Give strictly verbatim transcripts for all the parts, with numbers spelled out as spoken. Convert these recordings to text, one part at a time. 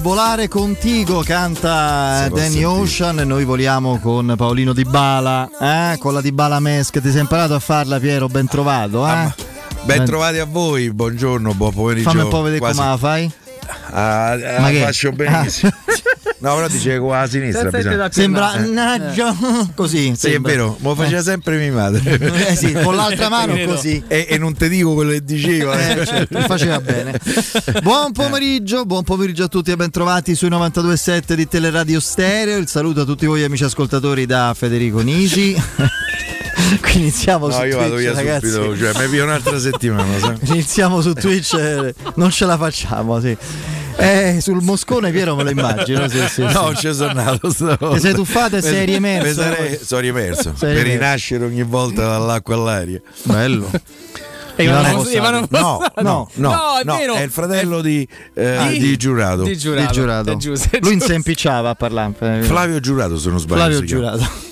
volare contigo, canta Danny Ocean, e noi voliamo con Paolino Dybala, eh? Con la Dybala Mask. Ti sei imparato a farla, Piero? Ben trovato, eh? Ah, ben, ben trovati a voi, buongiorno, buon pomeriggio. Fammi un po' vedere quasi... come la fai. Ah, ah, Ma la faccio benissimo. Ah. No, però dice con la sinistra bisogna... Sembra naggio così. Sì, sembra. È vero, me lo faceva sempre mia madre. Eh sì, con l'altra mano così. E, e non ti dico quello che diceva. Eh, certo, faceva bene. Buon pomeriggio, buon pomeriggio a tutti e ben trovati sui novantadue virgola sette di Teleradio Stereo. Il saluto a tutti voi amici ascoltatori da Federico Nisi. Qui iniziamo no, su io Twitch, vado via ragazzi. subito, cioè mi via un'altra settimana. Sai? Iniziamo su Twitch, eh, non ce la facciamo, sì. Eh, sul Moscone, Piero, me lo immagino. Sì, sì, no, sì. ci sono nato. Ti sei tuffato e sei riemerso? Sarei, sono riemerso sei per riemerso. Rinascere ogni volta dall'acqua all'aria. Bello. Ivano Ivano no, no, no, no, no, è, è il fratello di, eh, di, di Giurato. Di Giurato. Di Giurato. Giusto, lui si impicciava a parlare. Flavio Giurato, se non sbaglio. Flavio Giurato.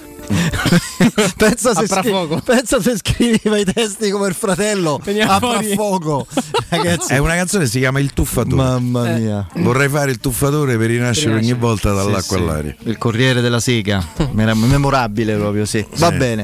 pensa, se scri- pensa se scriveva i testi come il fratello a fuoco. Ragazzi, è una canzone che si chiama Il Tuffatore. Mamma mia, eh. Vorrei fare il tuffatore per rinascere ogni volta dall'acqua sì, all'aria. Sì. Il Corriere della Sega, memorabile proprio, sì. Va sì. bene.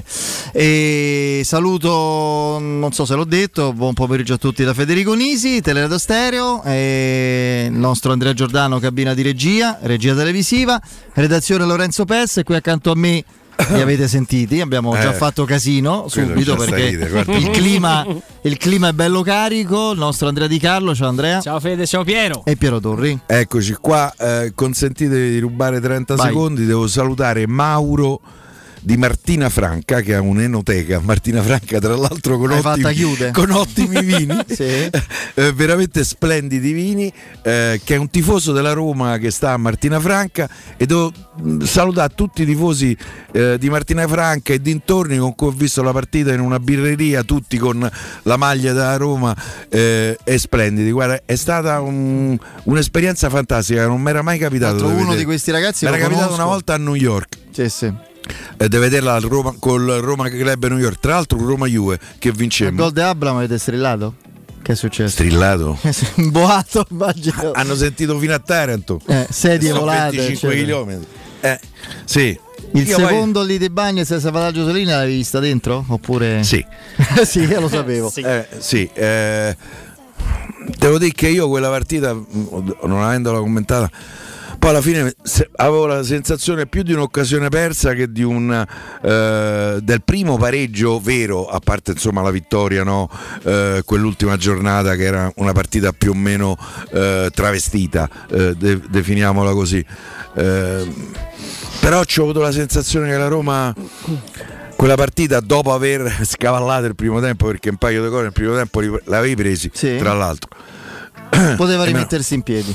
E saluto, non so se l'ho detto, buon pomeriggio a tutti da Federico Nisi, Teleradio Stereo, e il nostro Andrea Giordano, cabina di regia, regia televisiva, redazione Lorenzo Pes, e qui accanto a me. Li avete sentiti, abbiamo eh, già fatto casino subito perché il clima, il clima è bello carico. Il nostro Andrea Di Carlo, ciao Andrea. Ciao Fede, ciao Piero. E Piero Torri. Eccoci qua, eh, consentitevi di rubare trenta Vai. secondi, devo salutare Mauro di Martina Franca, che ha un'enoteca. Martina Franca, tra l'altro, con, ottimi, con ottimi vini, sì. eh, veramente splendidi vini, eh, che è un tifoso della Roma che sta a Martina Franca, e devo salutare tutti i tifosi eh, di Martina Franca e dintorni, con cui ho visto la partita in una birreria, tutti con la maglia della Roma, eh, e splendidi. Guarda, è stata un, un'esperienza fantastica, non mi era mai capitato. Uno vedere. Di questi ragazzi mi era capitato conosco. una volta a New York. Sì, sì. Eh, deve vederla al Roma, col Roma Club New York, tra l'altro Roma Juve che vincemmo. Il gol di Abramo avete strillato? Che è successo? Strillato? Un boato, immagino. Hanno sentito fino a Taranto. Eh, sedie volate. venticinque chilometri. Eh, sì. Il io secondo poi... lì di bagno senza Fadaggio Solina l'avevi vista dentro? Oppure? Sì. Sì, io lo sapevo. Sì. Eh, sì eh, devo dire che io quella partita, non avendola commentata, poi alla fine avevo la sensazione più di un'occasione persa che di un eh, del primo pareggio vero, a parte insomma la vittoria, no? Eh, quell'ultima giornata che era una partita più o meno eh, travestita, eh, de- definiamola così. Eh, però ci ho avuto la sensazione che la Roma quella partita, dopo aver scavallato il primo tempo, perché un paio di gol nel primo tempo l'avevi presi, sì. Tra l'altro poteva rimettersi in piedi.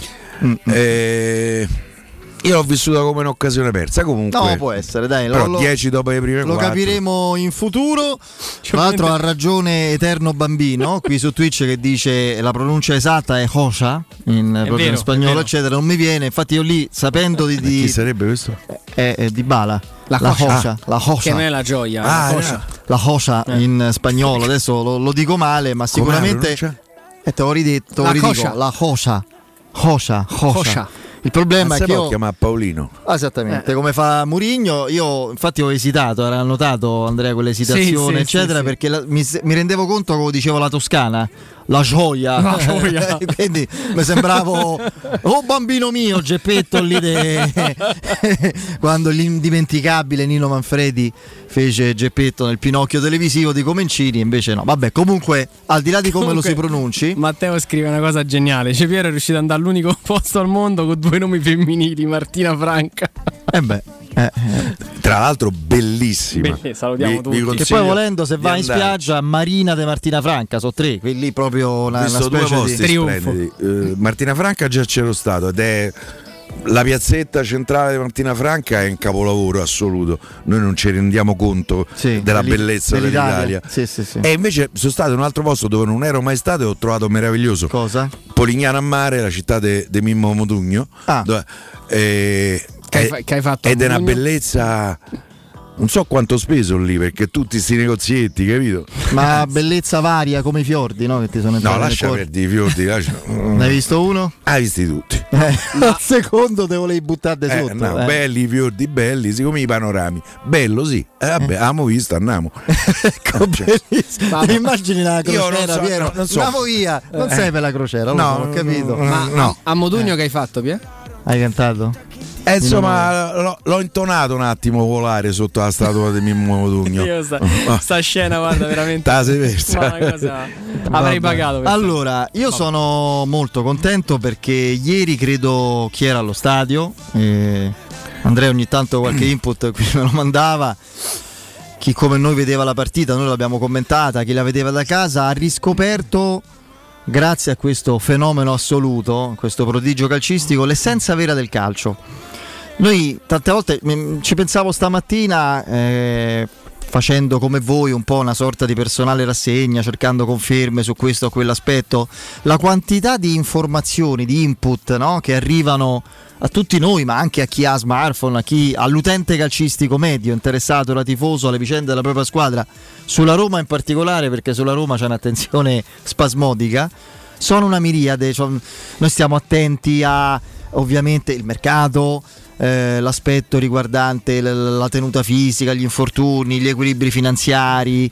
Eh, io l'ho vissuta come un'occasione persa. Comunque, no, può essere, dai. Però dieci dopo le prime lo quattro. Capiremo in futuro. Tra l'altro ha ragione Eterno Bambino qui su Twitch, che dice la pronuncia esatta è Josa in, è vero, in spagnolo, eccetera. Non mi viene. Infatti, io lì, sapendo di. di chi sarebbe questo? È, è Dybala. La, la Josa, ah, la Josa, che non è la gioia. Ah, la Josa, la Josa eh. in spagnolo. Adesso lo, lo dico male, ma sicuramente. E te lo ridetto, la ridico, la Josa. Josa, Josa. Il problema non è che io... io chiama Paolino. Esattamente, eh. come fa Mourinho. Io infatti ho esitato, era notato Andrea quell'esitazione, sì, eccetera, sì, perché la, mi, mi rendevo conto, come dicevo la toscana, la gioia, la gioia. Quindi mi sembravo oh bambino mio Geppetto lì de... quando l'indimenticabile Nino Manfredi fece Geppetto nel Pinocchio televisivo di Comencini, invece no. Vabbè, comunque al di là di come comunque, lo si pronunci, Matteo scrive una cosa geniale. Cioè, Piero è riuscito ad andare all'unico posto al mondo con due nomi femminili, Martina Franca. E eh beh Eh, eh. Tra l'altro bellissima. Beh, salutiamo vi, tutti. Che poi volendo, se vai in spiaggia, Marina de Martina Franca, sono tre, quelli proprio una, una specie di trionfo. Uh, Martina Franca già c'ero stato, ed è la piazzetta centrale di Martina Franca, è un capolavoro assoluto. Noi non ci rendiamo conto sì, della bellezza dell'Italia. Sì, sì, sì. E invece sono stato in un altro posto dove non ero mai stato e ho trovato meraviglioso. Cosa? Polignano a Mare, la città di Mimmo Modugno. Ah. Dove, eh, Che hai, che hai fatto ed è una bellezza non so quanto ho speso lì, perché tutti sti negozietti, capito? Ma bellezza varia come i fiordi, no? Che ti sono No, lascia perdere i fiordi. Lascia... Ne hai visto uno? Hai visti tutti. Eh, al secondo te volevi buttare eh, sotto. No, eh. belli i fiordi, belli, siccome i panorami. Bello, sì. Eh, vabbè, abbiamo visto, andiamo. Ecco, bellissimo. Ti immagini la crociera, so, Piero? no, non so. Andiamo via. Non Eh. sei per la crociera, No, no, ho capito. no, Ma no. a Modugno che hai fatto, Pier? Hai cantato? Eh, insomma, l'ho, l'ho intonato un attimo volare sotto la statua di Mimmo Modugno. Io sta, sta scena, guarda, veramente. Ta sei persa. Ma una cosa... Avrei pagato. per Allora, io Vabbè. sono molto contento perché ieri credo chi era allo stadio. Eh, Andrea ogni tanto qualche input qui me lo mandava. Chi come noi vedeva la partita, noi l'abbiamo commentata, chi la vedeva da casa ha riscoperto, grazie a questo fenomeno assoluto, questo prodigio calcistico, l'essenza vera del calcio. Noi tante volte mh, ci pensavo stamattina, eh, facendo come voi un po' una sorta di personale rassegna, cercando conferme su questo o quell'aspetto, la quantità di informazioni, di input, no? Che arrivano a tutti noi, ma anche a chi ha smartphone, a chi all'utente calcistico medio interessato, da tifoso, alle vicende della propria squadra, sulla Roma in particolare, perché sulla Roma c'è un'attenzione spasmodica. Sono una miriade, cioè, noi stiamo attenti a ovviamente il mercato, eh, l'aspetto riguardante l- la tenuta fisica, gli infortuni, gli equilibri finanziari,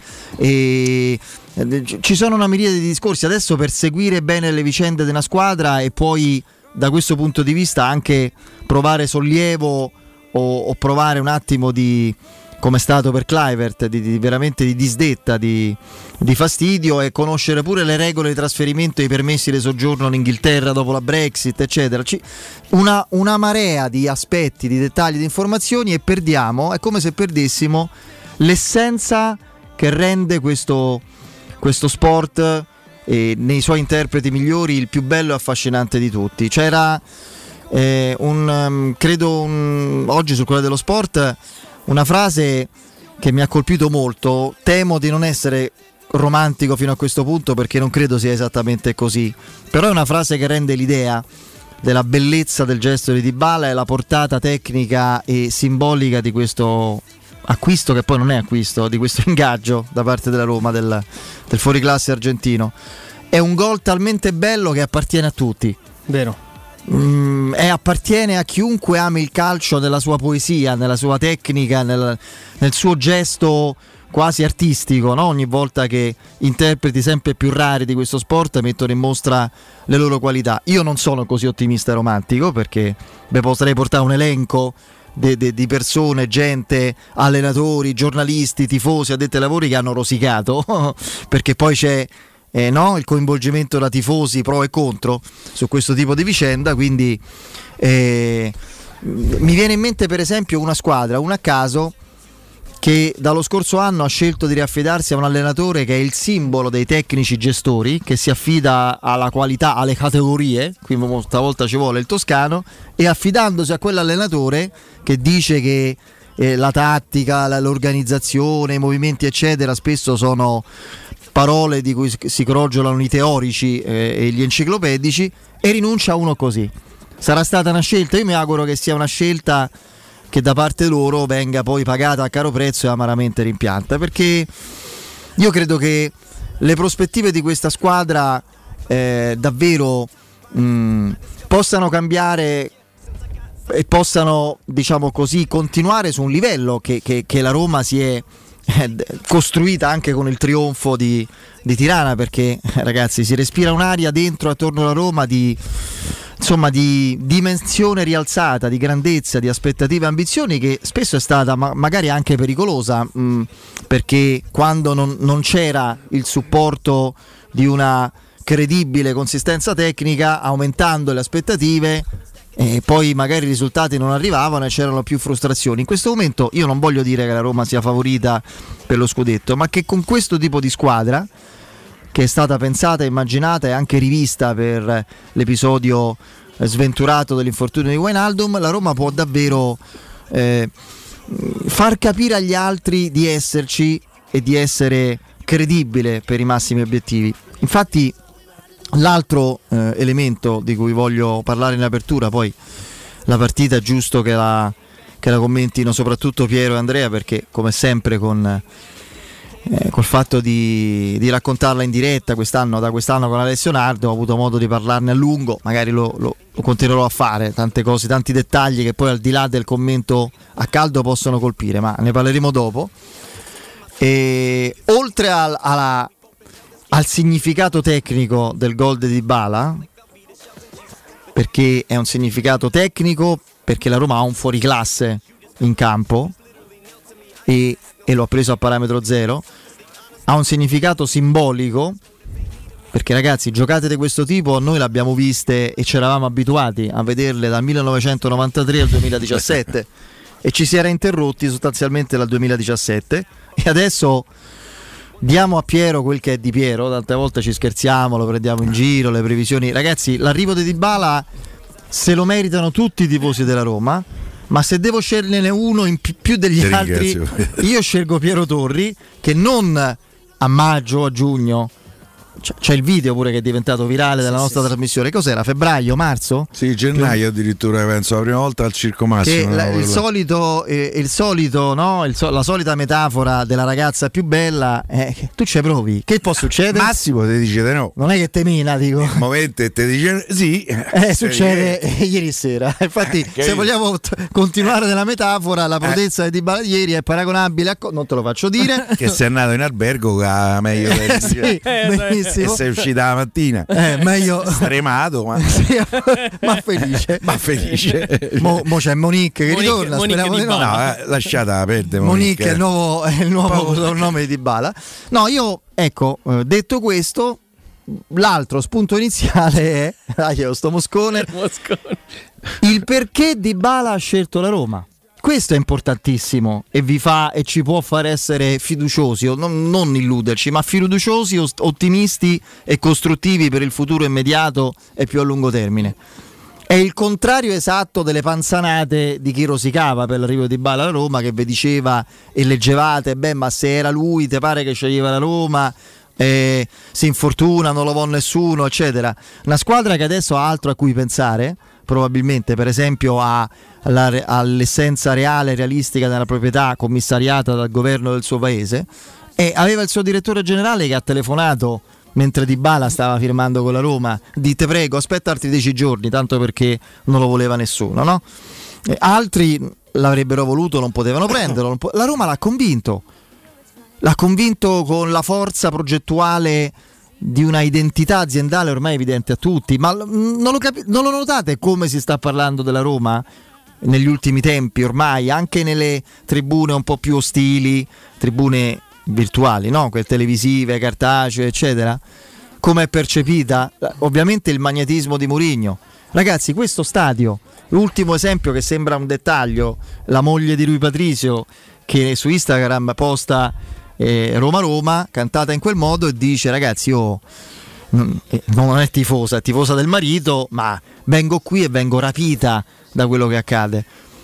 e eh, ci sono una miriade di discorsi adesso per seguire bene le vicende di una squadra e poi da questo punto di vista anche provare sollievo o, o provare un attimo di, come è stato per Kluivert, di, di veramente di disdetta, di, di fastidio, e conoscere pure le regole di trasferimento e i permessi di soggiorno in Inghilterra dopo la Brexit, eccetera. Ci, una, una marea di aspetti, di dettagli, di informazioni, e perdiamo, è come se perdessimo l'essenza che rende questo, questo sport, e nei suoi interpreti migliori, il più bello e affascinante di tutti. C'era eh, un um, credo un, oggi sul Corriere dello Sport una frase che mi ha colpito molto. Temo di non essere romantico fino a questo punto, perché non credo sia esattamente così, però è una frase che rende l'idea della bellezza del gesto di Dybala e la portata tecnica e simbolica di questo acquisto, che poi non è acquisto, di questo ingaggio da parte della Roma del, del fuoriclasse argentino. È un gol talmente bello che appartiene a tutti. Vero. Mm, e appartiene a chiunque ami il calcio nella sua poesia, nella sua tecnica, nel, nel suo gesto quasi artistico, no? Ogni volta che interpreti sempre più rari di questo sport mettono in mostra le loro qualità. Io non sono così ottimista e romantico, perché beh, potrei portare un elenco di de, de persone, gente, allenatori, giornalisti, tifosi, addetti ai lavori che hanno rosicato perché poi c'è Eh, no? il coinvolgimento da tifosi pro e contro su questo tipo di vicenda. Quindi eh, mi viene in mente per esempio una squadra, una a caso, che dallo scorso anno ha scelto di riaffidarsi a un allenatore che è il simbolo dei tecnici gestori, che si affida alla qualità, alle categorie, quindi stavolta ci vuole il toscano, e affidandosi a quell'allenatore che dice che eh, la tattica, la, l'organizzazione, i movimenti eccetera spesso sono parole di cui si crogiolano i teorici eh, e gli enciclopedici, e rinuncia a uno così. Sarà stata una scelta, io mi auguro che sia una scelta che da parte loro venga poi pagata a caro prezzo e amaramente rimpianta, perché io credo che le prospettive di questa squadra eh, davvero mh, possano cambiare e possano, diciamo così, continuare su un livello che, che, che la Roma si è costruita anche con il trionfo di, di Tirana, perché ragazzi si respira un'aria dentro attorno alla Roma di, insomma, di dimensione rialzata, di grandezza, di aspettative e ambizioni, che spesso è stata ma- magari anche pericolosa, mh, perché quando non, non c'era il supporto di una credibile consistenza tecnica, aumentando le aspettative, e poi magari i risultati non arrivavano e c'erano più frustrazioni. In questo momento io non voglio dire che la Roma sia favorita per lo scudetto, ma che con questo tipo di squadra, che è stata pensata, immaginata e anche rivista per l'episodio sventurato dell'infortunio di Wijnaldum, la Roma può davvero eh, far capire agli altri di esserci e di essere credibile per i massimi obiettivi. Infatti l'altro eh, elemento di cui voglio parlare in apertura, poi la partita è giusto che la, che la commentino soprattutto Piero e Andrea, perché come sempre con eh, col fatto di, di raccontarla in diretta quest'anno, da quest'anno con Alessio Nardo ho avuto modo di parlarne a lungo, magari lo, lo, lo continuerò a fare, tante cose, tanti dettagli che poi al di là del commento a caldo possono colpire, ma ne parleremo dopo. E oltre al, alla, al significato tecnico del gol di Dybala, perché è un significato tecnico, perché la Roma ha un fuoriclasse in campo e, e lo ha preso a parametro zero, ha un significato simbolico, perché ragazzi, giocate di questo tipo noi le abbiamo viste e ci eravamo abituati a vederle dal millenovecentonovantatré al duemiladiciassette e ci si era interrotti sostanzialmente dal duemiladiciassette, e adesso diamo a Piero quel che è di Piero. Tante volte ci scherziamo, lo prendiamo in giro, le previsioni. Ragazzi, l'arrivo di Dybala se lo meritano tutti i tifosi della Roma, ma se devo sceglierne uno in più, più degli Ti altri, ringrazio. io scelgo Piero Torri, che non a maggio o a giugno, c'è, c'è il video pure che è diventato virale della sì, nostra sì, trasmissione. Cos'era? Febbraio, marzo? Sì, gennaio addirittura, penso la prima volta al Circo Che Massimo. la, no, il quello. solito, eh, il solito no? il so, la solita metafora della ragazza più bella, eh, tu ci provi, che può succedere? Massimo ti dice di no. Non è che te mina, dico. Il momento e ti dice sì. Eh, succede eh, ieri sera. Infatti, Eh, se vogliamo t- continuare nella metafora, la prodezza di Dybala di ieri è paragonabile a co- non te lo faccio dire. Che sei andato in albergo che meglio del- Eh, sì, Eh, e benissimo. sei uscita la mattina. Eh, meglio Stremato, ma, sì, ma felice. ma felice. Mo, mo c'è Monique che Monique- ritorna, Monique speriamo di no. Dybala. No, eh, lasciata perdere. Monique è il nuovo, è il nuovo Poi- nome di Dybala. No, io ecco, eh, detto questo, l'altro spunto iniziale è ah, io sto moscone, Moscone. il perché Dybala ha scelto la Roma. Questo è importantissimo e vi fa e ci può far essere fiduciosi, o non, non illuderci, ma fiduciosi, ost- ottimisti e costruttivi per il futuro immediato e più a lungo termine. È il contrario esatto delle panzanate di chi rosicava per l'arrivo di Dybala alla Roma, che vi diceva e leggevate, beh, ma se era lui, te pare che sceglieva la Roma, eh, si infortuna, non lo vuole nessuno, eccetera. Una squadra che adesso ha altro a cui pensare, probabilmente, per esempio ha la, all'essenza reale, realistica della proprietà commissariata dal governo del suo paese, e aveva il suo direttore generale che ha telefonato mentre Dybala stava firmando con la Roma, di te prego aspetta altri dieci giorni, tanto perché non lo voleva nessuno, no? E altri l'avrebbero voluto, non potevano prenderlo, non po- la Roma l'ha convinto l'ha convinto con la forza progettuale di una identità aziendale ormai evidente a tutti. Ma non lo, capi- non lo notate come si sta parlando della Roma negli ultimi tempi, ormai anche nelle tribune un po' più ostili, tribune virtuali, no? Quelle televisive, cartacee, eccetera, come è percepita? Ovviamente il magnetismo di Mourinho. Ragazzi, questo stadio, l'ultimo esempio che sembra un dettaglio, la moglie di Rui Patricio che su Instagram posta eh, Roma Roma cantata in quel modo e dice ragazzi io non, eh, non è tifosa, è tifosa del marito, ma vengo qui e vengo rapita da quello che accade.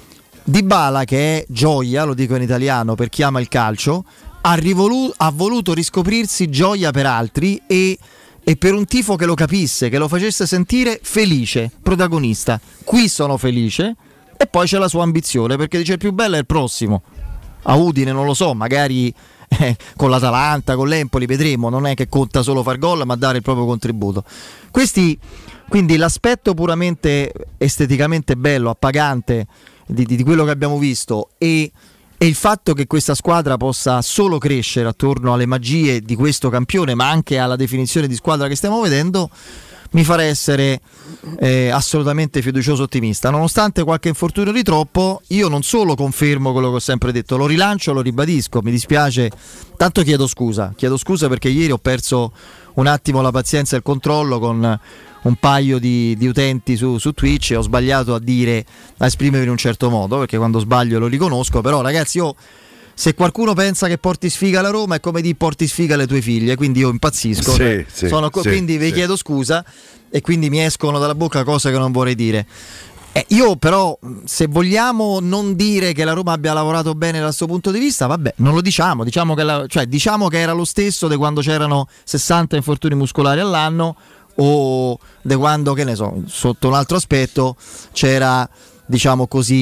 Dybala, che è gioia, lo dico in italiano per chi ama il calcio, ha, rivolu- ha voluto riscoprirsi gioia per altri e, e per un tifo che lo capisse, che lo facesse sentire felice, protagonista. Qui sono felice, e poi c'è la sua ambizione, perché dice il più bello è il prossimo. A Udine non lo so, magari eh, con l'Atalanta, con l'Empoli, vedremo, non è che conta solo far gol, ma dare il proprio contributo. Questi, quindi l'aspetto puramente esteticamente bello, appagante di, di quello che abbiamo visto e, e il fatto che questa squadra possa solo crescere attorno alle magie di questo campione, ma anche alla definizione di squadra che stiamo vedendo, mi farà essere eh, assolutamente fiducioso ottimista. Nonostante qualche infortunio di troppo, io non solo confermo quello che ho sempre detto, lo rilancio, lo ribadisco, mi dispiace, tanto chiedo scusa chiedo scusa perché ieri ho perso un attimo la pazienza e il controllo con un paio di, di utenti su, su Twitch, e ho sbagliato a dire, a esprimermi in un certo modo, perché quando sbaglio lo riconosco. Però ragazzi, io, se qualcuno pensa che porti sfiga alla Roma, è come di porti sfiga alle tue figlie, quindi io impazzisco, Sì, cioè, sì, sono, sì, quindi vi sì. chiedo scusa, e quindi mi escono dalla bocca cose che non vorrei dire. Eh, io però, se vogliamo non dire che la Roma abbia lavorato bene dal suo punto di vista, vabbè, non lo diciamo, diciamo che, la, cioè, diciamo che era lo stesso di quando c'erano sessanta infortuni muscolari all'anno, o di quando, che ne so, sotto un altro aspetto c'era, diciamo così,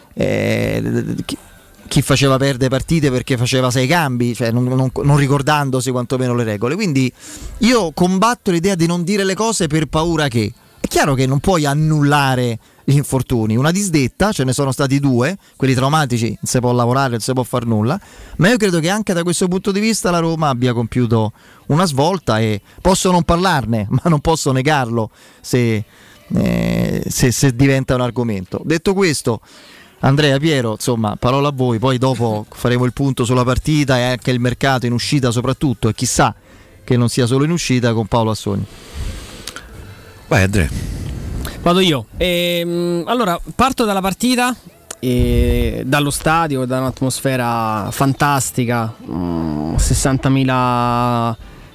eh, chi, chi faceva perdere partite perché faceva sei cambi, cioè non, non, non ricordandosi quantomeno le regole. Quindi io combatto l'idea di non dire le cose per paura che... È chiaro che non puoi annullare gli infortuni, una disdetta, ce ne sono stati due, quelli traumatici, non si può lavorare, non si può far nulla, ma io credo che anche da questo punto di vista la Roma abbia compiuto una svolta e posso non parlarne, ma non posso negarlo se, eh, se, se diventa un argomento. Detto questo, Andrea, Piero, insomma, parola a voi, poi dopo faremo il punto sulla partita e anche il mercato in uscita soprattutto, e chissà che non sia solo in uscita, con Paolo Assogni. Vai Andrea. Vado io. Ehm, allora, parto dalla partita, e dallo stadio, da un'atmosfera fantastica, mh, sessantamila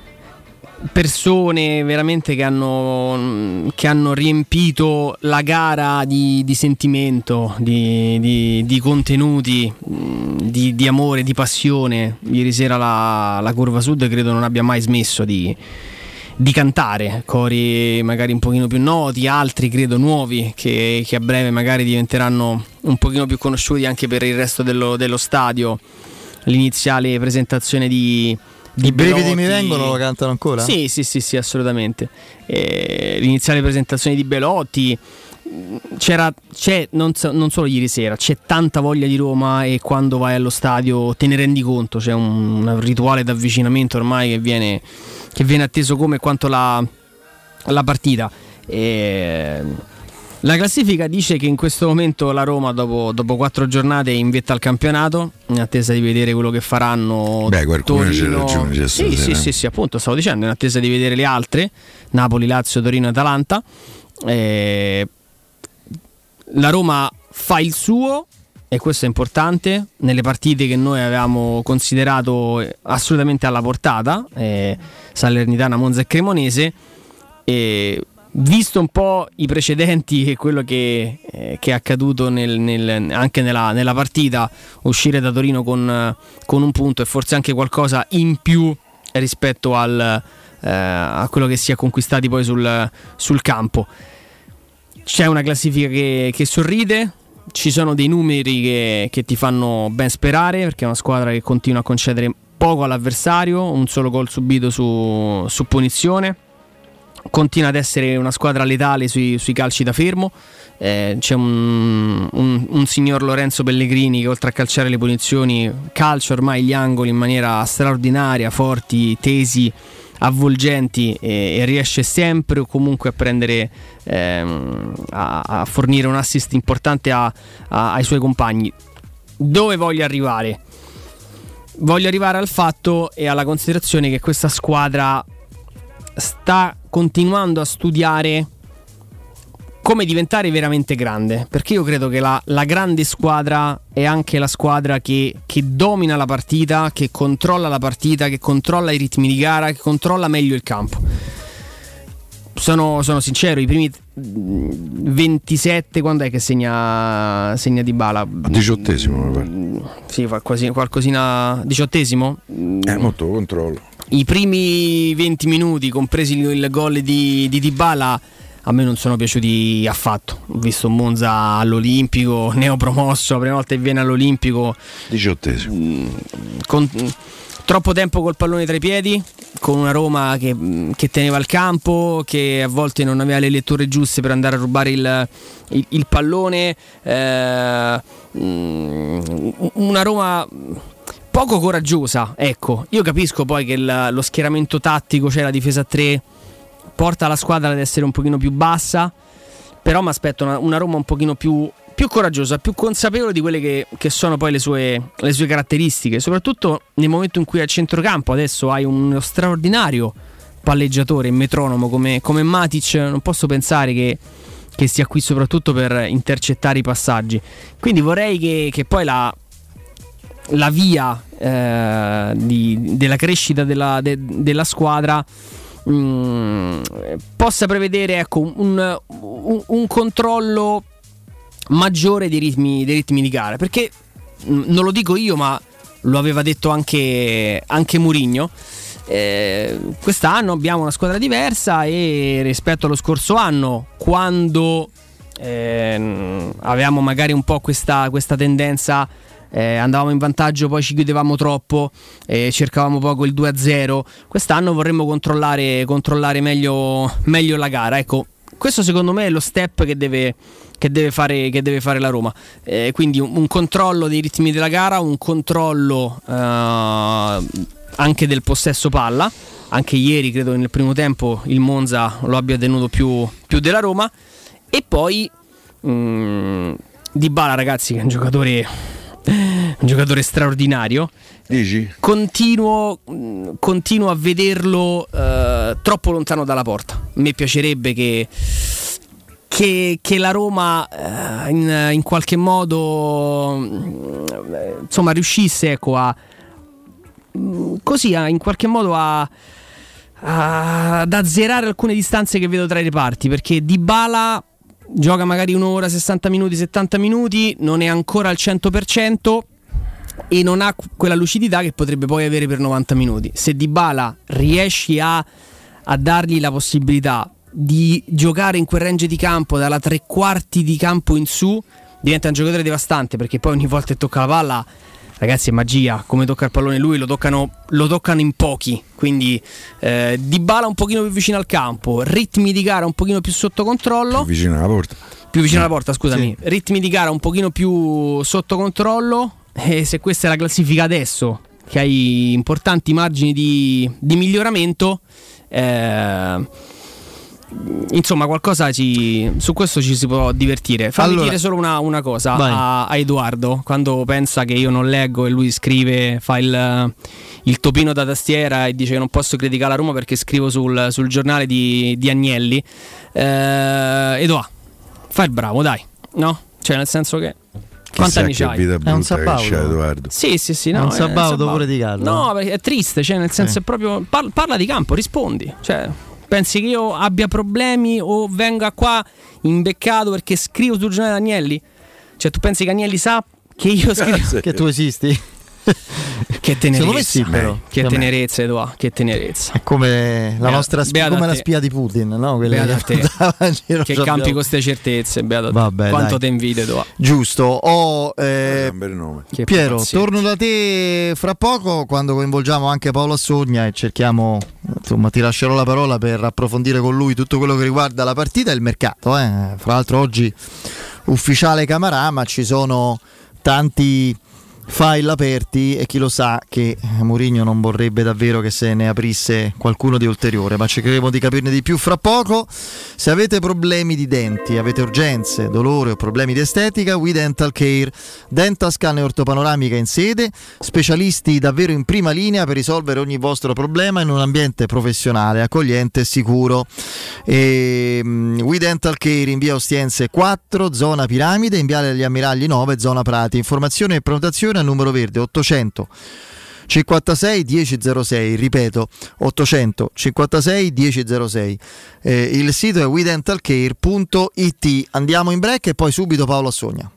persone veramente che hanno, che hanno riempito la gara di, di sentimento, di, di, di contenuti, di, di amore, di passione. Ieri sera la, la Curva Sud credo non abbia mai smesso di di cantare, cori magari un pochino più noti, altri credo nuovi che, che a breve magari diventeranno un pochino più conosciuti anche per il resto dello, dello stadio. L'iniziale presentazione di, di I brividi Belotti, mi vengono, lo cantano ancora? Sì, sì, sì, sì, assolutamente. Eh, l'iniziale presentazione di Belotti, c'era, c'è non, non solo ieri sera, c'è tanta voglia di Roma e quando vai allo stadio te ne rendi conto, c'è un, un rituale d'avvicinamento ormai che viene, che viene atteso come quanto la, la partita. E la classifica dice che in questo momento la Roma dopo, dopo quattro giornate è in vetta al campionato, in attesa di vedere quello che faranno. Beh, qualcuno c'è ragione. Sì, sì, sì, sì, appunto stavo dicendo, in attesa di vedere le altre, Napoli, Lazio, Torino, Atalanta. E la Roma fa il suo, e questo è importante, nelle partite che noi avevamo considerato assolutamente alla portata, eh, Salernitana, Monza e Cremonese, e visto un po' i precedenti e quello che, eh, che è accaduto nel, nel, anche nella, nella partita, uscire da Torino con, con un punto e forse anche qualcosa in più rispetto al, eh, a quello che si è conquistati poi sul, sul campo. C'è una classifica che, che sorride, ci sono dei numeri che, che ti fanno ben sperare, perché è una squadra che continua a concedere poco all'avversario, un solo gol subito su, su punizione, continua ad essere una squadra letale sui, sui calci da fermo. Eh, c'è un, un, un signor Lorenzo Pellegrini che oltre a calciare le punizioni calcia ormai gli angoli in maniera straordinaria, forti, tesi, avvolgenti, e, e riesce sempre o comunque a prendere ehm, a, a fornire un assist importante a, a, ai suoi compagni. Dove voglio arrivare? Voglio arrivare al fatto e alla considerazione che questa squadra sta continuando a studiare come diventare veramente grande, perché io credo che la, la grande squadra è anche la squadra che, che domina la partita, che controlla la partita, che controlla i ritmi di gara, che controlla meglio il campo. Sono, sono sincero, i primi ventisette, quando è che segna, segna Dybala? Diciottesimo, mi pare. Sì, fa quasi, qualcosina. Diciottesimo? È molto controllo. I primi venti minuti, compresi il, il gol di, di Dybala, a me non sono piaciuti affatto. Ho visto Monza all'Olimpico, neopromosso, la prima volta che viene all'Olimpico, diciottesimo, con troppo tempo col pallone tra i piedi, con una Roma che, che teneva il campo, che a volte non aveva le letture giuste per andare a rubare il, il, il pallone, eh, una Roma poco coraggiosa. Ecco, io capisco poi che il, lo schieramento tattico, cioè la difesa a tre, porta la squadra ad essere un pochino più bassa, però mi aspetto una, una Roma un pochino più, più coraggiosa, più consapevole di quelle che, che sono poi le sue, le sue caratteristiche, soprattutto nel momento in cui a centrocampo adesso hai uno straordinario palleggiatore, metronomo come, come Matic. Non posso pensare che, che stia qui soprattutto per intercettare i passaggi, quindi vorrei che, che poi la, la via eh, di, della crescita della, de, della squadra Mm, possa prevedere, ecco, un, un, un controllo maggiore dei ritmi, dei ritmi di gara, perché mm, non lo dico io, ma lo aveva detto anche, anche Mourinho. Eh, quest'anno abbiamo una squadra diversa, e rispetto allo scorso anno, quando eh, avevamo magari un po' questa, questa tendenza, eh, andavamo in vantaggio, poi ci chiudevamo troppo, eh, cercavamo poco il due a zero. Quest'anno vorremmo controllare, controllare meglio, meglio la gara, ecco. Questo secondo me è lo step che deve, che deve, fare, che deve fare la Roma, eh, quindi un, un controllo dei ritmi della gara, un controllo eh, anche del possesso palla. Anche ieri credo nel primo tempo il Monza lo abbia tenuto più, più della Roma. E poi mh, Dybala, ragazzi, che è un giocatore un giocatore straordinario. Dici? Continuo, continuo a vederlo eh, troppo lontano dalla porta. A me piacerebbe che, che, che la Roma eh, in, in qualche modo eh, insomma riuscisse, ecco, a così a, in qualche modo a, a ad azzerare alcune distanze che vedo tra i reparti, perché Dybala gioca magari un'ora, sessanta minuti, settanta minuti, non è ancora al cento per cento e non ha quella lucidità che potrebbe poi avere per novanta minuti. Se Dybala riesci a, a dargli la possibilità di giocare in quel range di campo dalla tre quarti di campo in su, diventa un giocatore devastante, perché poi ogni volta che tocca la palla, ragazzi, è magia. Come tocca il pallone lui, lo toccano, lo toccano in pochi. Quindi eh, Dybala un pochino più vicino al campo, ritmi di gara un pochino più sotto controllo, Più vicino alla porta. più vicino alla porta, scusami, Sì. ritmi di gara un pochino più sotto controllo. E se questa è la classifica adesso, che hai importanti margini di, di miglioramento, eh, insomma qualcosa ci, su questo ci si può divertire. Fammi Allora, dire solo una, una cosa vai. a, a Edoardo, quando pensa che io non leggo e lui scrive, fa il, il topino da tastiera e dice che non posso criticare la Roma perché scrivo sul, sul giornale di, di Agnelli. eh, Edoardo, fai il bravo, dai, no? Cioè, nel senso che quanti anni c'hai? Vita È un brutta che Sabaudo. c'è, Edoardo. Sì, sì, sì, no, È un è Sabaudo pure di caldo. No, perché è triste, cioè nel senso Sì. è proprio par- parla di campo, rispondi. Cioè, pensi che io abbia problemi o venga qua imbeccato perché scrivo sul giornale di Agnelli? Cioè, tu pensi che Agnelli sa che io scrivo? Sì. Che tu esisti? Che Secondo me tenerezza. sì, però. Che Secondo me. tenerezza, Edoardo, che tenerezza. È come la Beata- nostra spia, beata come a la te. spia di Putin, no? Quelle Beata a che te. andava in giro, Che ci campi abbiamo- con ste certezze, beato a te. Vabbè, Quanto dai. te invidio, Edoardo. Giusto. Ho eh, Un bel nome. Che Piero, pazzesco. torno da te fra poco quando coinvolgiamo anche Paolo Assogna e cerchiamo, insomma, ti lascerò la parola per approfondire con lui tutto quello che riguarda la partita e il mercato. Eh. Fra l'altro oggi ufficiale Camarà, ci sono tanti file aperti e chi lo sa che Mourinho non vorrebbe davvero che se ne aprisse qualcuno di ulteriore, ma cercheremo di capirne di più fra poco. Se avete problemi di denti, avete urgenze, dolore o problemi di estetica, We Dental Care, Dental Scan e ortopanoramica in sede, specialisti davvero in prima linea per risolvere ogni vostro problema in un ambiente professionale, accogliente e sicuro. E, um, We Dental Care in via Ostiense quattro, zona Piramide, in viale degli Ammiragli nove, zona Prati. Informazioni e prenotazione al numero verde ottocento cinquantasei dieci zero sei, ripeto ottocento cinquantasei dieci zero sei. Eh, il sito è we dental care punto it. Andiamo in break e poi subito Paolo Assogna.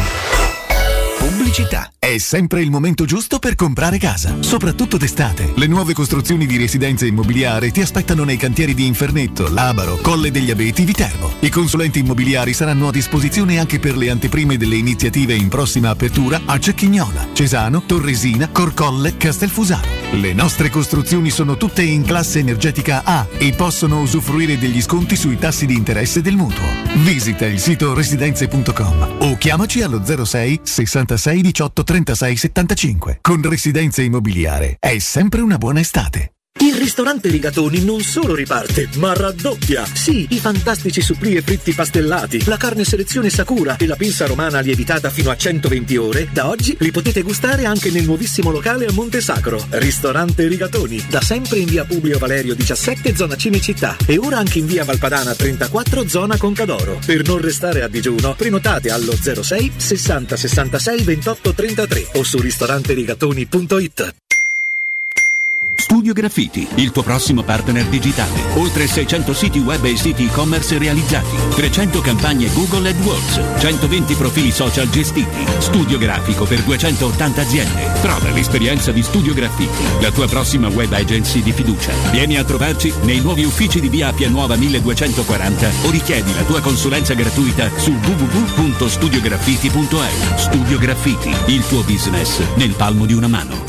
Pubblicità. È sempre il momento giusto per comprare casa, soprattutto d'estate. Le nuove costruzioni di residenze immobiliari ti aspettano nei cantieri di Infernetto, Labaro, Colle degli Abeti, Viterbo. I consulenti immobiliari saranno a disposizione anche per le anteprime delle iniziative in prossima apertura a Cecchignola, Cesano, Torresina, Corcolle, Castelfusaro. Le nostre costruzioni sono tutte in classe energetica A e possono usufruire degli sconti sui tassi di interesse del mutuo. Visita il sito residenze punto com o chiamaci allo zero sei sessantasei diciotto trentasei settantacinque. Con Residenze Immobiliare è sempre una buona estate. Il ristorante Rigatoni non solo riparte, ma raddoppia! Sì, i fantastici supplì e fritti pastellati, la carne selezione Sakura e la pinza romana lievitata fino a centoventi ore, da oggi li potete gustare anche nel nuovissimo locale a Monte Sacro. Ristorante Rigatoni, da sempre in via Publio Valerio diciassette, zona Cinecittà, e ora anche in via Valpadana trentaquattro, zona Concadoro. Per non restare a digiuno, prenotate allo zero sei sessanta sessantasei ventotto trentatré o su ristorante rigatoni punto it. Studio Graffiti, il tuo prossimo partner digitale. Oltre seicento siti web e siti e-commerce realizzati, trecento campagne Google AdWords, centoventi profili social gestiti. Studio grafico per duecentottanta aziende. Prova l'esperienza di Studio Graffiti, la tua prossima web agency di fiducia. Vieni a trovarci nei nuovi uffici di via Appia Nuova milleduecentoquaranta o richiedi la tua consulenza gratuita su w w w punto studio graffiti punto e u. Studio Graffiti, il tuo business nel palmo di una mano.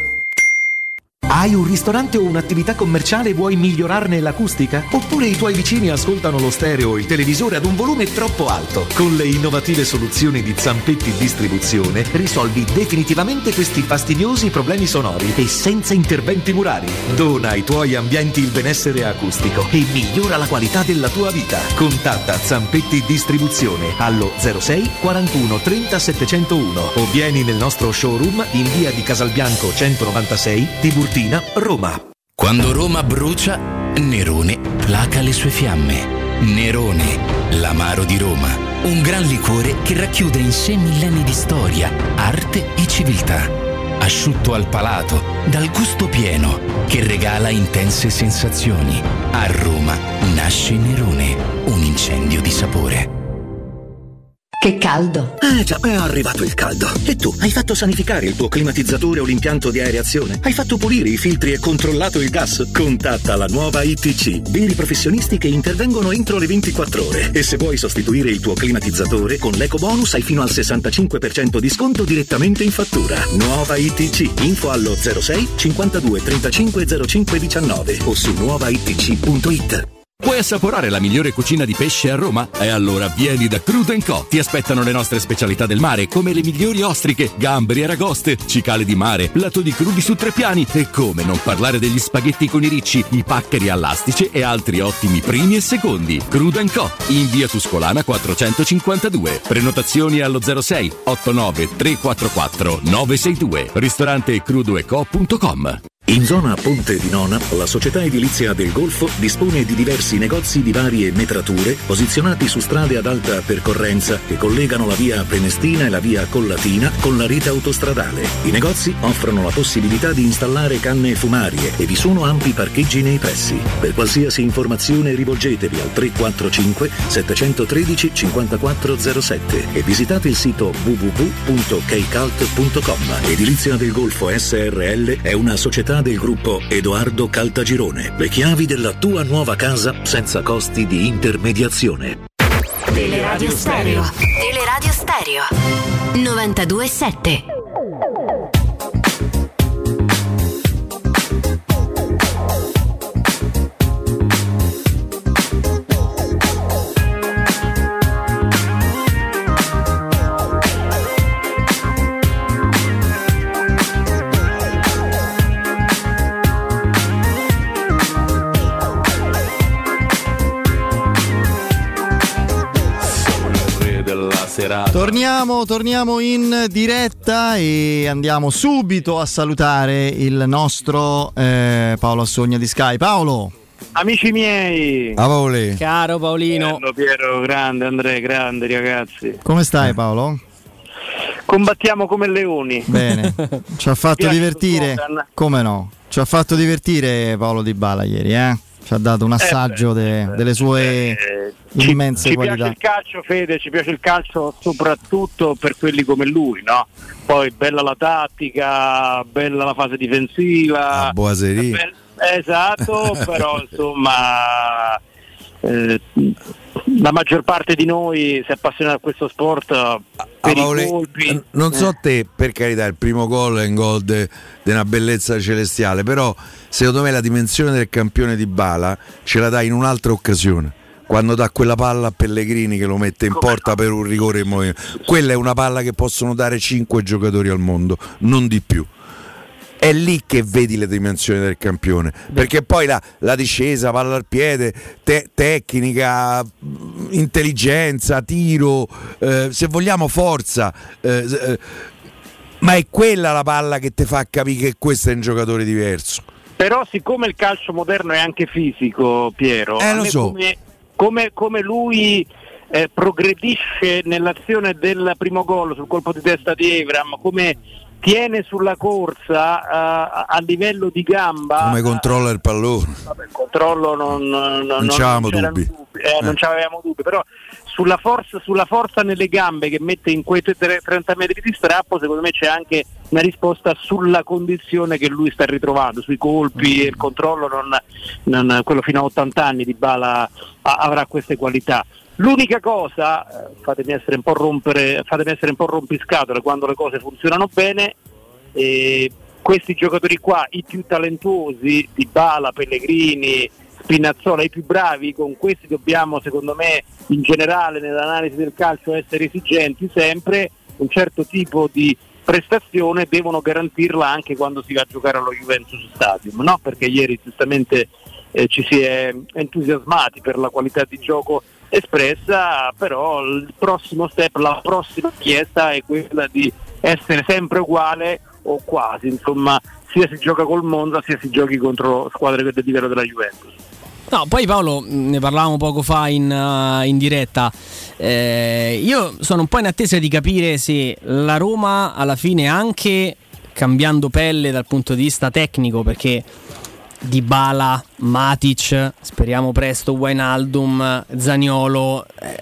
Hai un ristorante o un'attività commerciale e vuoi migliorarne l'acustica? Oppure i tuoi vicini ascoltano lo stereo o il televisore ad un volume troppo alto? Con le innovative soluzioni di Zampetti Distribuzione risolvi definitivamente questi fastidiosi problemi sonori e senza interventi murari. Dona ai tuoi ambienti il benessere acustico e migliora la qualità della tua vita. Contatta Zampetti Distribuzione allo zero sei quarantuno trenta settecentouno o vieni nel nostro showroom in via di Casalbianco centonovantasei, Tiburtina, Roma. Quando Roma brucia, Nerone placa le sue fiamme. Nerone, l'amaro di Roma. Un gran liquore che racchiude in sé millenni di storia, arte e civiltà. Asciutto al palato, dal gusto pieno, che regala intense sensazioni. A Roma nasce Nerone, un incendio di sapore. Che caldo! Eh già, è arrivato il caldo. E tu, hai fatto sanificare il tuo climatizzatore o l'impianto di areazione? Hai fatto pulire i filtri e controllato il gas? Contatta la nuova I T C, veri professionisti che intervengono entro le ventiquattro ore. E se vuoi sostituire il tuo climatizzatore, con l'eco bonus hai fino al sessantacinque per cento di sconto direttamente in fattura. Nuova I T C, info allo zero sei cinquantadue trentacinque zero cinque diciannove o su nuova i t c punto i t. Vuoi assaporare la migliore cucina di pesce a Roma? E allora vieni da Crudo and Co. Ti aspettano le nostre specialità del mare, come le migliori ostriche, gamberi e aragoste, cicale di mare, lato di crudi su tre piani e come non parlare degli spaghetti con i ricci, i paccheri all'astice e altri ottimi primi e secondi. Crudo and Co. in via Tuscolana quattrocentocinquantadue. Prenotazioni allo zero sei ottantanove trequarantaquattro nove sei due. Ristorante crudo e co punto com. In zona Ponte di Nona, la società edilizia del Golfo dispone di diversi negozi di varie metrature posizionati su strade ad alta percorrenza che collegano la via Prenestina e la via Collatina con la rete autostradale. I negozi offrono la possibilità di installare canne fumarie e vi sono ampi parcheggi nei pressi. Per qualsiasi informazione rivolgetevi al tre quattro cinque sette uno tre cinque zero sette e visitate il sito w w w punto keicalt punto com. Edilizia del Golfo S R L è una società del gruppo Edoardo Caltagirone. Le chiavi della tua nuova casa senza costi di intermediazione. Teleradio Stereo. Teleradio Stereo. novantadue sette. Torniamo, torniamo in diretta e andiamo subito a salutare il nostro eh, Paolo Assogna di Sky. Paolo. Amici miei, ah, Paolo. Caro Paolino. Bello, Piero, grande, Andrea, grande ragazzi. Come stai Paolo? Combattiamo come leoni. Bene, ci ha fatto divertire. Come no? Ci ha fatto divertire Paolo Dybala ieri, eh? Ci ha dato un assaggio eh beh, de, delle sue eh, immense ci, qualità. Ci piace il calcio, Fede, ci piace il calcio soprattutto per quelli come lui, no? Poi bella la tattica, bella la fase difensiva. Boaseria. Esatto, però insomma eh, la maggior parte di noi si appassiona a questo sport per ah, i colpi. Non so te, per carità, il primo gol è un gol di una bellezza celestiale, però secondo me la dimensione del campione Dybala ce la dà in un'altra occasione, quando dà quella palla a Pellegrini che lo mette in Come porta no? per un rigore in movimento. Quella è una palla che possono dare cinque giocatori al mondo, non di più. È lì che vedi le dimensioni del campione, perché poi la, la discesa, palla al piede, te, tecnica, intelligenza, tiro, eh, se vogliamo forza, eh, eh, ma è quella la palla che ti fa capire che questo è un giocatore diverso. Però siccome il calcio moderno è anche fisico, Piero, eh, lo so. come, come, come lui eh, progredisce nell'azione del primo gol sul colpo di testa di Evram, come tiene sulla corsa uh, a livello di gamba. Come controlla il pallone? Vabbè, il controllo non, non, non, non c'avevamo dubbi, dubbi eh, eh. non c'avevamo dubbi, però sulla forza, sulla forza nelle gambe che mette in quei trenta metri di strappo, secondo me c'è anche una risposta sulla condizione che lui sta ritrovando, sui colpi e il controllo, non, non, quello fino a ottanta anni Dybala a, avrà queste qualità. L'unica cosa, fatemi essere un po' rompere, fatemi essere un po' rompiscatole quando le cose funzionano bene, eh, questi giocatori qua, i più talentuosi, Dybala, Pellegrini, Spinazzola, i più bravi, con questi dobbiamo, secondo me, in generale nell'analisi del calcio essere esigenti sempre, un certo tipo di prestazione devono garantirla anche quando si va a giocare allo Juventus Stadium, no? Perché ieri giustamente eh, ci si è entusiasmati per la qualità di gioco espressa, però il prossimo step, la prossima richiesta è quella di essere sempre uguale o quasi, insomma, sia si gioca col Monza sia si giochi contro squadre del livello della Juventus. No, poi Paolo, ne parlavamo poco fa in, uh, in diretta, eh, io sono un po' in attesa di capire se la Roma alla fine, anche cambiando pelle dal punto di vista tecnico, perché Dybala, Matic, speriamo presto Wijnaldum, Zaniolo,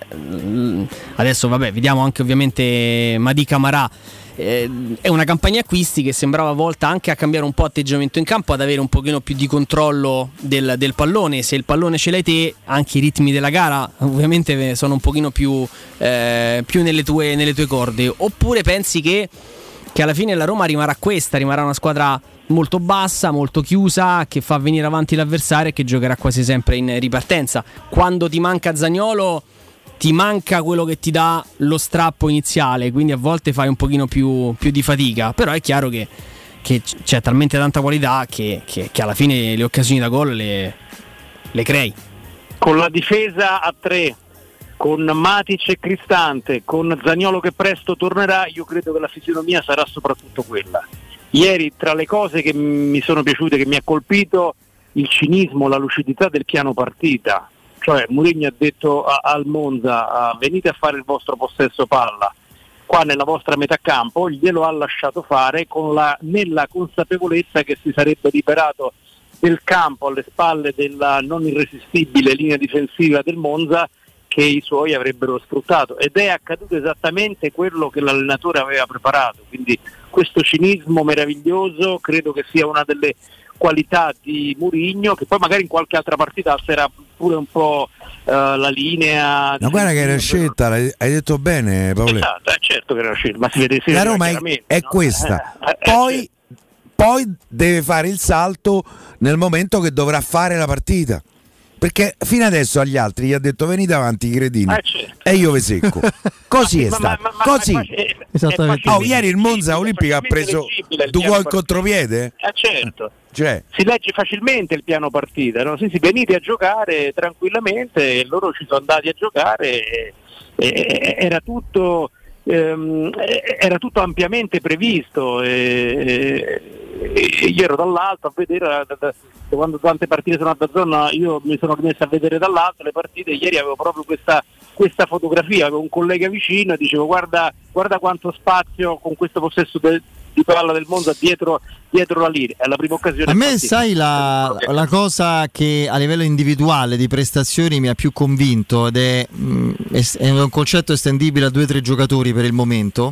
eh, adesso vabbè vediamo anche ovviamente Mady Camara, eh, è una campagna acquisti che sembrava volta anche a cambiare un po' atteggiamento in campo, ad avere un pochino più di controllo del, del pallone. Se il pallone ce l'hai te, anche i ritmi della gara ovviamente sono un pochino più, eh, più nelle tue, nelle tue corde. Oppure pensi che, che alla fine la Roma rimarrà questa, rimarrà una squadra molto bassa, molto chiusa, che fa venire avanti l'avversario e che giocherà quasi sempre in ripartenza? Quando ti manca Zaniolo ti manca quello che ti dà lo strappo iniziale, quindi a volte fai un pochino più, più di fatica, però è chiaro che, che c'è talmente tanta qualità che, che, che alla fine le occasioni da gol le, le crei. Con la difesa a tre, con Matic e Cristante, con Zaniolo che presto tornerà, io credo che la fisionomia sarà soprattutto quella. Ieri, tra le cose che mi sono piaciute, che mi ha colpito, il cinismo, la lucidità del piano partita. Cioè Mourinho ha detto a, al Monza a, venite a fare il vostro possesso palla qua nella vostra metà campo, glielo ha lasciato fare con la, nella consapevolezza che si sarebbe liberato del campo alle spalle della non irresistibile linea difensiva del Monza che i suoi avrebbero sfruttato, ed è accaduto esattamente quello che l'allenatore aveva preparato. Quindi questo cinismo meraviglioso credo che sia una delle qualità di Mourinho, che poi magari in qualche altra partita alzerà pure un po' uh, la linea. Ma guarda che era scelta, l'hai, hai detto bene Paolo. Esatto, è certo che era scelta, ma si vede sempre. La Roma è, è no? questa. Eh, eh, poi, eh, poi deve fare il salto nel momento che dovrà fare la partita. Perché fino adesso agli altri gli ha detto venite avanti i cretini, eh, certo. e io vi secco. Così è ma, stato. ma, ma, Così. Ma, è, Esattamente. è oh, ieri il Monza Olimpica ha preso due gol contropiede? Eh certo. Cioè. Si legge facilmente il piano partita, no? Sì, sì, venite a giocare tranquillamente, e loro ci sono andati a giocare e, e, era tutto ehm, era tutto ampiamente previsto e, e, e io ero dall'alto a vedere da, da, quando tante partite sono a zona, io mi sono rimesso a vedere dall'alto le partite. Ieri avevo proprio questa, questa fotografia con un collega vicino e dicevo guarda, guarda quanto spazio con questo possesso de, di palla del Monza dietro, dietro la linea. È la prima occasione. A me partita. Sai la, la cosa che a livello individuale di prestazioni mi ha più convinto, ed è, mh, è un concetto estendibile a due o tre giocatori per il momento.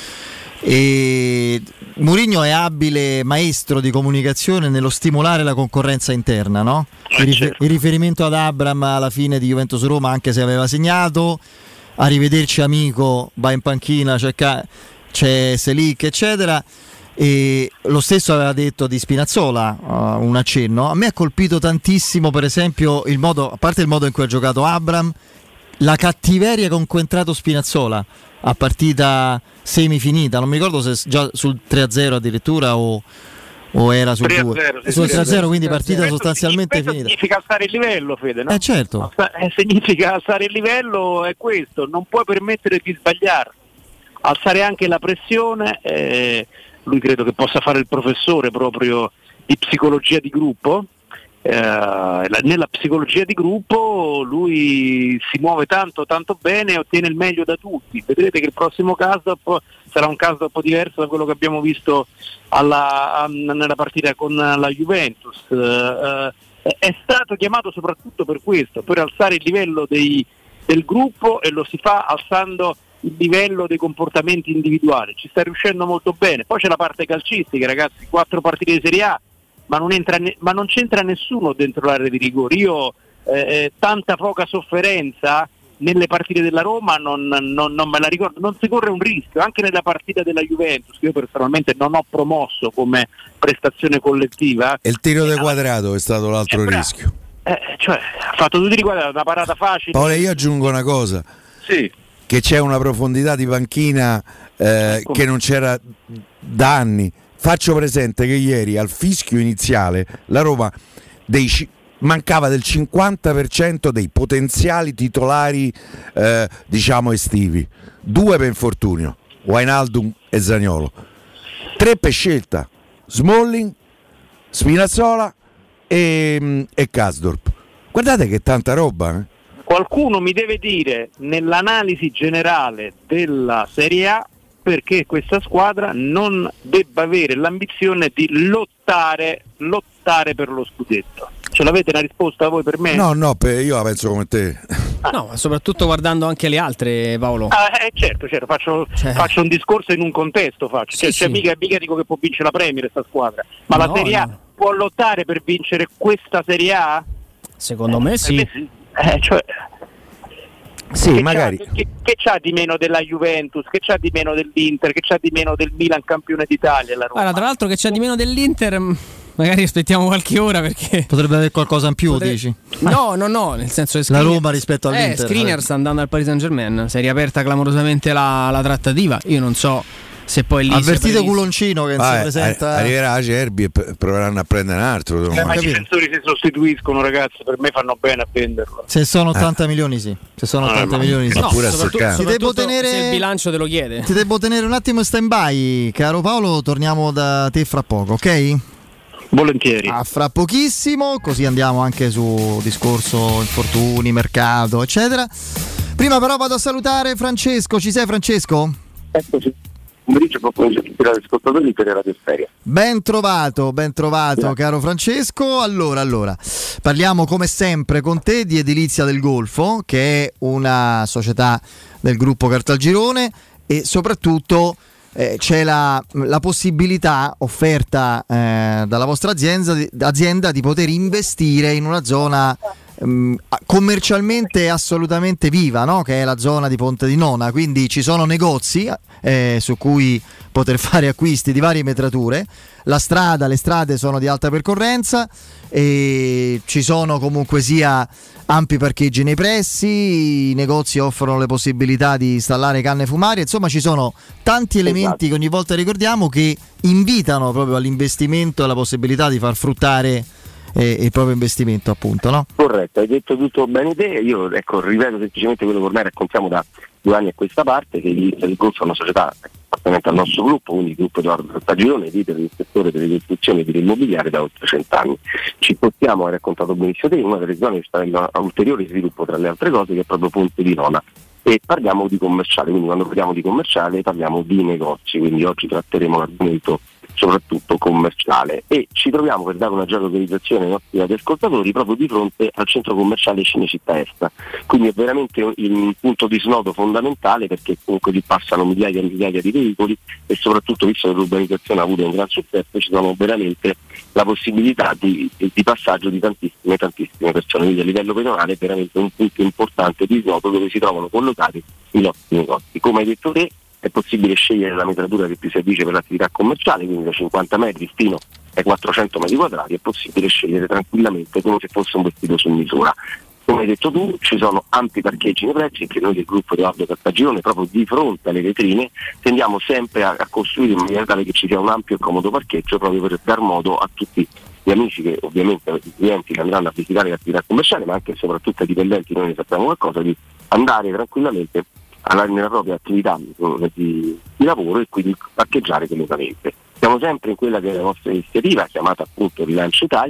E Mourinho è abile maestro di comunicazione nello stimolare la concorrenza interna, no? Il, rifer- il riferimento ad Abraham alla fine di Juventus Roma, anche se aveva segnato, arrivederci amico, va in panchina, c'è, ca- c'è Selic eccetera, e lo stesso aveva detto di Spinazzola, uh, un accenno. A me ha colpito tantissimo per esempio il modo, a parte il modo in cui ha giocato Abraham, la cattiveria con cui è entrato Spinazzola a partita semifinita, non mi ricordo se già sul tre a zero addirittura o, o era sul due, sì, sul tre a zero, quindi partita questo sostanzialmente questo finita. Significa alzare il livello, Fede, no? Eh certo. Eh, significa alzare il livello, è questo, non puoi permettere di sbagliare, alzare anche la pressione. Eh, lui credo che possa fare il professore proprio di psicologia di gruppo. eh, nella psicologia di gruppo lui si muove tanto tanto bene e ottiene il meglio da tutti. Vedrete che il prossimo caso sarà un caso un po' diverso da quello che abbiamo visto alla, a, nella partita con la Juventus. Eh, eh, è stato chiamato soprattutto per questo, per alzare il livello dei, del gruppo, e lo si fa alzando il livello dei comportamenti individuali. Ci sta riuscendo molto bene. Poi c'è la parte calcistica, ragazzi, quattro partite di Serie A, ma non, entra ne- ma non c'entra nessuno dentro l'area di rigore. Io eh, tanta poca sofferenza nelle partite della Roma non, non, non me la ricordo. Non si corre un rischio, anche nella partita della Juventus, che io personalmente non ho promosso come prestazione collettiva. E il tiro del Quadrato è stato l'altro eh, rischio. Eh, cioè, ha fatto tutti i quadrati, una parata facile. Paolo, io aggiungo una cosa. Sì. Che c'è una profondità di panchina eh, che non c'era da anni. Faccio presente che ieri al fischio iniziale la Roma dei, mancava del cinquanta per cento dei potenziali titolari eh, diciamo estivi, due per infortunio, Wijnaldum e Zaniolo, tre per scelta, Smalling, Spinazzola e, e Karsdorp. Guardate che tanta roba, eh? Qualcuno mi deve dire nell'analisi generale della Serie A perché questa squadra non debba avere l'ambizione di lottare lottare per lo scudetto. Ce l'avete una risposta voi per me? No, no, per, io la penso come te. Ah. No, ma soprattutto guardando anche le altre, Paolo. Ah, eh, certo, certo, faccio, cioè... faccio un discorso in un contesto, faccio. Sì, cioè, sì. cioè mica, mica dico che può vincere la Premier questa squadra, ma no, la Serie A no. può lottare per vincere questa Serie A? Secondo me sì. Eh, sì. Eh, cioè, sì, che magari. C'ha, che, che c'ha di meno della Juventus, che c'ha di meno dell'Inter, che c'ha di meno del Milan campione d'Italia? La Roma. Allora, tra l'altro che c'ha di meno dell'Inter, magari aspettiamo qualche ora perché potrebbe avere qualcosa in più, Potrebbe... dici? No, no, no, nel senso che Skriniar... la Roma rispetto all'Inter. Eh, Skriniar sta andando al Paris Saint-Germain, si è riaperta clamorosamente la, la trattativa. Io non so se poi lì avvertito Culoncino che ah, si presenta, arriverà Acerbi e p- proveranno a prendere un altro. Eh, ma i difensori si sostituiscono, ragazzi, per me fanno bene a venderlo. Se sono ottanta eh. milioni sì, se sono ottanta eh, milioni sì. No, pure soprattutto, a soprattutto devo tenere, se il bilancio te lo chiede. Ti devo tenere un attimo in stand by, caro Paolo, torniamo da te fra poco, ok? Volentieri. Ah, fra pochissimo, così andiamo anche su discorso infortuni, mercato, eccetera. Prima però vado a salutare Francesco. Ci sei, Francesco? Eccoci. Pomeriggio pomeriggio a tutti gli ascoltatori di Radio Stereo. Ben trovato, ben trovato, yeah. Caro Francesco. Allora, allora, parliamo come sempre con te di Edilizia del Golfo, che è una società del gruppo Caltagirone, e soprattutto eh, c'è la, la possibilità offerta eh, dalla vostra azienda di, azienda di poter investire in una zona ehm, commercialmente assolutamente viva, no? Che è la zona di Ponte di Nona, quindi ci sono negozi eh, su cui poter fare acquisti di varie metrature. La strada, le strade sono di alta percorrenza e ci sono comunque sia ampi parcheggi nei pressi, i negozi offrono le possibilità di installare canne fumarie, insomma ci sono tanti elementi esatto. che ogni volta ricordiamo, che invitano proprio all'investimento e alla possibilità di far fruttare eh, il proprio investimento, appunto, no? Corretto, hai detto tutto bene te. Io ecco ripeto semplicemente quello che ormai raccontiamo da due anni a questa parte, che Edilizia del Golfo è una società appartenente al nostro gruppo, quindi il gruppo Edoardo Caltagirone, leader nel settore delle costruzioni e dell'immobiliare da oltre cent'anni. Ci portiamo, hai raccontato benissimo te, in una delle zone che sta avendo a ulteriore sviluppo tra le altre cose, che è proprio Ponte di Nona, e parliamo di commerciale, quindi quando parliamo di commerciale parliamo di negozi, quindi oggi tratteremo l'argomento soprattutto commerciale, e ci troviamo, per dare una geolocalizzazione ai nostri ascoltatori, proprio di fronte al centro commerciale Cinecittà Est, quindi è veramente un punto di snodo fondamentale, perché comunque lì passano migliaia e migliaia di veicoli e soprattutto, visto che l'urbanizzazione ha avuto un gran successo, ci sono veramente la possibilità di, di passaggio di tantissime tantissime persone, quindi a livello pedonale è veramente un punto importante di snodo dove si trovano collocati i nostri negozi. Come hai detto te, è possibile scegliere la metratura che più si addice per l'attività commerciale, quindi da cinquanta metri fino ai quattrocento metri quadrati è possibile scegliere tranquillamente come se fosse un vestito su misura. Come hai detto tu, ci sono ampi parcheggi nei pressi, che noi del gruppo Edoardo Caltagirone, proprio di fronte alle vetrine, tendiamo sempre a, a costruire in maniera tale che ci sia un ampio e comodo parcheggio, proprio per dar modo a tutti gli amici, che ovviamente i clienti che andranno a visitare l'attività commerciale, ma anche e soprattutto ai dipendenti, noi ne sappiamo qualcosa, di andare tranquillamente nella propria attività di, di lavoro e quindi parcheggiare velocamente. Siamo sempre in quella che è la nostra iniziativa, chiamata appunto Rilancio Italia,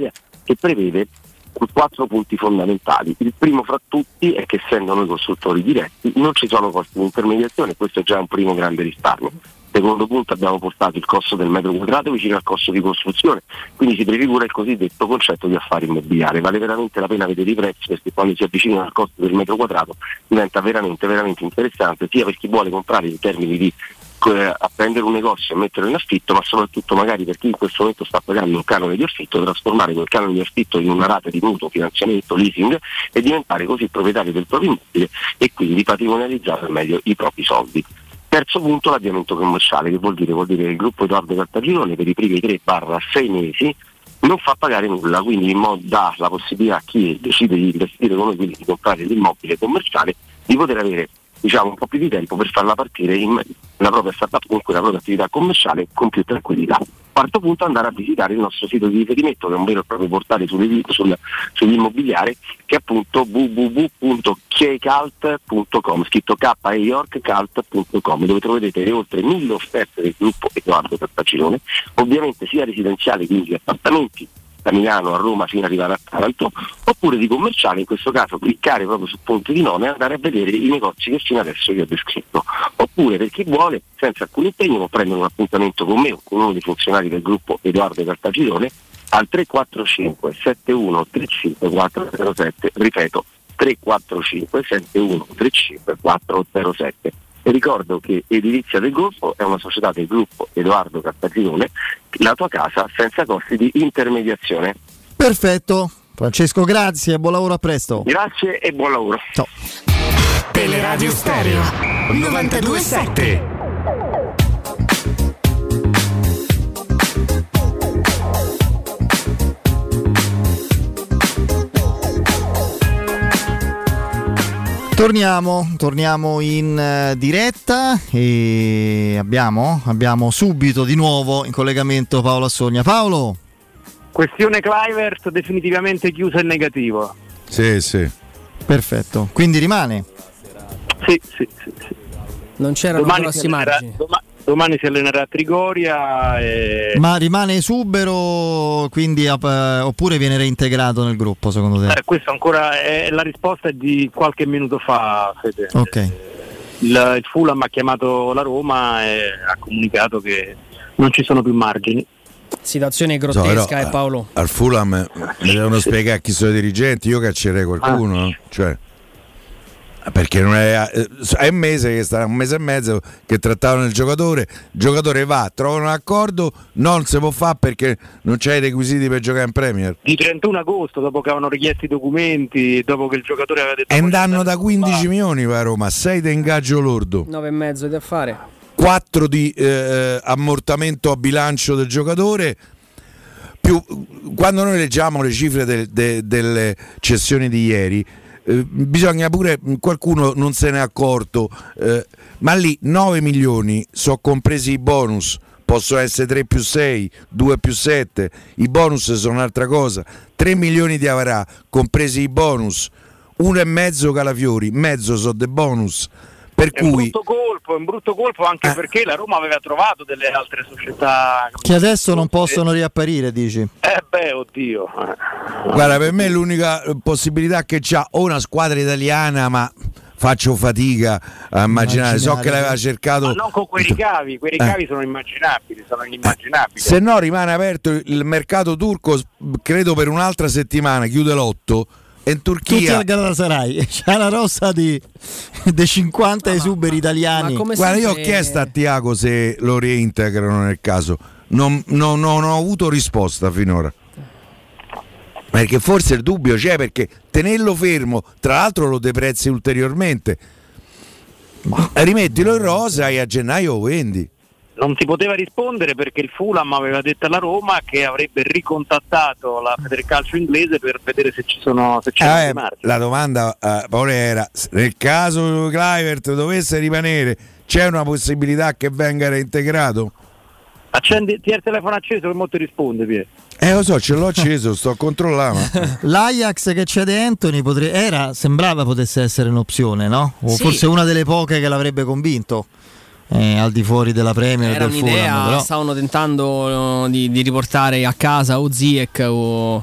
che prevede quattro punti fondamentali. Il primo fra tutti è che, essendo noi consultori diretti, non ci sono costi di intermediazione, questo è già un primo grande risparmio. Secondo punto, abbiamo portato il costo del metro quadrato vicino al costo di costruzione, quindi si prefigura il cosiddetto concetto di affare immobiliare. Vale veramente la pena vedere i prezzi, perché quando si avvicinano al costo del metro quadrato diventa veramente veramente interessante, sia per chi vuole comprare in termini di a prendere un negozio e metterlo in affitto, ma soprattutto magari per chi in questo momento sta pagando un canone di affitto, trasformare quel canone di affitto in una rata di mutuo, finanziamento, leasing e diventare così proprietario del proprio immobile e quindi patrimonializzare al meglio i propri soldi. Terzo punto, l'avviamento commerciale, che vuol dire? Vuol dire che il gruppo Edoardo Caltagirone per i primi tre sei mesi non fa pagare nulla, quindi in modo dà la possibilità a chi decide di investire con noi, quindi di comprare l'immobile commerciale, di poter avere, diciamo, un po' più di tempo per farla partire in la propria startup, comunque la propria attività commerciale, con più tranquillità. Quarto punto, andare a visitare il nostro sito di riferimento, che è un vero e proprio portale sul, sul, sull'immobiliare, che è appunto w w w punto keycult punto com, scritto K E York Cult punto com, dove troverete le oltre mille offerte del gruppo Edoardo Caltagirone, ovviamente sia residenziali, quindi appartamenti da Milano a Roma fino ad arrivare a Taranto, oppure di commerciale, in questo caso cliccare proprio su Ponte di None e andare a vedere i negozi che fino adesso vi ho descritto. Oppure, per chi vuole, senza alcun impegno, può prendere un appuntamento con me o con uno dei funzionari del gruppo Edoardo Caltagirone al tre quattro cinque sette uno tre cinque quattro zero sette, ripeto tre quattro cinque sette uno tre cinque quattro zero sette. E ricordo che Edilizia del Golfo è una società del gruppo Edoardo Caltagirone, la tua casa senza costi di intermediazione. Perfetto, Francesco, grazie, buon lavoro, a presto. Grazie e buon lavoro. Ciao. Teleradio Stereo novantadue sette. Torniamo, torniamo in uh, diretta e abbiamo, abbiamo subito di nuovo in collegamento Paolo Assogna. Paolo? Questione Kluivert definitivamente chiusa in negativo. Sì, sì. Perfetto, quindi rimane? Sì, sì, sì, sì. Non c'erano domani grossi margini. Domani, domani si allenerà a Trigoria e... Ma rimane esubero, quindi eh, oppure viene reintegrato nel gruppo, secondo te? Eh, questo ancora è la risposta è di qualche minuto fa, Fede. Ok. Il, il Fulham ha chiamato la Roma e ha comunicato che non ci sono più margini. Situazione grottesca, so, però, eh, Paolo. Al Fulham mi devono spiegare chi sono i dirigenti, io caccerei qualcuno, ah. cioè, perché non è, è un mese che sta un mese e mezzo che trattavano il giocatore, il giocatore va, trovano un accordo, non si può fare perché non c'è i requisiti per giocare in Premier. Il trentuno agosto, dopo che avevano richiesto i documenti, dopo che il giocatore aveva detto... E un danno da quindici milioni per Roma, sei di ingaggio lordo, nove e mezzo di affare, quattro di eh, ammortamento a bilancio del giocatore. Più, quando noi leggiamo le cifre de, de, delle cessioni di ieri, eh, bisogna pure, qualcuno non se n'è accorto, eh, ma lì nove milioni sono compresi i bonus, possono essere tre più sei, due più sette, i bonus sono un'altra cosa, tre milioni di avrà compresi i bonus, uno e mezzo Calafiori, mezzo sono dei bonus. Per è cui... un brutto colpo, è un brutto colpo anche eh. perché la Roma aveva trovato delle altre società che adesso non possono riapparire, dici? Eh beh, oddio. Guarda, per me l'unica possibilità che c'ha o una squadra italiana, ma faccio fatica a immaginare, so che l'aveva cercato. Ma non con quei ricavi, quei ricavi eh. sono immaginabili, sono inimmaginabili. Se no rimane aperto il mercato turco, credo per un'altra settimana, chiude l'otto. In Turchia tutti al Galatasaray c'è una rossa di, di cinquanta no, esuberi italiani. Guarda, io ho chiesto a Tiago se lo reintegrano nel caso, non, non, non ho avuto risposta finora, perché forse il dubbio c'è, perché tenerlo fermo, tra l'altro lo deprezzi ulteriormente, ma rimettilo in rosa e a gennaio lo vendi. Non si poteva rispondere perché il Fulham aveva detto alla Roma che avrebbe ricontattato la Federcalcio inglese per vedere se ci sono se c'è eh, la domanda uh, Paolo era: nel caso Kluivert dovesse rimanere, c'è una possibilità che venga reintegrato? Accendi, ti hai il telefono acceso che mo ti risponde, Pier. Eh lo so, ce l'ho acceso, sto a controllando. L'Ajax che c'è Anthony potrebbe, era, sembrava potesse essere un'opzione, no? O sì. Forse una delle poche che l'avrebbe convinto. Eh, al di fuori della Premier era del un'idea, Fulham, però. Stavano tentando uh, di, di riportare a casa o Ziyech o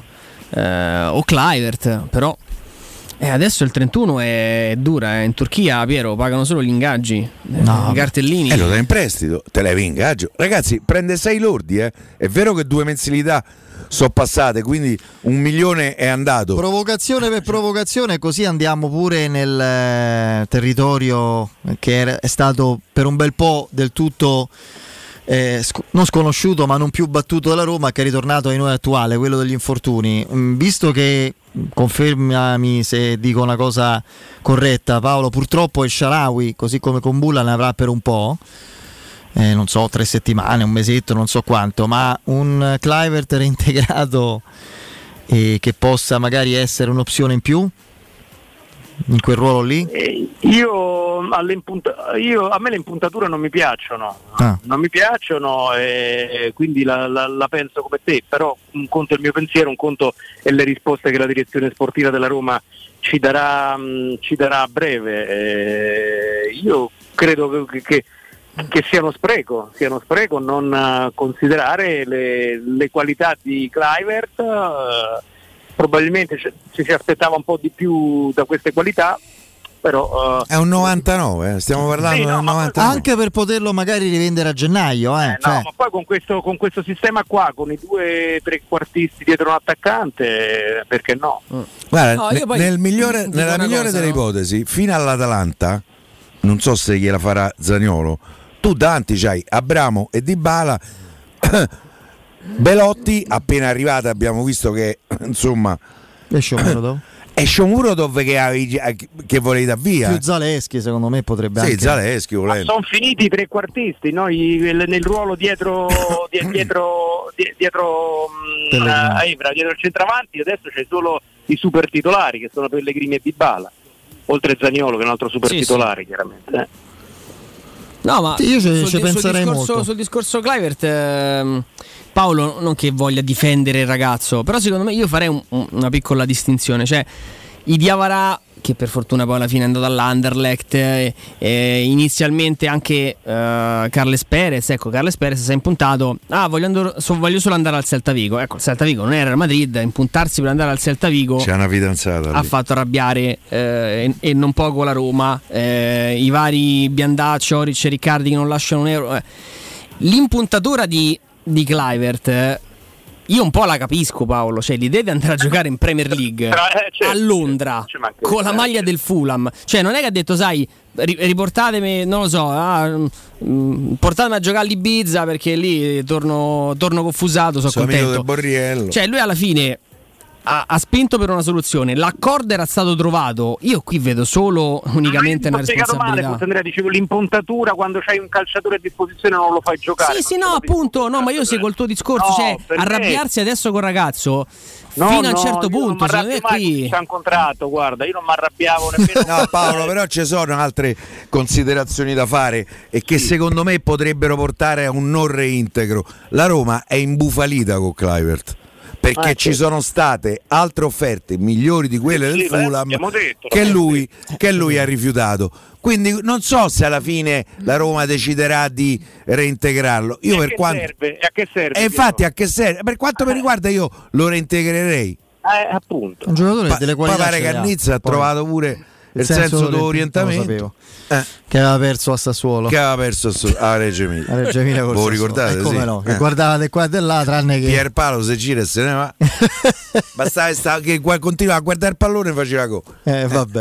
eh, o Kluivert, però eh, adesso il trentuno è dura, eh. In Turchia, Piero, pagano solo gli ingaggi, no. I cartellini. E eh, lo dai in prestito, te levi ingaggio. Ragazzi, prende sei lordi, eh. È vero che due mensilità sono passate, quindi un milione è andato. Provocazione per provocazione, così andiamo pure nel eh, territorio che era, è stato per un bel po' del tutto eh, sc- non sconosciuto ma non più battuto dalla Roma, che è ritornato ai noi attuale, quello degli infortuni. Mm, visto che, confermami se dico una cosa corretta Paolo, purtroppo il Shaarawy, così come con Bulla, ne avrà per un po', Eh, non so, tre settimane, un mesetto, non so quanto, ma un Kluivert reintegrato e che possa magari essere un'opzione in più in quel ruolo lì? Eh, io, io a me le impuntature non mi piacciono, ah. non mi piacciono e quindi la, la, la penso come te, però un conto è il mio pensiero, un conto è le risposte che la direzione sportiva della Roma ci darà, mh, ci darà a breve. Eh, io credo che, che che sia uno spreco, sia uno spreco non uh, considerare le, le qualità di Kluivert, uh, probabilmente c- ci si aspettava un po' di più da queste qualità, però uh, è un novantanove, eh. Stiamo parlando sì, no, del novantanove. Anche per poterlo magari rivendere a gennaio, eh, eh, cioè. no, ma poi con questo, con questo sistema qua, con i due trequartisti dietro un attaccante, perché no? Mm. Guarda, no, io poi nel migliore, nella migliore cosa, delle no? ipotesi, fino all'Atalanta, non so se gliela farà Zaniolo, tu davanti c'hai Abramo e Dybala. Belotti appena arrivata abbiamo visto che insomma è Shomurodov è Shomurodov che, avevi, che volevi dar via. Più Zaleschi secondo me potrebbe sì, anche. Zaleschi volendo. Sono finiti i trequartisti, no? I, nel ruolo dietro dietro dietro mh, a Evra, dietro il centravanti, adesso c'è solo i super titolari che sono Pellegrini e Dybala, oltre Zaniolo che è un altro super sì, titolare sì. chiaramente. Eh. No, ma io ci, sul, ci penserei sul discorso, molto. sul discorso Kluivert, ehm, Paolo, non che voglia difendere il ragazzo, però secondo me io farei un, un, una piccola distinzione, cioè i Diawara, che per fortuna poi alla fine è andato all'Anderlecht, eh, eh, inizialmente anche eh, Carles Perez, ecco Carles Perez si è impuntato, ah voglio, andare, so, voglio solo andare al Celta Vigo, ecco il Celta Vigo non era il Madrid, impuntarsi per andare al Celta Vigo c'è una fidanzata ha lì. fatto arrabbiare eh, e, e non poco la Roma, eh, i vari Biandà, Cioric e Riccardi che non lasciano un euro, eh. L'impuntatura di, di Kluivert eh, io un po' la capisco Paolo, cioè l'idea di andare a giocare in Premier League Però, eh, certo, a Londra certo, con la maglia del Fulham, cioè non è che ha detto sai riportatemi, non lo so, ah, mh, portatemi a giocare all'Ibiza perché lì torno, torno confusato, sono Sono contento amico del Borriello. Cioè lui alla fine ha, ha spinto per una soluzione, l'accordo era stato trovato, io qui vedo solo unicamente una responsabilità. Male, Andrea, dicevo l'impuntatura quando c'hai un calciatore a disposizione non lo fai giocare. Sì, sì, no, appunto, no, ma io seguo il tuo discorso, no, cioè arrabbiarsi me... adesso col ragazzo no, fino a un no, certo punto, secondo me qui c'è un contratto, guarda, io non mi arrabbiavo nemmeno. No, Paolo, però ci sono altre considerazioni da fare e che sì. secondo me potrebbero portare a un non reintegro. La Roma è imbufalita con Kluivert. Perché ah, ci sì. sono state altre offerte migliori di quelle sì, del Fulham detto, che, lui, che lui ha rifiutato. Quindi non so se alla fine la Roma deciderà di reintegrarlo. Io e per che quanto serve? E a che serve? E infatti a che serve? Per quanto mi riguarda io lo reintegrerei. Eh, appunto. Un giocatore pa- delle qualità. Poi pare che Carnizza ha trovato pure il senso, senso d'orientamento eh. che aveva perso a Sassuolo, che aveva perso a Reggio Emilia. A Reggio Emilia voi lo ricordate? Eh, come sì. no? Che eh. guardavate qua e di là, tranne che Pierpaolo se gira e se ne va. Bastava sta, che continuava a guardare il pallone e faceva go. Eh, vabbè.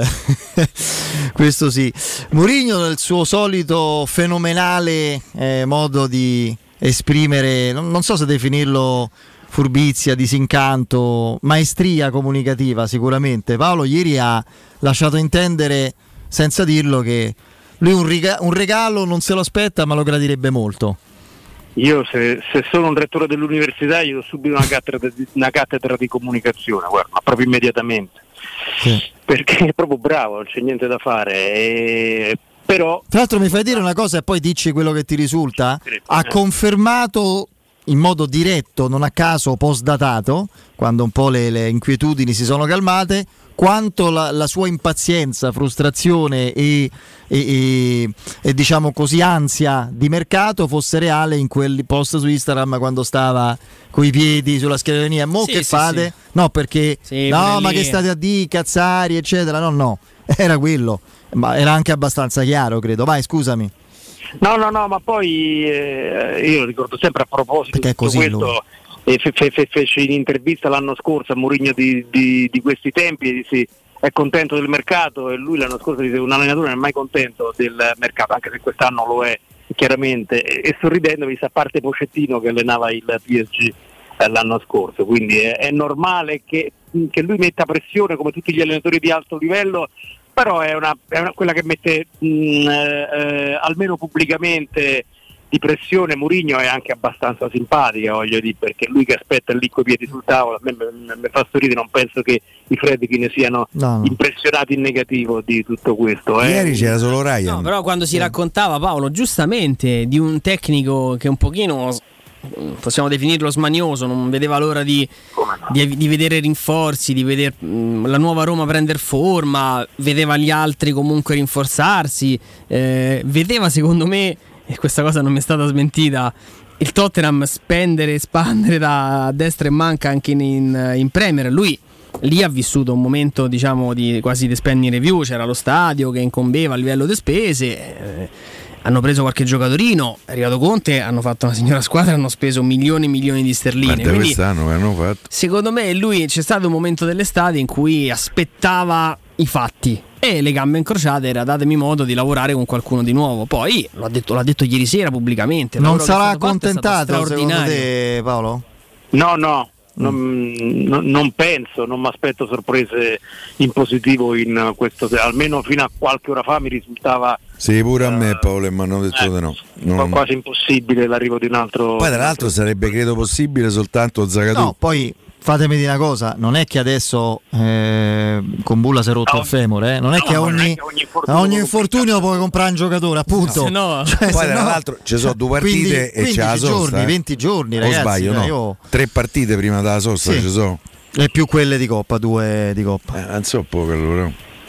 Questo sì. Mourinho nel suo solito fenomenale eh, modo di esprimere, non, non so se definirlo furbizia, disincanto, maestria comunicativa sicuramente. Paolo ieri ha lasciato intendere, senza dirlo, che lui un, riga- un regalo non se lo aspetta ma lo gradirebbe molto. Io se, se sono un rettore dell'università io do subito una cattedra di, una cattedra di comunicazione, guarda, proprio immediatamente. Sì. Perché è proprio bravo, non c'è niente da fare. E... Però tra l'altro mi fai dire una cosa e poi dici quello che ti risulta. Ha confermato in modo diretto, non a caso post-datato, quando un po' le, le inquietudini si sono calmate, quanto la, la sua impazienza, frustrazione e, e, e, e diciamo così ansia di mercato fosse reale in quel post su Instagram quando stava coi piedi sulla scrivania. Mo Sì, che sì, fate? sì. No, perché Sì, no, pure ma lì. che state a di cazzari eccetera. No, no, era quello, ma era anche abbastanza chiaro, credo. Vai, scusami. No, no, no, ma poi eh, io lo ricordo sempre a proposito Perché è di tutto così questo, e fe, fe, fe, fece in intervista l'anno scorso a Mourinho di, di, di questi tempi e disse è contento del mercato, e lui l'anno scorso disse un allenatore non è mai contento del mercato, anche se quest'anno lo è chiaramente, e, e sorridendo mi sa, a parte Pochettino che allenava il P S G eh, l'anno scorso, quindi è, è normale che, che lui metta pressione come tutti gli allenatori di alto livello, però è, una, è una, quella che mette mh, eh, almeno pubblicamente di pressione. Mourinho è anche abbastanza simpatica, voglio dire, perché lui che aspetta lì coi piedi sul tavolo, a me mi fa sorridere, non penso che i Fredkin ne siano No, no. impressionati in negativo di tutto questo. Eh. Ieri c'era solo Ryan. No, però quando si raccontava, Paolo, giustamente di un tecnico che un pochino, possiamo definirlo smanioso, non vedeva l'ora di, di, di vedere rinforzi, di vedere mh, la nuova Roma prendere forma, vedeva gli altri comunque rinforzarsi, eh, vedeva secondo me, e questa cosa non mi è stata smentita, il Tottenham spendere, espandere da destra e manca anche in, in, in Premier. Lui lì ha vissuto un momento, diciamo, di quasi di spending review, c'era lo stadio che incombeva a livello di spese, eh, hanno preso qualche giocatorino, è arrivato Conte, hanno fatto una signora squadra, hanno speso milioni e milioni di sterline. Guarda, Quindi, quest'anno che hanno fatto. secondo me lui, c'è stato un momento dell'estate in cui aspettava i fatti e le gambe incrociate era datemi modo di lavorare con qualcuno di nuovo. Poi l'ha detto, l'ha detto ieri sera pubblicamente, il Non lavoro che è sarà stato fatto è stato accontentato secondo straordinario. te, Paolo? No, no, non, non- non penso, non mi aspetto sorprese in positivo in questo, almeno fino a qualche ora fa mi risultava Sì, pure a me Paolo mi hanno detto di no. Non- quasi impossibile l'arrivo di un altro. Poi tra l'altro sarebbe credo possibile soltanto Zagadou. No, poi fatemi dire una cosa, non è che adesso eh, con Bulla si è rotto No. il femore, eh? non è No, che non è ogni, che ogni a infortunio ogni lo infortunio puoi comprare un giocatore, appunto. Se no- Cioè, Poi se tra no- l'altro ci sono due partite quindi- e c'è la quindici sosta. giorni, eh. venti giorni, O ragazzi. sbaglio, cioè, no? io- Tre partite prima della sosta Sì. ci sono. E più quelle di Coppa, due di Coppa. Eh, non so poco allora.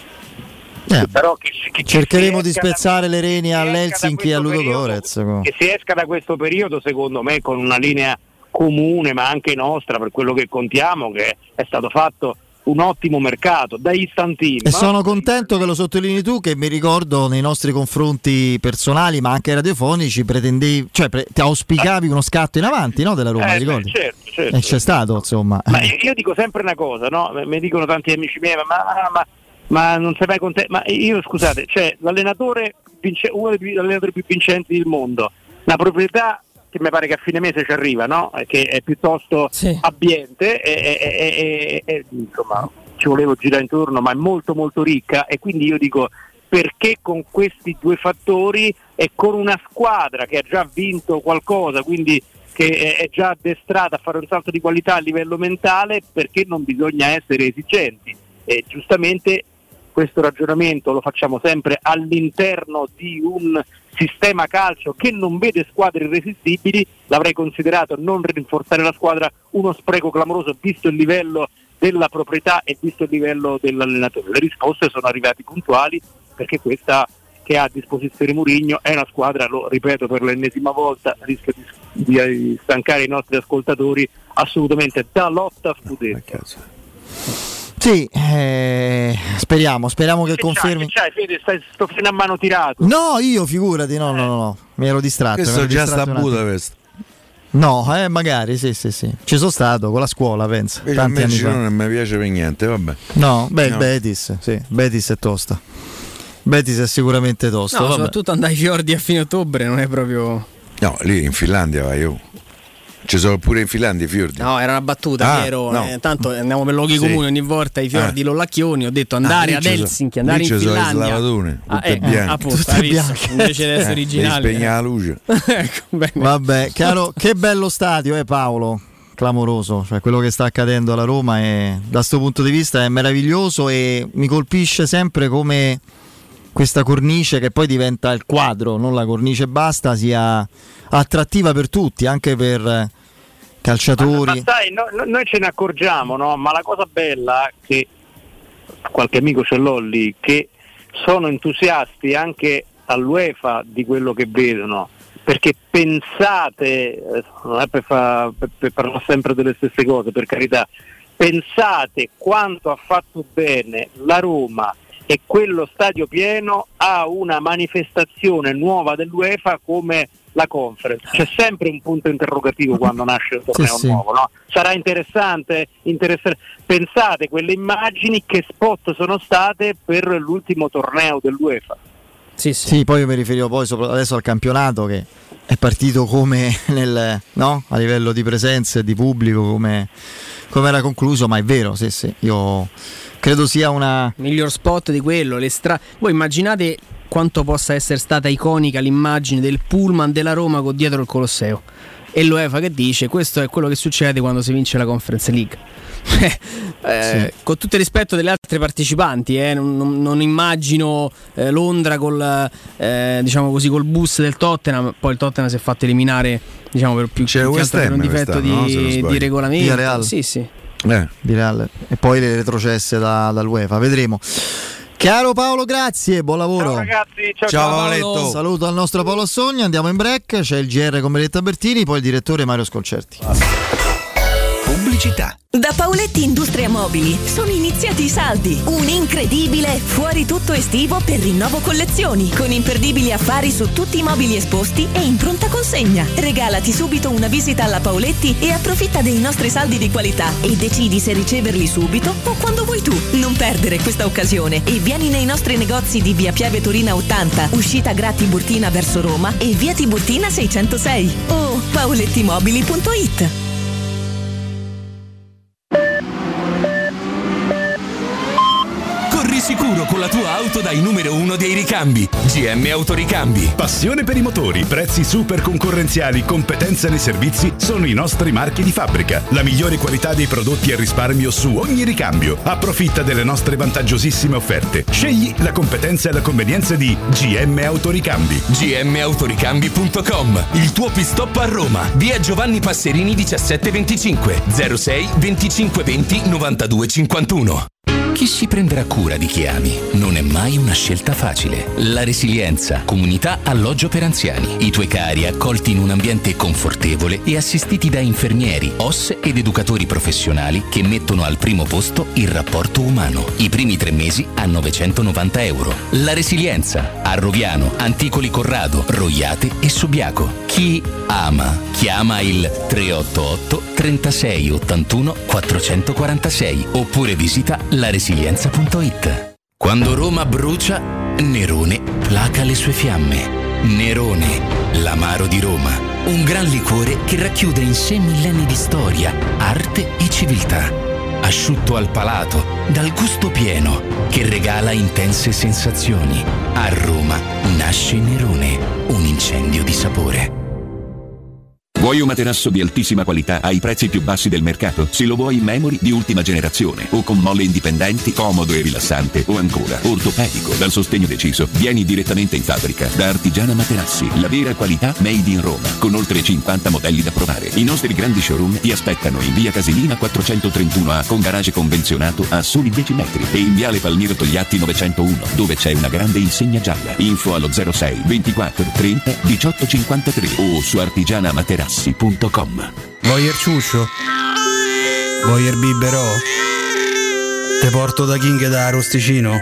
Eh, Però che, che- che cercheremo si di esca da- spezzare le reni si esca da all'Helsinki e a questo Ludo periodo- Gorez. Che si esca da questo periodo, secondo me, con una linea comune, ma anche nostra, per quello che contiamo, che è stato fatto un ottimo mercato da istantino. E sono contento che lo sottolinei tu, che mi ricordo nei nostri confronti personali ma anche radiofonici pretendevi, cioè pre- ti auspicavi uno scatto in avanti, no, della Roma, Eh, ricordi? beh, certo, certo. E c'è stato, insomma. Ma io, io dico sempre una cosa, no? Mi dicono tanti amici miei, ma, ma, ma non sei mai contento? Ma io, scusate, cioè l'allenatore vince, uno dei più- allenatori più vincenti del mondo, una proprietà che mi pare che a fine mese ci arriva, no? Eh, che è piuttosto Sì. abbiente e, e- e- e- e- insomma ci volevo girare intorno, ma è molto molto ricca, e quindi io dico perché con questi due fattori e con una squadra che ha già vinto qualcosa, quindi che è è già addestrata a fare un salto di qualità a livello mentale, perché non bisogna essere esigenti. E giustamente questo ragionamento lo facciamo sempre all'interno di un sistema calcio che non vede squadre irresistibili. L'avrei considerato non rinforzare la squadra uno spreco clamoroso, visto il livello della proprietà e visto il livello dell'allenatore. Le risposte sono arrivate puntuali, perché questa che ha a disposizione Mourinho è una squadra, lo ripeto per l'ennesima volta, rischio di, di stancare i nostri ascoltatori, assolutamente da lotta a scudetto. Sì, eh, speriamo, speriamo che Che confermi. c'hai, che c'hai, Fede, stai sto freno a mano tirato. No, io figurati, no, no, no, no, mi ero distratto. mi Questo ero già distratto sta a un attimo. Budapest. No, eh, magari, sì, sì, sì. Ci sono stato con la scuola, penso, Invece a tanti me anni il fa. Girone non mi piace per niente, vabbè. No, beh, il No. Betis, sì, Betis è tosta. Betis è sicuramente tosta. No, vabbè. soprattutto andare ai fiordi a fine ottobre non è proprio. No, lì in Finlandia vai io. Ci sono pure in Finlandia i fiordi. No, era una battuta, Ah, Piero. no. eh, tanto andiamo per luoghi Sì. comuni ogni volta, i fiordi Ah. Lollacchioni. Ho detto andare lì ad ci so- Helsinki, andare lì in ci sono le Finlandia. slavatone, Ah, tutte eh, bianche. appunto, Tutte hai visto? bianche. Invece di essere Eh, originali. devi spegnere la luce. Ecco, bene. Vabbè, caro, che bello stadio, eh Paolo. Clamoroso, cioè quello che sta accadendo alla Roma è, da questo punto di vista è meraviglioso, e mi colpisce sempre come questa cornice, che poi diventa il quadro, non la cornice basta, sia attrattiva per tutti, anche per calciatori. Ma, ma sai, no- no- noi ce ne accorgiamo, no? Ma la cosa bella che qualche amico ce l'ho lì, che sono entusiasti anche all'UEFA di quello che vedono, perché pensate, non è per, fa, per, per parlare sempre delle stesse cose, per carità, pensate quanto ha fatto bene la Roma e quello stadio pieno a una manifestazione nuova dell'UEFA come la Conference. C'è sempre un punto interrogativo quando nasce un torneo sì, nuovo, no? Sarà interessante, interessante. Pensate quelle immagini che spot sono state per l'ultimo torneo dell'UEFA. Sì, sì. Sì, poi io mi riferivo poi sopra, adesso al campionato che è partito come nel, no? A livello di presenze, di pubblico, come, come era concluso, ma è vero, sì, sì, io credo sia una miglior spot di quello, le stra... Voi immaginate quanto possa essere stata iconica l'immagine del pullman della Roma con dietro il Colosseo, e l'UEFA che dice questo è quello che succede quando si vince la Conference League. eh, sì. Con tutto il rispetto delle altre partecipanti, eh, non, non, non immagino eh, Londra col eh, diciamo così col bus del Tottenham. Poi il Tottenham si è fatto eliminare, diciamo, per più C'è che per un difetto di, no? di regolamento. Di Real. Sì, sì. Eh. Di Real. E poi le retrocesse da, dall'UEFA, vedremo. Caro Paolo, grazie, buon lavoro. Ciao ragazzi, ciao, ciao, ciao Paoletto. Saluto al nostro Paolo Sogna, andiamo in break, c'è il G R con Benedetta Bertini, poi il direttore Mario Sconcerti. Pubblicità. Da Paoletti Industria Mobili sono iniziati i saldi. Un incredibile fuori tutto estivo per rinnovo collezioni, con imperdibili affari su tutti i mobili esposti e in pronta consegna. Regalati subito una visita alla Paoletti e approfitta dei nostri saldi di qualità e decidi se riceverli subito o quando vuoi tu. Non perdere questa occasione e vieni nei nostri negozi di via Piave Torina ottanta, uscita Gra Tiburtina verso Roma, e via Tiburtina seicentosei o paolettimobili punto it. Sicuro con la tua auto dai numero uno dei ricambi. G M Autoricambi. Passione per i motori, prezzi super concorrenziali, competenza nei servizi sono i nostri marchi di fabbrica. La migliore qualità dei prodotti e risparmio su ogni ricambio. Approfitta delle nostre vantaggiosissime offerte. Scegli la competenza e la convenienza di G M Autoricambi. G M Autoricambi punto com. Il tuo pit stop a Roma. Via Giovanni Passerini diciassette venticinque zero sei venticinque venti novantadue cinquantuno. Chi si prenderà cura di chi ami? Non è mai una scelta facile. La Resilienza, comunità alloggio per anziani. I tuoi cari accolti in un ambiente confortevole e assistiti da infermieri, O S ed educatori professionali che mettono al primo posto il rapporto umano. I primi tre mesi a novecentonovanta euro. La Resilienza, a Roviano, Anticoli Corrado, Roiate e Subiaco. Chi ama, chiama il tre otto otto trentasei ottantuno quattrocentoquarantasei oppure visita la resilienza punto it. Quando Roma brucia, Nerone placa le sue fiamme. Nerone, l'amaro di Roma, un gran liquore che racchiude in sé millenni di storia, arte e civiltà. Asciutto al palato, dal gusto pieno, che regala intense sensazioni. A Roma nasce Nerone, un incendio di sapore. Vuoi un materasso di altissima qualità ai prezzi più bassi del mercato? Se lo vuoi in memory di ultima generazione o con molle indipendenti, comodo e rilassante, o ancora ortopedico dal sostegno deciso, vieni direttamente in fabbrica da Artigiana Materassi, la vera qualità made in Roma, con oltre cinquanta modelli da provare. I nostri grandi showroom ti aspettano in via Casilina quattrocentotrentuno A con garage convenzionato a soli dieci metri e in viale Palmiro Togliatti novecentouno, dove c'è una grande insegna gialla. Info allo zero sei ventiquattro trenta diciotto cinquantatré o su artigiana materassi punto com. Voyer ciuscio? Voyer biberò? Te porto da King da Arrosticino?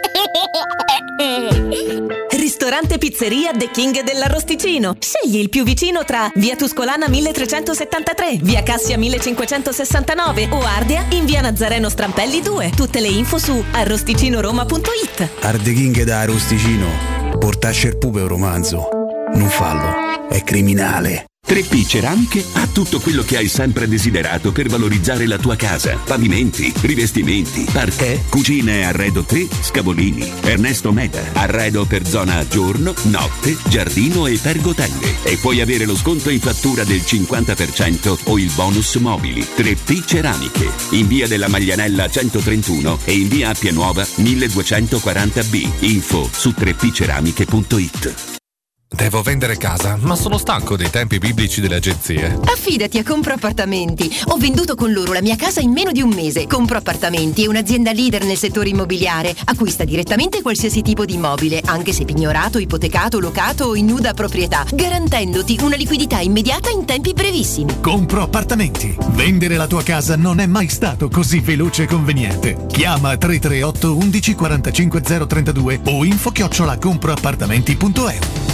Ristorante Pizzeria The King dell'Arrosticino. Scegli il più vicino tra via Tuscolana milletrecentosettantatré, via Cassia millecinquecentosessantanove o Ardea in via Nazareno Strampelli due. Tutte le info su arrosticinoroma punto it. Arde King da Arrosticino. Portasce il pupe un romanzo. Non fallo, è criminale. tre P Ceramiche ha tutto quello che hai sempre desiderato per valorizzare la tua casa. Pavimenti, rivestimenti, parquet, cucine e arredo tre, Scavolini. Ernesto Meda, arredo per zona giorno, notte, giardino e pergotelle. E puoi avere lo sconto in fattura del cinquanta per cento o il bonus mobili. tre P Ceramiche, in via della Maglianella centotrentuno e in via Appia Nuova milleduecentoquaranta B. Info su tre p ceramiche punto it. Devo vendere casa, ma sono stanco dei tempi biblici delle agenzie. Affidati a Compro Appartamenti. Ho venduto con loro la mia casa in meno di un mese. Compro Appartamenti è un'azienda leader nel settore immobiliare. Acquista direttamente qualsiasi tipo di immobile, anche se pignorato, ipotecato, locato o in nuda proprietà, garantendoti una liquidità immediata in tempi brevissimi. Compro Appartamenti. Vendere la tua casa non è mai stato così veloce e conveniente. Chiama tre tre otto undici quarantacinque zero trentadue o info chiocciola comproappartamenti punto e u.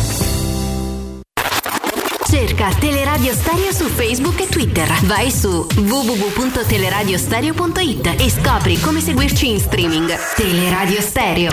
Cerca Teleradio Stereo su Facebook e Twitter. Vai su w w w punto teleradiostereo punto i t e scopri come seguirci in streaming. Teleradio Stereo.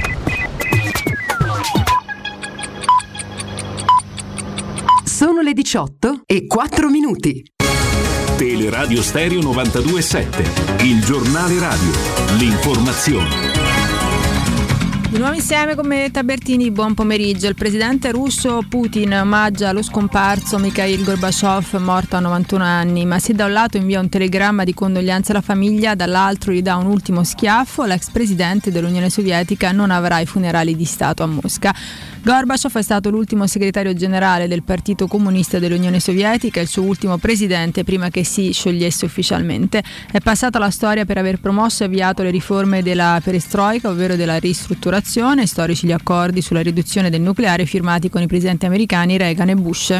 Sono le diciotto e quattro minuti. Teleradio Stereo novantadue e sette, il giornale radio, l'informazione. Di nuovo insieme con me Tabertini, buon pomeriggio. Il presidente russo Putin omaggia lo scomparso Mikhail Gorbaciov, morto a novantuno anni, ma se da un lato invia un telegramma di condoglianze alla famiglia, dall'altro gli dà un ultimo schiaffo, l'ex presidente dell'Unione Sovietica non avrà i funerali di Stato a Mosca. Gorbaciov è stato l'ultimo segretario generale del Partito Comunista dell'Unione Sovietica, il suo ultimo presidente prima che si sciogliesse ufficialmente. È passata la storia per aver promosso e avviato le riforme della perestroika, ovvero della ristrutturazione, storici gli accordi sulla riduzione del nucleare firmati con i presidenti americani Reagan e Bush.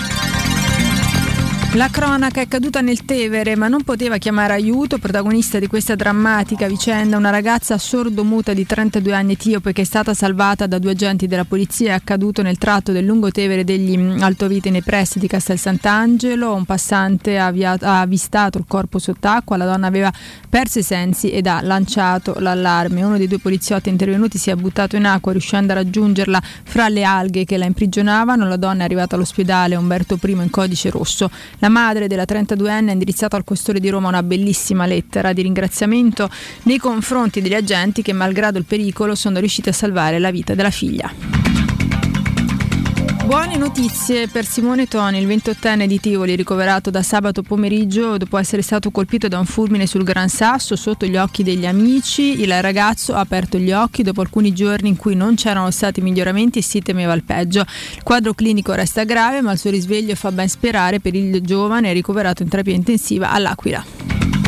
La cronaca è caduta nel Tevere, ma non poteva chiamare aiuto. Protagonista di questa drammatica vicenda, una ragazza sordomuta di trentadue anni etiope che è stata salvata da due agenti della polizia. È accaduto nel tratto del lungotevere degli Altovite nei pressi di Castel Sant'Angelo. Un passante ha, avviato, ha avvistato il corpo sott'acqua, la donna aveva perso i sensi ed ha lanciato l'allarme. Uno dei due poliziotti intervenuti si è buttato in acqua, riuscendo a raggiungerla fra le alghe che la imprigionavano. La donna è arrivata all'ospedale Umberto I in codice rosso. La madre della trentaduenne ha indirizzato al questore di Roma una bellissima lettera di ringraziamento nei confronti degli agenti che, malgrado il pericolo, sono riusciti a salvare la vita della figlia. Buone notizie per Simone Toni, il ventottenne di Tivoli, ricoverato da sabato pomeriggio dopo essere stato colpito da un fulmine sul Gran Sasso sotto gli occhi degli amici. Il ragazzo ha aperto gli occhi dopo alcuni giorni in cui non c'erano stati miglioramenti e si temeva il peggio. Il quadro clinico resta grave, ma il suo risveglio fa ben sperare per il giovane ricoverato in terapia intensiva all'Aquila.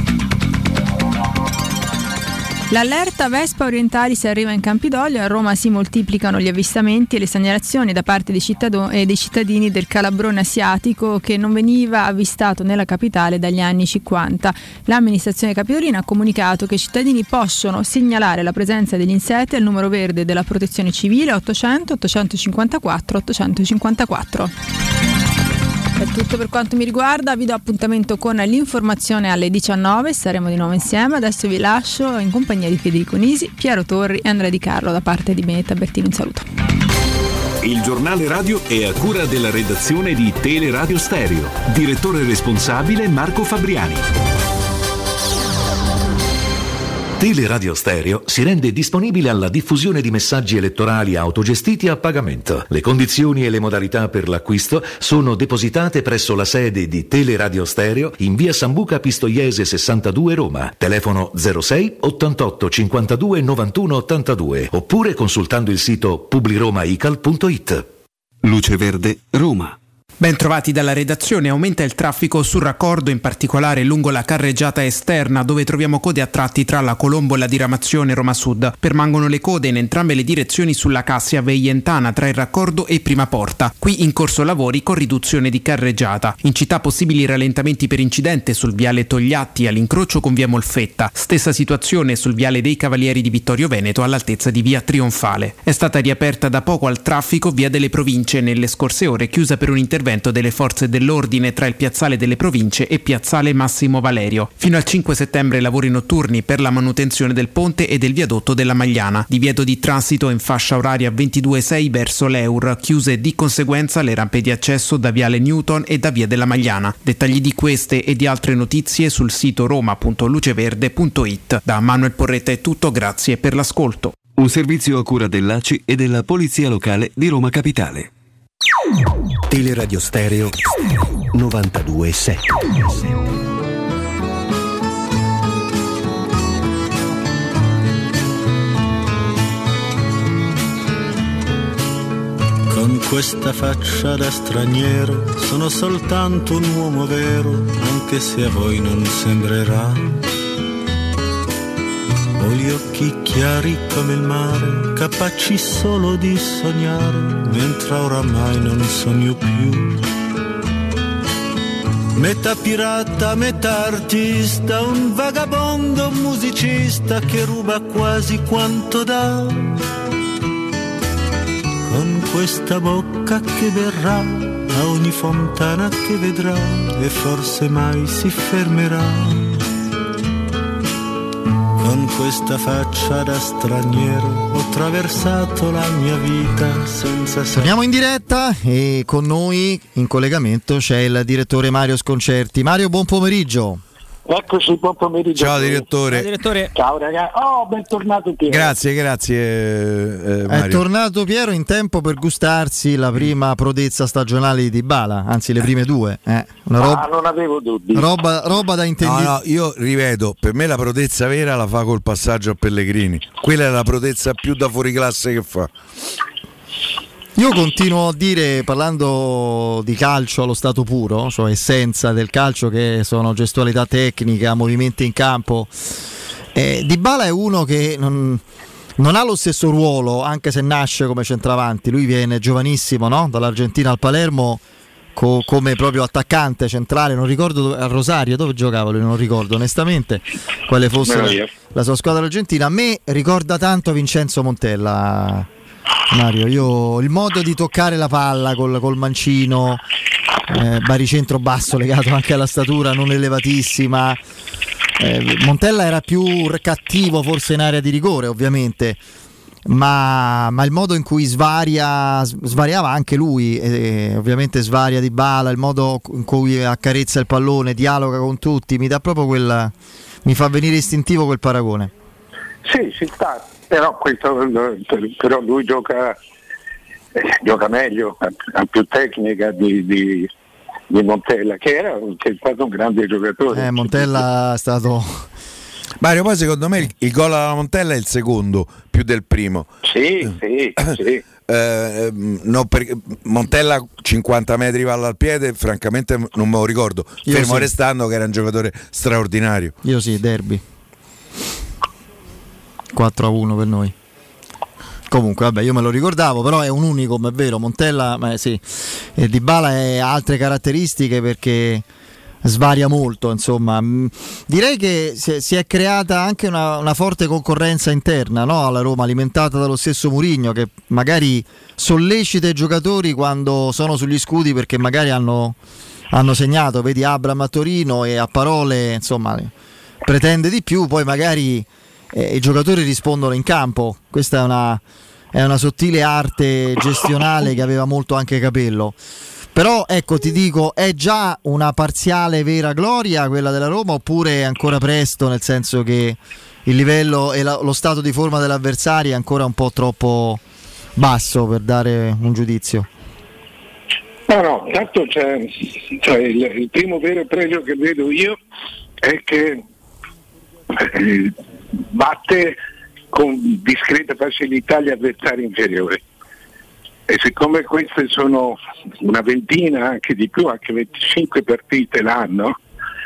L'allerta Vespa Orientali si arriva in Campidoglio. A Roma si moltiplicano gli avvistamenti e le segnalazioni da parte dei, cittadini, eh, dei cittadini del calabrone asiatico, che non veniva avvistato nella capitale dagli anni cinquanta. L'amministrazione capitolina ha comunicato che i cittadini possono segnalare la presenza degli insetti al numero verde della Protezione Civile ottocento ottocentocinquantaquattro ottocentocinquantaquattro. È tutto per quanto mi riguarda, vi do appuntamento con l'informazione alle diciannove, saremo di nuovo insieme. Adesso vi lascio in compagnia di Federico Nisi, Piero Torri e Andrea Di Carlo. Da parte di Benetta Bertini un saluto. Il giornale radio è a cura della redazione di Teleradio Stereo. Direttore responsabile Marco Fabriani. Teleradio Stereo si rende disponibile alla diffusione di messaggi elettorali autogestiti a pagamento. Le condizioni e le modalità per l'acquisto sono depositate presso la sede di Teleradio Stereo in via Sambuca Pistoiese sessantadue Roma. Telefono zero sei ottantotto cinquantadue novantuno ottantadue oppure consultando il sito publiromaical punto it. Luce Verde, Roma. Ben trovati dalla redazione. Aumenta il traffico sul raccordo, in particolare lungo la carreggiata esterna, dove troviamo code a tratti tra la Colombo e la diramazione Roma Sud. Permangono le code in entrambe le direzioni sulla Cassia Veientana tra il raccordo e Prima Porta. Qui in corso lavori con riduzione di carreggiata. In città possibili rallentamenti per incidente sul viale Togliatti all'incrocio con via Molfetta. Stessa situazione sul viale dei Cavalieri di Vittorio Veneto all'altezza di via Trionfale. È stata riaperta da poco al traffico via delle Province nelle scorse ore, chiusa per un intervento delle forze dell'ordine tra il piazzale delle Province e piazzale Massimo Valerio. Fino al cinque settembre lavori notturni per la manutenzione del ponte e del viadotto della Magliana. Divieto di transito in fascia oraria ventidue sei verso l'Eur, chiuse di conseguenza le rampe di accesso da viale Newton e da via della Magliana. Dettagli di queste e di altre notizie sul sito roma punto luceverde punto it. Da Manuel Porretta è tutto, grazie per l'ascolto. Un servizio a cura dell'A C I e della Polizia Locale di Roma Capitale. Teleradio Stereo novantadue e sette. Con questa faccia da straniero sono soltanto un uomo vero, anche se a voi non sembrerà. Ho gli occhi chiari come il mare, capaci solo di sognare, mentre oramai non sogno più. Metà pirata, metà artista, un vagabondo musicista che ruba quasi quanto dà. Con questa bocca che verrà a ogni fontana che vedrà e forse mai si fermerà. Con questa faccia da straniero ho attraversato la mia vita senza... Torniamo in diretta e con noi in collegamento c'è il direttore Mario Sconcerti. Mario, buon pomeriggio. Eccoci, buon pomeriggio. Ciao direttore. Ciao direttore. Ciao ragazzi. Oh, bentornato Piero. Grazie, grazie eh, Mario. È tornato Piero in tempo per gustarsi la prima prodezza stagionale di Dybala, anzi le prime due. Eh, una roba, ah, non avevo dubbi. Roba, roba da intendere. No, no, io rivedo, per me la prodezza vera la fa col passaggio a Pellegrini. Quella è la prodezza più da fuoriclasse che fa. Io continuo a dire, parlando di calcio allo stato puro, cioè essenza del calcio che sono gestualità tecnica, movimenti in campo, eh, Dybala è uno che non, non ha lo stesso ruolo, anche se nasce come centravanti. Lui viene giovanissimo, no? Dall'Argentina al Palermo co- come proprio attaccante centrale, non ricordo dove, a Rosario dove giocava lui, non ricordo onestamente quale fosse la, la sua squadra argentina. A me ricorda tanto Vincenzo Montella, Mario. Io il modo di toccare la palla col, col mancino, eh, baricentro basso legato anche alla statura non elevatissima. eh, Montella era più cattivo forse in area di rigore ovviamente, ma, ma il modo in cui svaria svariava anche lui, eh, ovviamente svaria Dybala, il modo in cui accarezza il pallone, dialoga con tutti, mi dà proprio quel, mi fa venire istintivo quel paragone. Sì, ci sta. Però, questo, però lui gioca, eh, gioca meglio, ha, ha più tecnica di, di, di Montella, che era che è stato un grande giocatore. Eh, Montella è stato... Mario, poi secondo me il, il gol alla Montella è il secondo più del primo. Sì, sì, sì. Eh, no, perché Montella cinquanta metri palla al piede, francamente non me lo ricordo. Io Fermo sì. restando che era un giocatore straordinario. Io sì, derby quattro a uno per noi. Comunque vabbè, io me lo ricordavo, però è un unico, è vero, Montella, ma sì, e Dybala ha altre caratteristiche perché svaria molto, insomma. Direi che si è creata anche una, una forte concorrenza interna, no? Alla Roma, alimentata dallo stesso Mourinho, che magari sollecita i giocatori quando sono sugli scudi perché magari hanno, hanno segnato, vedi Abraham a Torino e a parole, insomma, pretende di più, poi magari Eh, i giocatori rispondono in campo. Questa è una, è una sottile arte gestionale che aveva molto anche Capello. Però ecco, ti dico, è già una parziale vera gloria quella della Roma oppure è ancora presto, nel senso che il livello e la, lo stato di forma dell'avversario è ancora un po' troppo basso per dare un giudizio? No, no, tanto c'è, cioè il, il primo vero pregio che vedo io è che eh, batte con discreta facilità gli avversari inferiori, e siccome queste sono una ventina, anche di più, anche venticinque partite l'anno,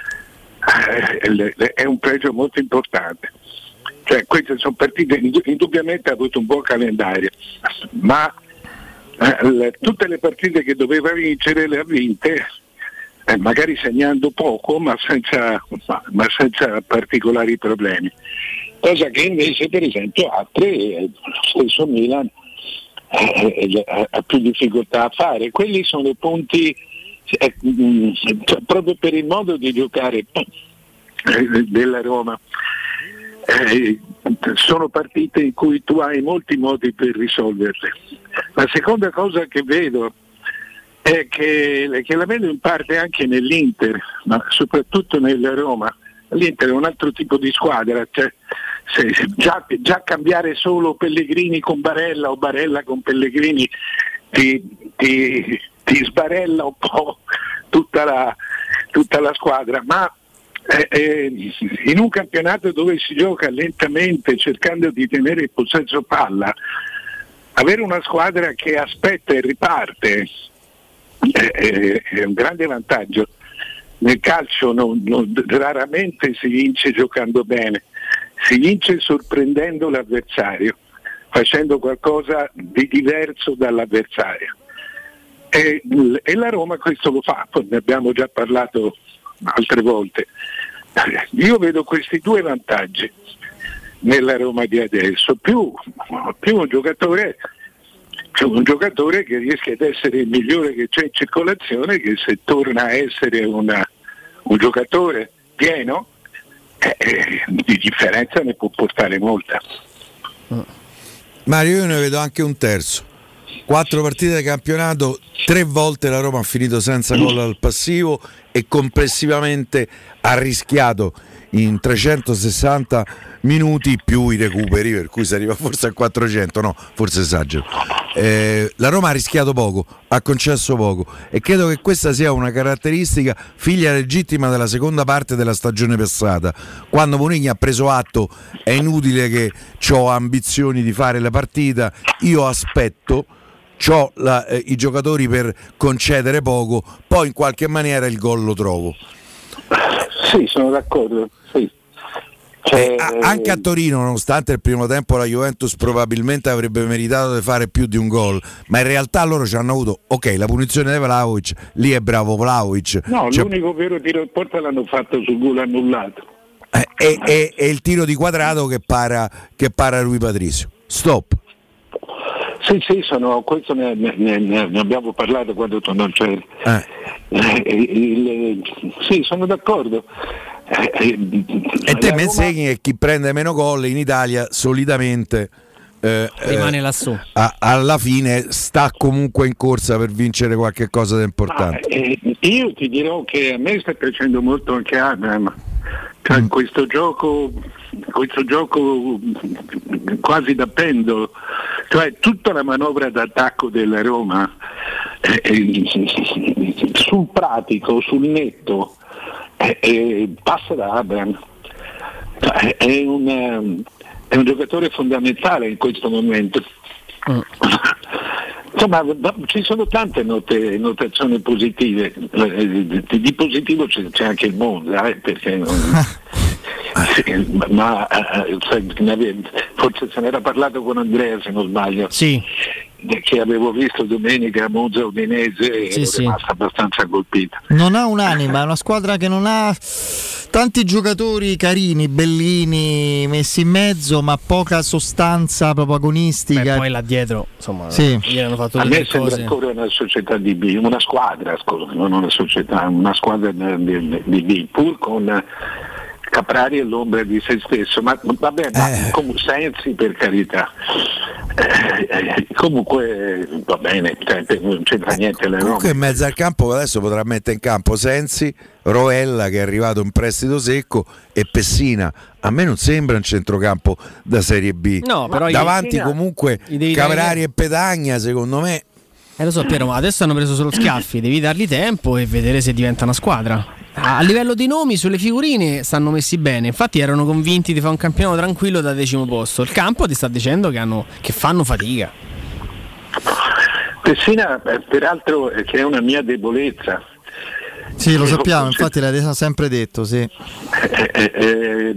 eh, è un pregio molto importante. Cioè queste sono partite, indubbiamente ha avuto un buon calendario, ma eh, le, tutte le partite che doveva vincere le ha vinte, eh, magari segnando poco ma senza, ma, ma senza particolari problemi, cosa che invece per esempio altre, lo stesso Milan eh, ha più difficoltà a fare. Quelli sono punti eh, cioè, proprio per il modo di giocare eh, della Roma. Eh, sono partite in cui tu hai molti modi per risolverle. La seconda cosa che vedo è che, che la vedo in parte anche nell'Inter, ma soprattutto nella Roma. L'Inter è un altro tipo di squadra, cioè, se, già, già cambiare solo Pellegrini con Barella o Barella con Pellegrini ti, ti, ti sbarella un po' tutta la, tutta la squadra, ma eh, eh, in un campionato dove si gioca lentamente cercando di tenere il possesso palla, avere una squadra che aspetta e riparte è, è, è un grande vantaggio. Nel calcio non, non, raramente si vince giocando bene, si vince sorprendendo l'avversario, facendo qualcosa di diverso dall'avversario. E, e la Roma questo lo fa, ne abbiamo già parlato altre volte. Io vedo questi due vantaggi nella Roma di adesso, più, più un giocatore cioè un giocatore che riesca ad essere il migliore che c'è in circolazione, che se torna a essere una, un giocatore pieno eh, eh, di differenza ne può portare molta. Mario, io ne vedo anche un terzo. Quattro partite di campionato, tre volte la Roma ha finito senza gol al passivo e complessivamente ha rischiato in trecentosessanta minuti più i recuperi, per cui si arriva forse a quattrocento, no, forse esagero. Eh, la Roma ha rischiato poco, ha concesso poco e credo che questa sia una caratteristica figlia legittima della seconda parte della stagione passata, quando Mourinho ha preso atto è inutile che ho ambizioni di fare la partita, io aspetto, ho eh, i giocatori per concedere poco, poi in qualche maniera il gol lo trovo. Sì, sono d'accordo, sì. Eh, anche a Torino, nonostante il primo tempo la Juventus probabilmente avrebbe meritato di fare più di un gol, ma in realtà loro ci hanno avuto, ok, la punizione di Vlahovic, lì è bravo Vlahovic. No, cioè, l'unico vero tiro in porta l'hanno fatto sul gol annullato. Eh, e, e, e il tiro di Quadrato che para, che para Rui Patricio. Stop. Sì, sì, sono, questo ne, ne, ne abbiamo parlato quando tu non c'eri. Eh. Eh, il, sì, sono d'accordo. Eh, e te mi insegni che chi prende meno gol in Italia solitamente eh, rimane lassù. A, alla fine sta comunque in corsa per vincere qualche cosa di importante. Ah, eh, io ti dirò che a me sta piacendo molto anche Abraham. Cioè, mm. questo gioco questo gioco quasi da pendolo, cioè tutta la manovra d'attacco della Roma eh, eh, sul pratico, sul netto eh, eh, passa da Abraham. Cioè, è, un, è un giocatore fondamentale in questo momento. Mm. Insomma, ci sono tante note, notazioni positive, di positivo c'è, c'è anche il Monza, eh, perché non, sì, ma forse se n'era parlato con Andrea, se non sbaglio, sì, che avevo visto domenica a Monza Udinese e sì, ero sì. rimasto abbastanza colpito. Non ha un'anima, è una squadra che non ha tanti giocatori carini, bellini, messi in mezzo, ma poca sostanza proprio agonistica. Beh, poi là dietro, insomma, sì. gli hanno fatto a me cose. sembra ancora una società di B, una squadra, scusa, non una società, una squadra di, di B, pur con Caprari all'ombra di se stesso, ma vabbè, ma eh. come Sensi, per carità. Eh, eh, comunque va bene, cioè, non c'entra niente alle comunque in mezzo al campo adesso potrà mettere in campo Sensi, Roella che è arrivato in prestito secco e Pessina. A me non sembra un centrocampo da Serie B, no, però davanti Pessina, comunque Caprari e Petagna secondo me. Eh lo so Piero, ma adesso hanno preso solo schiaffi, devi dargli tempo e vedere se diventa una squadra. A livello di nomi sulle figurine stanno messi bene, infatti erano convinti di fare un campionato tranquillo da decimo posto. Il campo ti sta dicendo che, hanno, che fanno fatica. Pessina peraltro che è una mia debolezza. Sì, lo sappiamo, infatti l'hai sempre detto, sì. Eh, eh, eh,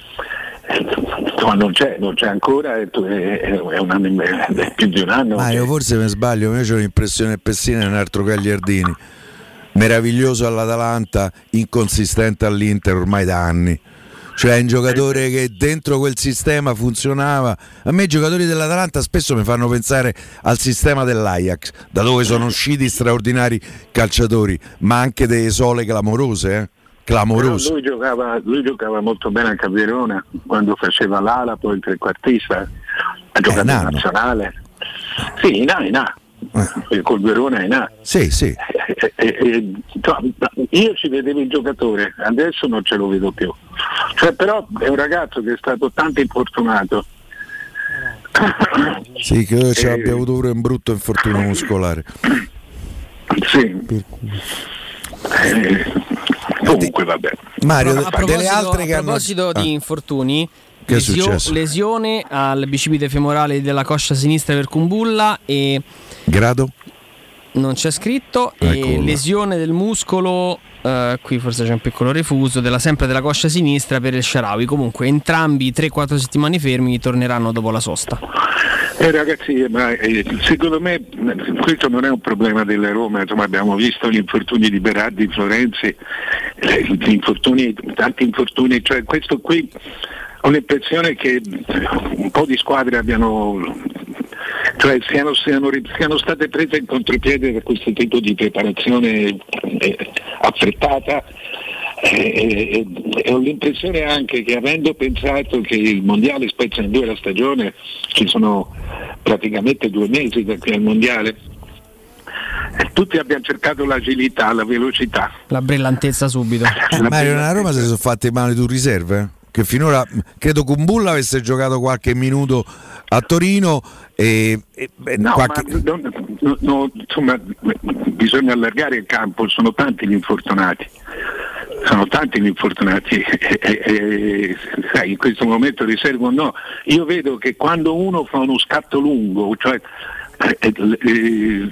non c'è, non c'è ancora, è, è, un anno, è più di un anno. Ma io forse mi sbaglio, io ho l'impressione che Pessina è un altro Gagliardini. Meraviglioso all'Atalanta, inconsistente all'Inter ormai da anni. Cioè è un giocatore che dentro quel sistema funzionava. A me i giocatori dell'Atalanta spesso mi fanno pensare al sistema dell'Ajax, da dove sono usciti straordinari calciatori, ma anche delle sole clamorose, eh? Clamorose. Lui giocava, lui giocava molto bene anche a Verona, quando faceva l'ala, poi il trequartista, ha giocato in nazionale. Sì, in A, in A. Eh. Col Verona in A. Sì, sì. Eh, eh, eh, io ci vedevo il giocatore, adesso non ce lo vedo più. Cioè, però è un ragazzo che è stato tanto infortunato. Sì, che ci eh, abbia avuto pure un brutto infortunio muscolare. Sì. Eh, comunque vabbè. Mario, a proposito, delle altre che a proposito hanno... di ah. infortuni, Che lesio- è successo? Lesione al bicipite femorale della coscia sinistra per Kumbulla e grado? Non c'è scritto. Eccolo. E lesione del muscolo, eh, qui forse c'è un piccolo refuso, della sempre della coscia sinistra per il Shaarawy. Comunque entrambi tre quattro settimane fermi, torneranno dopo la sosta. Eh, ragazzi, ma eh, secondo me questo non è un problema della Roma, insomma, abbiamo visto gli infortuni di Berardi, Florenzi, eh, gli infortuni, tanti infortuni, cioè questo qui ho l'impressione che un po' di squadre abbiano, cioè siano, siano, siano state prese in contropiede da questo tipo di preparazione eh, affrettata. E, e, e ho l'impressione anche che, avendo pensato che il mondiale spezza in due la stagione, ci sono praticamente due mesi da qui al mondiale, e tutti abbiamo cercato l'agilità, la velocità, la brillantezza subito. Mario, nella Roma si sono fatti male tu riserve, eh? Che finora credo Kumbulla avesse giocato qualche minuto a Torino e, e no, qualche... ma no, no, no, insomma, bisogna allargare il campo, sono tanti gli infortunati. Sono tanti gli infortunati e, e, e, sai, in questo momento riservo no. Io vedo che quando uno fa uno scatto lungo, cioè eh, eh,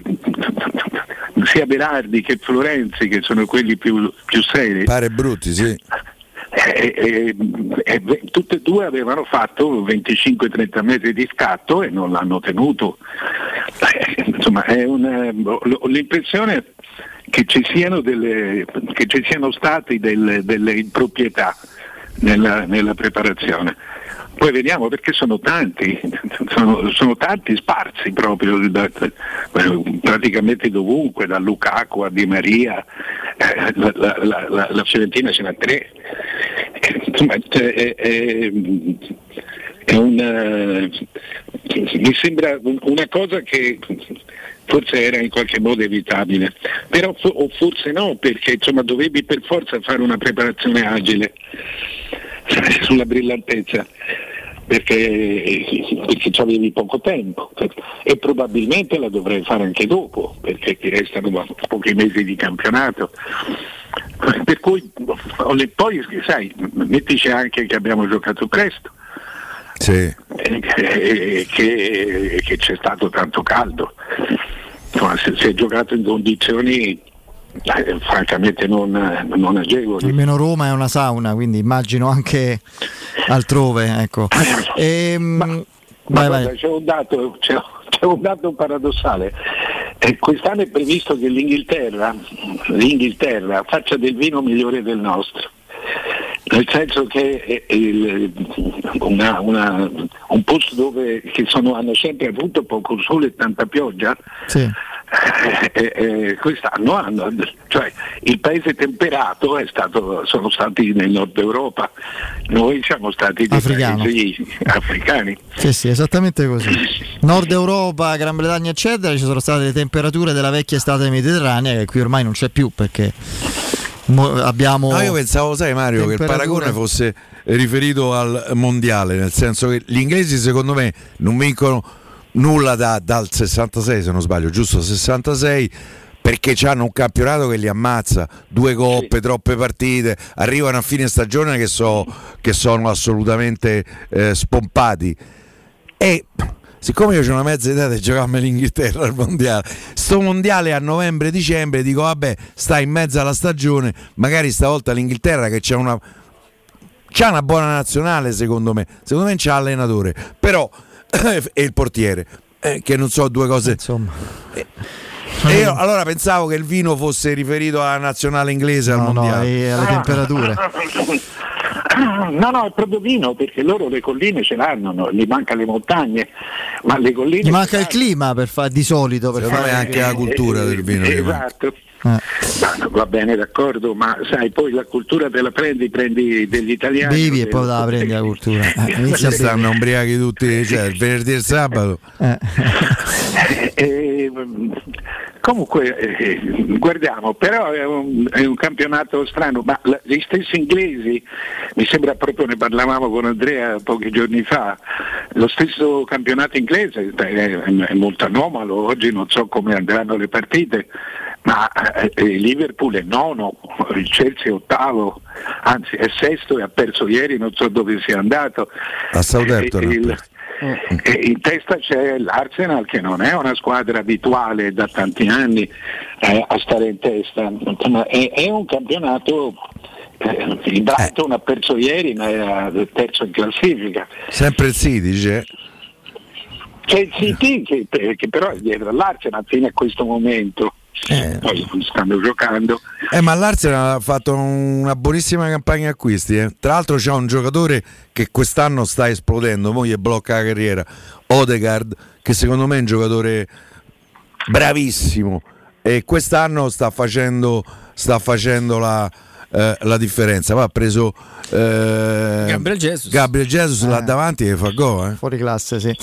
sia Berardi che Florenzi, che sono quelli più, più seri, pare brutti, sì. Eh, eh, eh, tutte e due avevano fatto venticinque trenta metri di scatto e non l'hanno tenuto. Eh, insomma, è una, ho l'impressione che ci siano delle, che ci siano stati delle, delle improprietà nella, nella preparazione. Poi vediamo, perché sono tanti, sono, sono tanti sparsi proprio da, praticamente dovunque, da Lukaku a Di Maria, eh, la, la, la, la Fiorentina ce n'ha tre. Insomma, è, è, è una, mi sembra una cosa che forse era in qualche modo evitabile, però o forse no, perché insomma dovevi per forza fare una preparazione agile sulla brillantezza, perché, perché avevi poco tempo e probabilmente la dovrei fare anche dopo, perché ti restano pochi mesi di campionato, per cui poi sai, mettici anche che abbiamo giocato presto, sì. e che, che, che c'è stato tanto caldo, insomma, si, si è giocato in condizioni eh, francamente non, non agevoli. Almeno Roma è una sauna, quindi immagino anche altrove, ecco. E, ma, vai, ma vai. guarda, c'è un dato, c'è, c'è un dato paradossale. Eh, quest'anno è previsto che l'Inghilterra, l'Inghilterra faccia del vino migliore del nostro, nel senso che è il, una, una, un posto dove che sono, hanno sempre avuto poco sole e tanta pioggia. Sì. Eh, eh, quest'anno hanno, cioè il paese temperato è stato, sono stati nel nord Europa, noi siamo stati dei Africano. paesi africani. Sì, sì, esattamente così. Nord Europa, Gran Bretagna, eccetera, ci sono state le temperature della vecchia estate mediterranea che qui ormai non c'è più, perché mo- abbiamo. No, io pensavo, sai Mario, che il paragone fosse riferito al mondiale, nel senso che gli inglesi secondo me non vincono nulla da, dal sessantasei, se non sbaglio, giusto sessantasei, perché hanno un campionato che li ammazza, due coppe, sì. troppe partite, arrivano a fine stagione che, so, che sono assolutamente eh, spompati, e siccome io ho una mezza idea di giocarmi l'Inghilterra al mondiale, sto mondiale a novembre-dicembre, dico vabbè, sta in mezzo alla stagione, magari stavolta l'Inghilterra che c'è una c'ha una buona nazionale, secondo me secondo me c'ha allenatore, però e il portiere, eh, che non so, due cose, insomma. E, e io allora pensavo che il vino fosse riferito alla nazionale inglese, no, al mondiale, no, e alle temperature. No, no, è proprio vino, perché loro le colline ce l'hanno, no? Gli manca le montagne, ma le colline. Gli manca il clima per fa- di solito per fare fare anche la cultura eh, del vino. Esatto. Eh. Ma, va bene, d'accordo, ma sai, poi la cultura te la prendi, prendi degli italiani. Bevi e poi te la prendi la cultura. Eh, Ci stanno ubriachi tutti, cioè il venerdì e il sabato. Eh. Eh, comunque eh, guardiamo, però è un, è un campionato strano, ma la, gli stessi inglesi, mi sembra proprio, ne parlavamo con Andrea pochi giorni fa, lo stesso campionato inglese è, è molto anomalo, oggi non so come andranno le partite, ma eh, il Liverpool è nono, il Chelsea è ottavo, anzi è sesto e ha perso ieri, non so dove sia andato. A Southampton. E, il, e in testa c'è l'Arsenal, che non è una squadra abituale da tanti anni eh, a stare in testa, ma è, è un campionato. Eh, il Brighton ha perso ieri, ma era terzo in classifica. Sempre il City, dice. C'è il City che, che però è dietro all'Arsenal fino a questo momento. Eh. Poi stanno giocando. Eh, ma l'Arsenal ha fatto una buonissima campagna acquisti. Eh. Tra l'altro c'è un giocatore che quest'anno sta esplodendo, mo gli blocca la carriera, Odegaard, che secondo me è un giocatore bravissimo e quest'anno sta facendo, sta facendo la, eh, la differenza. Va, ha preso eh, Gabriel Jesus, Gabriel Jesus Eh. là davanti e fa gol. Eh. Fuori classe, sì.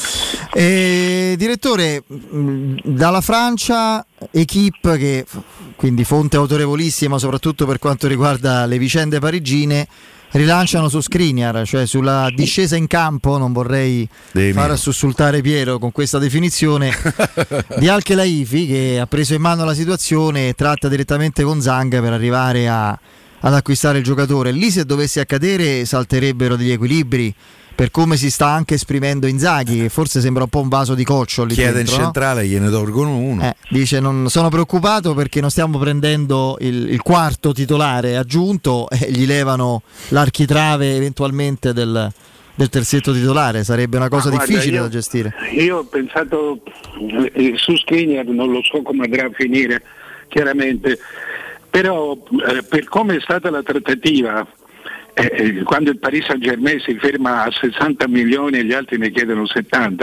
E, direttore, mh, dalla Francia, Equipe, che quindi fonte autorevolissima soprattutto per quanto riguarda le vicende parigine, rilanciano su Skriniar, cioè sulla discesa in campo, non vorrei Devi far meno. sussultare Piero con questa definizione, di Al-Khelaifi, che ha preso in mano la situazione e tratta direttamente con Zang per arrivare a, ad acquistare il giocatore. Lì, se dovesse accadere, salterebbero degli equilibri, per come si sta anche esprimendo Inzaghi, che forse sembra un po' un vaso di coccio lì Chiede dentro, in no? centrale, gliene tolgono uno. Eh, dice: non sono preoccupato perché non stiamo prendendo il, il quarto titolare aggiunto e gli levano l'architrave eventualmente del, del terzetto titolare. Sarebbe una cosa Ma guarda, difficile io- da gestire. Io ho pensato eh, su Skriniar, non lo so come andrà a finire chiaramente, però eh, per come è stata la trattativa, eh, eh, quando il Paris Saint-Germain si ferma a sessanta milioni e gli altri ne chiedono settanta,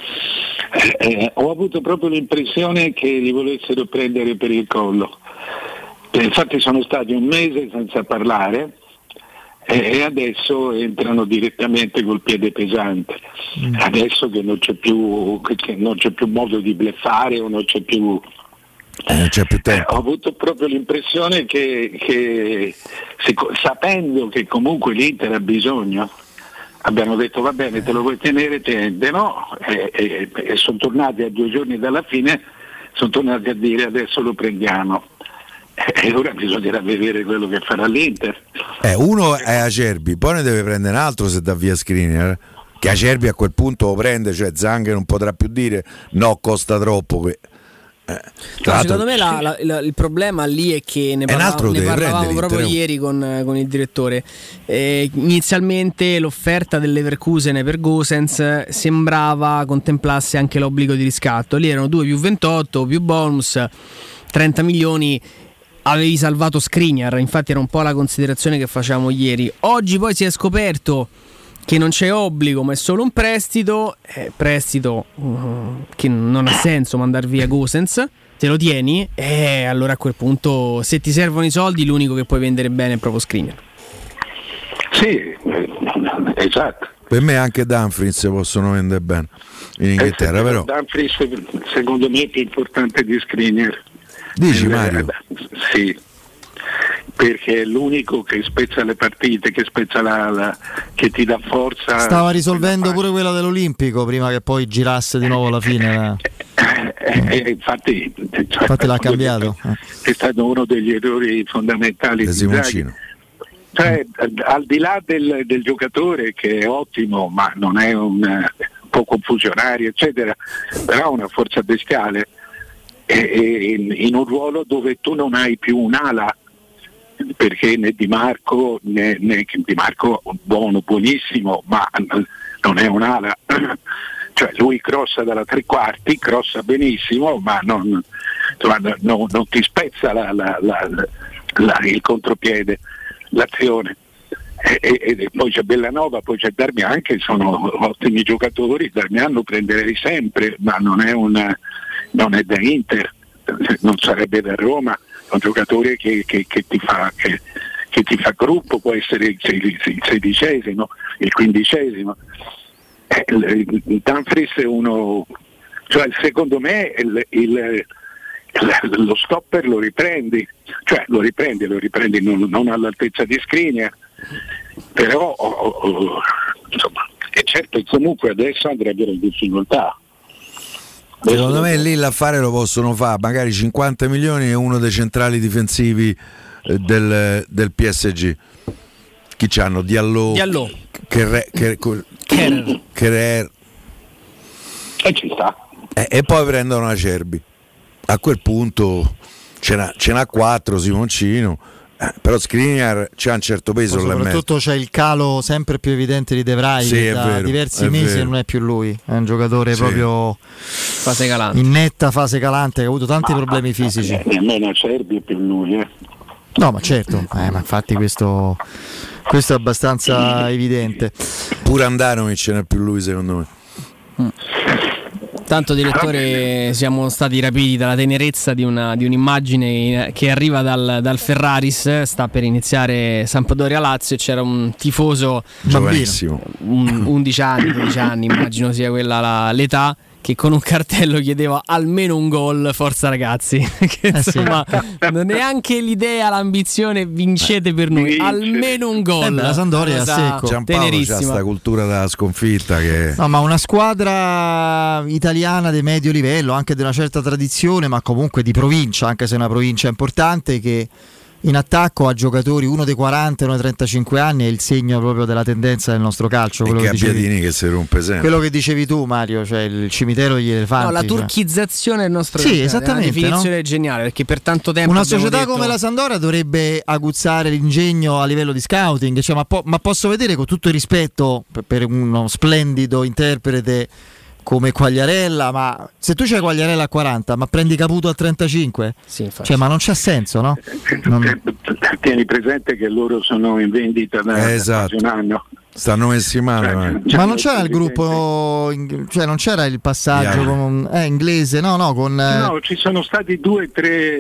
eh, eh, ho avuto proprio l'impressione che li volessero prendere per il collo. Eh, infatti sono stati un mese senza parlare e adesso entrano direttamente col piede pesante. Adesso che non c'è più, che non c'è più modo di bluffare o non c'è più. Eh, non c'è più tempo. Eh, ho avuto proprio l'impressione che, che sic- sapendo che comunque l'Inter ha bisogno, abbiamo detto va bene, te lo vuoi tenere, tenete, no? E, e, e sono tornati a due giorni dalla fine, sono tornati a dire adesso lo prendiamo. E ora bisognerà vedere quello che farà l'Inter. Eh, uno è Acerbi, poi ne deve prendere un altro se dà via Skriniar, che Acerbi a quel punto lo prende, cioè Zang non potrà più dire no, costa troppo. que- Eh, tra No, l'altro- secondo me la- la- la- il problema lì è che ne, un parla- altro ne deve parlavamo prendere proprio l'Inter. ieri con, con il direttore. Eh, inizialmente l'offerta del Leverkusen per Gosens sembrava contemplasse anche l'obbligo di riscatto. Lì erano due più ventotto più bonus, trenta milioni. Avevi salvato Skriniar, infatti era un po' la considerazione che facevamo ieri. Oggi poi si è scoperto che non c'è obbligo, ma è solo un prestito, eh, prestito uh, che non ha senso mandar via Gosens, te lo tieni e allora a quel punto, se ti servono i soldi, l'unico che puoi vendere bene è proprio Skriniar. Sì, eh, esatto. Per me anche Dumfries possono vendere bene in Inghilterra, Eh, però. Dumfries secondo me è più importante di Skriniar. Dici, Eh, Mario? Sì, perché è l'unico che spezza le partite, che spezza la, la che ti dà forza. Stava risolvendo pure quella dell'Olimpico prima che poi girasse di nuovo alla fine. Eh, eh, infatti, Infatti l'ha cambiato. È stato uno degli errori fondamentali De di Inzaghi. Simoncino. Cioè, al di là del, del giocatore, che è ottimo, ma non è un, eh, un po' confusionario, eccetera, però ha una forza bestiale, e, e in, in un ruolo dove tu non hai più un'ala, perché né Di Marco né, né Di Marco buono, buonissimo, ma non è un'ala. Cioè lui crossa dalla tre quarti, crossa benissimo, ma non, insomma, non, non ti spezza la, la, la, la, il contropiede, l'azione. E, e, e poi c'è Bellanova, poi c'è Darmian, che sono ottimi giocatori. Darmian lo prenderei sempre, ma non è, una, non è da Inter, non sarebbe da Roma, è un giocatore che, che, che, ti fa, che, che ti fa gruppo, può essere il, il sedicesimo, il quindicesimo. Eh, il, il Dumfries è uno, cioè secondo me il, il, il, lo stopper lo riprendi, cioè lo riprendi, lo riprendi non, non all'altezza di Skriniar, però oh, oh, insomma, è certo che comunque adesso andrebbero in difficoltà. Secondo me lì l'affare lo possono fare, magari cinquanta milioni e uno dei centrali difensivi eh, del, del P S G. Chi c'hanno? Diallo, Diallo. Che, che, che, che, e ci sta. E, e poi prendono Acerbi. A quel punto ce n'ha, ce n'ha quattro Simoncino. Eh, però Skriniar c'ha un certo peso, soprattutto c'è il calo sempre più evidente di De Vrij, sì, che da vero, diversi mesi vero. non è più lui, è un giocatore sì. proprio fase calante. in netta fase calante, che ha avuto tanti ma, problemi fisici. Eh, nemmeno Acerbi è più lui, eh. No, ma certo, eh, ma infatti questo, questo è abbastanza evidente. Pure Andanovic non è più lui, secondo me. Mm. Tanto direttore, siamo stati rapiti dalla tenerezza di, una, di un'immagine che arriva dal, dal Ferraris. Sta per iniziare Sampdoria-Lazio e c'era un tifoso giovanissimo, un, undici anni, dodici anni, immagino sia quella la, l'età, che con un cartello chiedeva almeno un gol, forza ragazzi. Che insomma, eh sì. non è neanche l'idea, l'ambizione, vincete per noi, Vince. almeno un gol. Eh beh, la Sampdoria è a secco. Giampaolo c'ha sta cultura della sconfitta che... No, ma una squadra italiana di medio livello, anche di una certa tradizione, ma comunque di provincia, anche se è una provincia importante, che in attacco a giocatori uno dei quaranta e uno dei trentacinque anni è il segno proprio della tendenza del nostro calcio. E quello che che dicevi, Piadini che si rompe sempre. Quello che dicevi tu, Mario, cioè il cimitero degli elefanti. No, la cioè. turchizzazione del nostro sì, calcio, esattamente, è una definizione no? geniale, perché per tanto tempo una società detto... come la Sampdoria dovrebbe aguzzare l'ingegno a livello di scouting, cioè, ma, po- ma posso vedere, con tutto il rispetto per, per uno splendido interprete come Quagliarella, ma se tu c'hai Quagliarella a quaranta, ma prendi Caputo a trentacinque, sì, cioè, ma non c'ha senso, no? Non... Tieni presente che loro sono in vendita da eh, esatto. un anno. Stanno messi male, cioè, ma non c'era il gruppo, cioè non c'era il passaggio yeah. con eh, inglese, no, no, con eh... no, ci sono stati due, tre.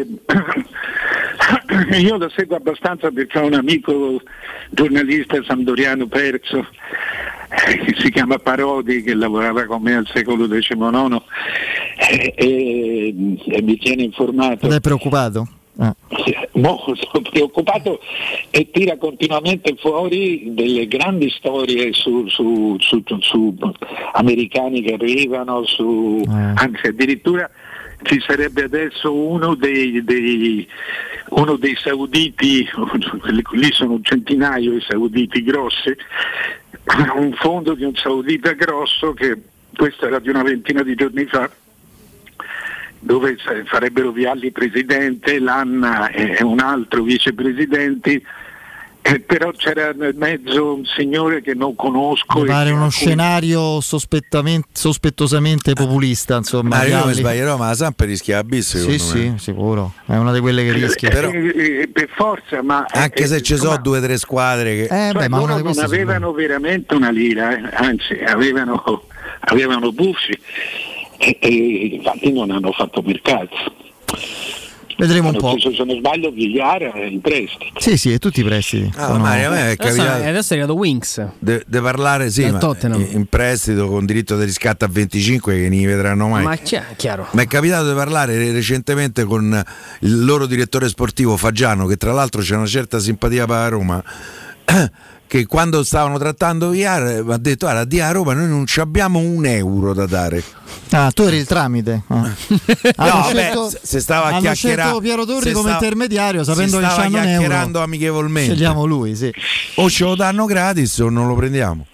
Io lo seguo abbastanza perché ho un amico giornalista sampdoriano perso, che si chiama Parodi, che lavorava con me al secolo diciannove e, e, e mi tiene informato. Ed è preoccupato? Ah. No, sono preoccupato e tira continuamente fuori delle grandi storie su, su, su, su, su americani che arrivano, su, ah. anzi addirittura ci sarebbe adesso uno dei, dei uno dei sauditi, lì sono un centinaio di sauditi grossi, un fondo di un saudita grosso, che questo era di una ventina di giorni fa, dove farebbero Vialli presidente, Lanna e un altro vicepresidenti, eh, però c'era nel mezzo un signore che non conosco. Mi pare uno cui... scenario sospettosamente populista, insomma. Ma io non mi sbaglierò, ma la Samp rischia bis, secondo sì, me. Sì, sicuro, è una di quelle che rischia. Però, eh, eh, per forza, ma anche eh, se ci sono due o tre squadre che eh, cioè, beh, ma loro non avevano veramente una lira, eh, anzi avevano, avevano buffi. E, e infatti non hanno fatto mercato. Vedremo un po'. Se non sbaglio Vigliara è in prestiti. Sì, sì, è tutti i prestiti. Ah, sono... Mario, a me è adesso, è, adesso è arrivato Winks. De, de parlare sì, ma in prestito con diritto di riscatto a venticinque che non li vedranno mai. Ma è chiaro. Mi è capitato di parlare recentemente con il loro direttore sportivo Fagiano, che tra l'altro c'è una certa simpatia per la Roma. Che quando stavano trattando Viar mi ha detto: guarda, di a Roma noi non ci abbiamo un euro da dare. Ah, tu eri il tramite. Ah. No, scelto, beh, se stava a chiacchierare Piero Torri come stava, intermediario, sapendo che c'hanno un euro. Chiacchierando amichevolmente. Scegliamo lui, sì. O ce lo danno gratis o non lo prendiamo.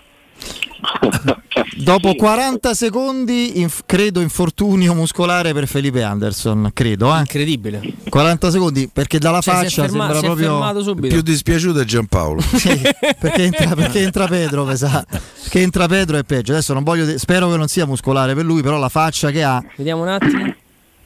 Dopo quaranta secondi, inf- credo infortunio muscolare per Felipe Anderson, credo, eh? Incredibile. quaranta secondi, perché dalla cioè, faccia ferma- sembra proprio più dispiaciuto è Giampaolo. Sì, perché, entra, perché entra Pedro, pesa. Che entra Pedro è peggio. Adesso non voglio de- spero che non sia muscolare per lui, però la faccia che ha. Vediamo un attimo.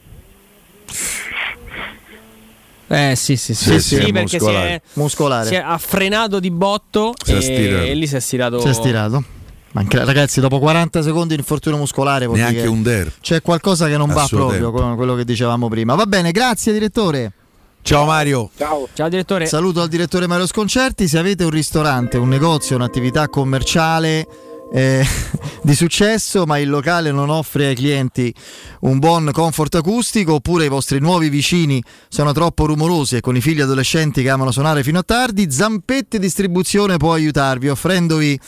Eh sì sì sì, sì, sì, sì sì perché si è, muscolare. Si è ha frenato di botto e, e lì si è stirato. Si è stirato. Ma anche, ragazzi, dopo quaranta secondi di infortunio muscolare neanche un der. C'è qualcosa che non va proprio, come quello che dicevamo prima. Va bene, grazie direttore. Ciao Mario. Ciao. Ciao direttore. Saluto al direttore Mario Sconcerti. Se avete un ristorante, un negozio, un'attività commerciale eh, di successo, ma il locale non offre ai clienti un buon comfort acustico, oppure i vostri nuovi vicini sono troppo rumorosi e con i figli adolescenti che amano suonare fino a tardi, Zampetti Distribuzione può aiutarvi offrendovi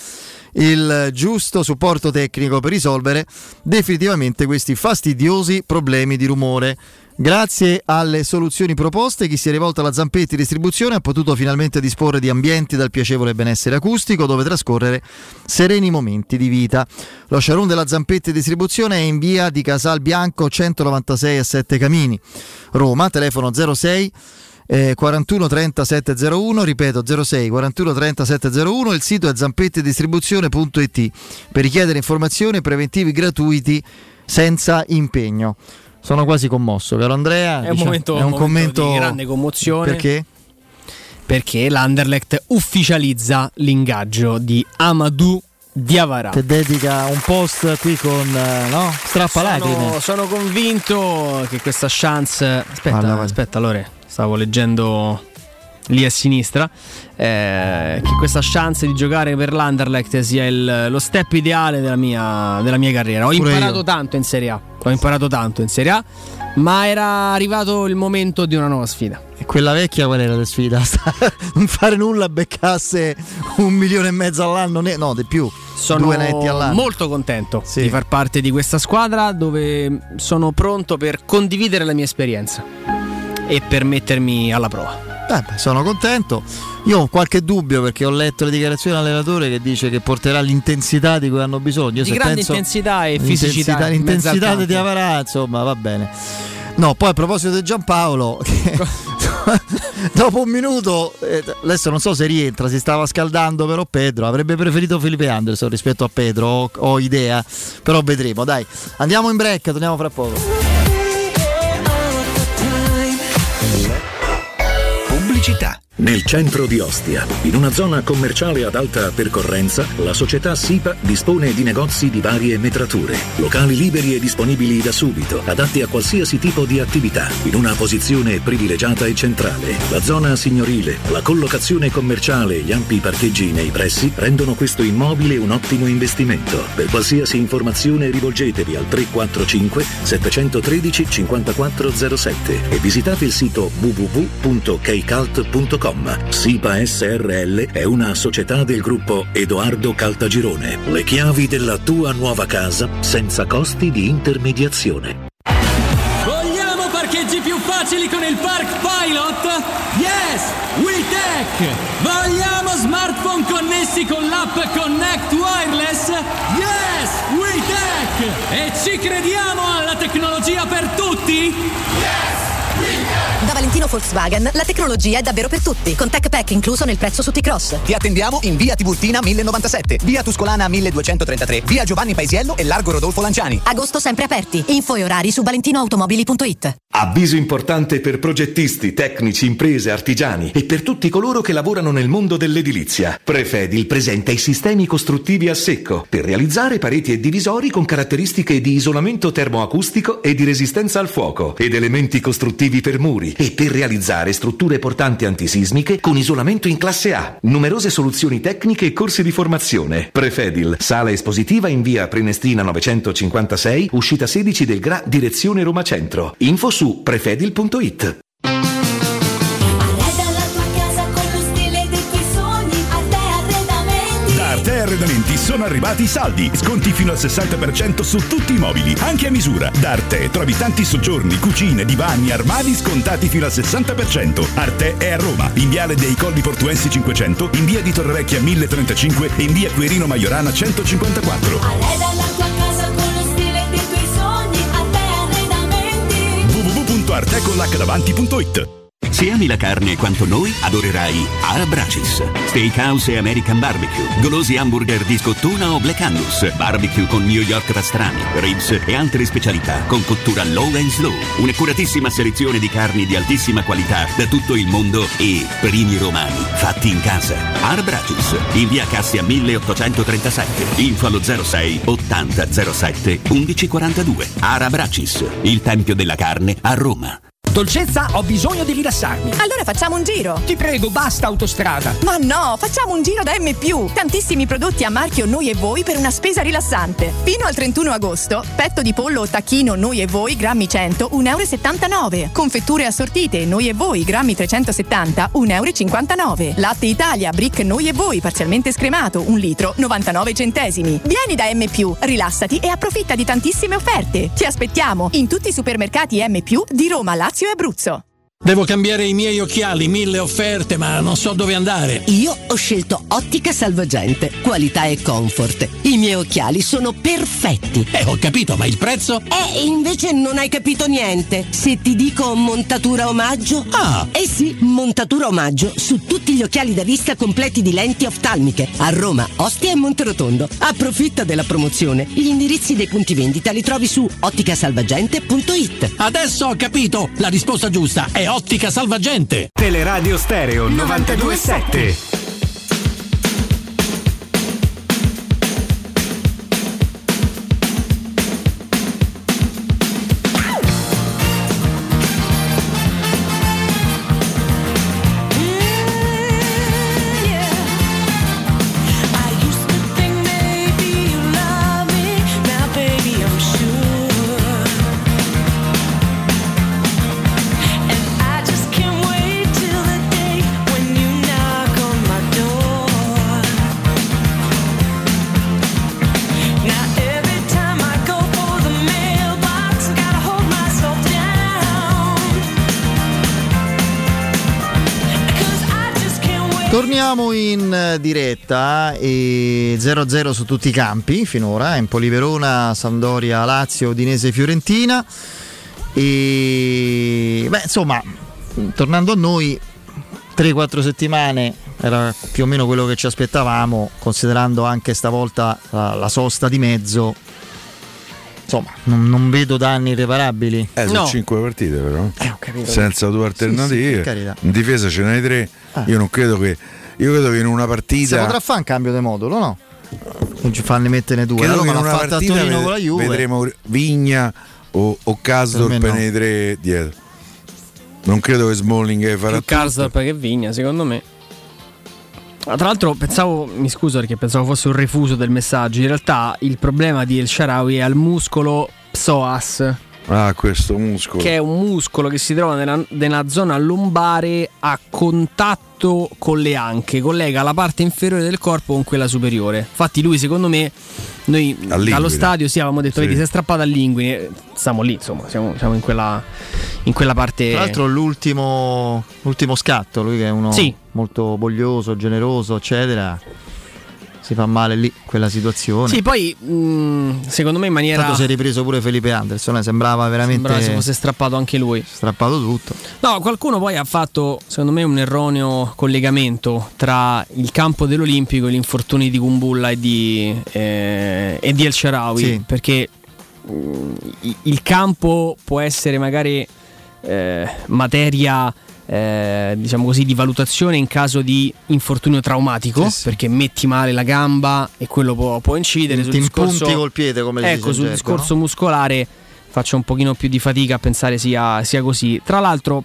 il giusto supporto tecnico per risolvere definitivamente questi fastidiosi problemi di rumore. Grazie alle soluzioni proposte, chi si è rivolto alla Zampetti Distribuzione ha potuto finalmente disporre di ambienti dal piacevole benessere acustico dove trascorrere sereni momenti di vita. Lo showroom della Zampetti Distribuzione è in via di Casal Bianco centonovantasei a Sette Camini, Roma, telefono zero sei Eh, quarantuno trenta settecentouno, ripeto zero sei quarantuno trenta settecentouno, il sito è zampettidistribuzione punto it per richiedere informazioni e preventivi gratuiti senza impegno. Sono quasi commosso, caro Andrea. È un, diciamo, momento, è un un commento di grande commozione. Perché? Perché l'Anderlecht ufficializza l'ingaggio di Amadou Diawara, che dedica un post qui con no? strappalacrime. Sono, sono convinto che questa chance. Aspetta, Alla, aspetta, allora stavo leggendo lì a sinistra. Eh, che questa chance di giocare per l'Anderlecht sia il, lo step ideale della mia, della mia carriera. Ho Pure imparato io. tanto in Serie A. Ho imparato tanto in Serie A, ma era arrivato il momento di una nuova sfida. E quella vecchia qual era la sfida? Non fare nulla, beccasse un milione e mezzo all'anno, no, di più. Sono due netti all'anno. Molto contento sì. di far parte di questa squadra dove sono pronto per condividere la mia esperienza e per mettermi alla prova. Eh beh, sono contento. Io ho qualche dubbio perché ho letto le dichiarazioni dell'allenatore che dice che porterà l'intensità di cui hanno bisogno. Io di se grande penso intensità e l'intensità, fisicità. l'intensità di Diawara, insomma, va bene. No, poi a proposito di Giampaolo, che dopo un minuto, eh, adesso non so se rientra, si stava scaldando, però Pedro avrebbe preferito Felipe Anderson rispetto a Pedro, ho, ho idea, però vedremo. Dai, andiamo in break, torniamo fra poco. Pubblicità. Nel centro di Ostia, in una zona commerciale ad alta percorrenza, la società SIPA dispone di negozi di varie metrature, locali liberi e disponibili da subito, adatti a qualsiasi tipo di attività, in una posizione privilegiata e centrale. La zona signorile, la collocazione commerciale e gli ampi parcheggi nei pressi rendono questo immobile un ottimo investimento. Per qualsiasi informazione rivolgetevi al tre quattro cinque sette uno tre cinque zero sette e visitate il sito w w w punto keycult punto com. SIPA S R L è una società del gruppo Edoardo Caltagirone. Le chiavi della tua nuova casa senza costi di intermediazione. Vogliamo parcheggi più facili con il Park Pilot? Yes! WeTech! Vogliamo smartphone connessi con l'app Connect Wireless? Yes! WeTech! E ci crediamo alla tecnologia per tutti? Yes! Da Valentino Volkswagen la tecnologia è davvero per tutti, con Tech Pack incluso nel prezzo su T-Cross. Ti attendiamo in via Tiburtina mille novantasette, via Tuscolana milleduecentotrentatré, via Giovanni Paesiello e largo Rodolfo Lanciani. Agosto sempre aperti. Info e orari su valentinoautomobili punto it. Avviso importante per progettisti, tecnici, imprese, artigiani e per tutti coloro che lavorano nel mondo dell'edilizia. Prefedil presenta i sistemi costruttivi a secco per realizzare pareti e divisori con caratteristiche di isolamento termoacustico e di resistenza al fuoco ed elementi costruttivi per muri e per realizzare strutture portanti antisismiche con isolamento in classe A. Numerose soluzioni tecniche e corsi di formazione. Prefedil, sala espositiva in via Prenestina novecentocinquantasei, uscita sedici del Gra, direzione Roma Centro. Info su prefedil punto it. Arte Arredamenti sono arrivati i saldi, sconti fino al sessanta per cento su tutti i mobili, anche a misura. Da Arte trovi tanti soggiorni, cucine, divani, armadi scontati fino al sessanta per cento. Arte è a Roma, in viale dei Colli Portuensi cinquecento, in via di Torrevecchia mille trentacinque e in via Quirino Maiorana centocinquantaquattro. Arreda la tua casa con lo stile dei tuoi sogni, Arte Arredamenti. w w w punto arte con l'acca davanti punto it. Se ami la carne quanto noi, adorerai Arabracis. Steakhouse e American Barbecue, golosi hamburger di scottuna o Black Angus, barbecue con New York pastrami, ribs e altre specialità con cottura low and slow. Un'accuratissima selezione di carni di altissima qualità da tutto il mondo e primi romani fatti in casa. Arabracis, in via Cassia milleottocentotrentasette, info allo zero sei ottanta zero sette undici quarantadue. Arabracis, il tempio della carne a Roma. Dolcezza, ho bisogno di rilassarmi. Allora facciamo un giro. Ti prego, basta autostrada. Ma no, facciamo un giro da M più. Tantissimi prodotti a marchio Noi e Voi per una spesa rilassante. Fino al trentuno agosto, petto di pollo o tacchino Noi e Voi grammi cento, un euro e settantanove. Confetture assortite Noi e Voi grammi trecentosettanta, un euro e cinquantanove. Latte Italia Brick Noi e Voi parzialmente scremato, un litro, novantanove centesimi. Vieni da M più, rilassati e approfitta di tantissime offerte. Ti aspettiamo in tutti i supermercati M più di Roma, Lazio e Abruzzo. Devo cambiare i miei occhiali, mille offerte, ma non so dove andare. Io ho scelto Ottica Salvagente, qualità e comfort. I miei occhiali sono perfetti. Eh, ho capito, ma il prezzo? Eh, invece non hai capito niente. Se ti dico montatura omaggio? Ah! Eh sì, montatura omaggio su tutti gli occhiali da vista completi di lenti oftalmiche. A Roma, Ostia e Monterotondo. Approfitta della promozione. Gli indirizzi dei punti vendita li trovi su otticasalvagente punto it. Adesso ho capito! La risposta giusta è Ottica Salvagente. Teleradio Stereo novantadue sette. Torniamo in diretta e zero a zero su tutti i campi finora, Empoli Verona, Sampdoria Lazio, Udinese Fiorentina e beh insomma tornando a noi tre quattro settimane era più o meno quello che ci aspettavamo, considerando anche stavolta la, la sosta di mezzo. Insomma, non, non vedo danni irreparabili. Eh, sono no. cinque partite però. Eh, ho capito. Senza due alternative. Sì, sì, in difesa ce n'hai tre. Ah. Io non credo che. Io credo che in una partita. Si potrà fare un cambio di modulo, no? Non ci fanno metterne due. Credo allora, che in una fatta partita a Torino ved- con la Juve. vedremo Vigna o, o Karsdorp no. nei tre dietro. Non credo che Smalling farà più Karsdorp che Vigna, secondo me. Tra l'altro pensavo, mi scuso perché pensavo fosse un refuso del messaggio. In realtà il problema di El Shaarawy è al muscolo psoas. Ah, questo muscolo. Che è un muscolo che si trova nella, nella zona lombare a contatto con le anche, collega la parte inferiore del corpo con quella superiore. Infatti lui, secondo me, noi dallo stadio sì, avevamo detto, sì. Vedi, si è strappato all'inguine. Stiamo lì, insomma, siamo, siamo in quella in quella parte. Tra l'altro l'ultimo, l'ultimo scatto, lui che è uno sì. molto voglioso, generoso, eccetera, si fa male lì quella situazione. Sì, poi mh, secondo me in maniera. Tanto si è ripreso pure Felipe Anderson, eh, sembrava veramente. Sembrava si fosse strappato anche lui. Strappato tutto. No, qualcuno poi ha fatto, secondo me, un erroneo collegamento tra il campo dell'Olimpico e gli infortuni di Kumbulla e di, eh, e di El Shaarawy. Sì. Perché mh, il campo può essere magari eh, materia. Eh, diciamo così, di valutazione in caso di infortunio traumatico, sì, sì. perché metti male la gamba e quello può, può incidere sul ti discorso, impunti col piede, come ecco, sul gergo, discorso no? muscolare faccio un pochino più di fatica a pensare sia, sia così. Tra l'altro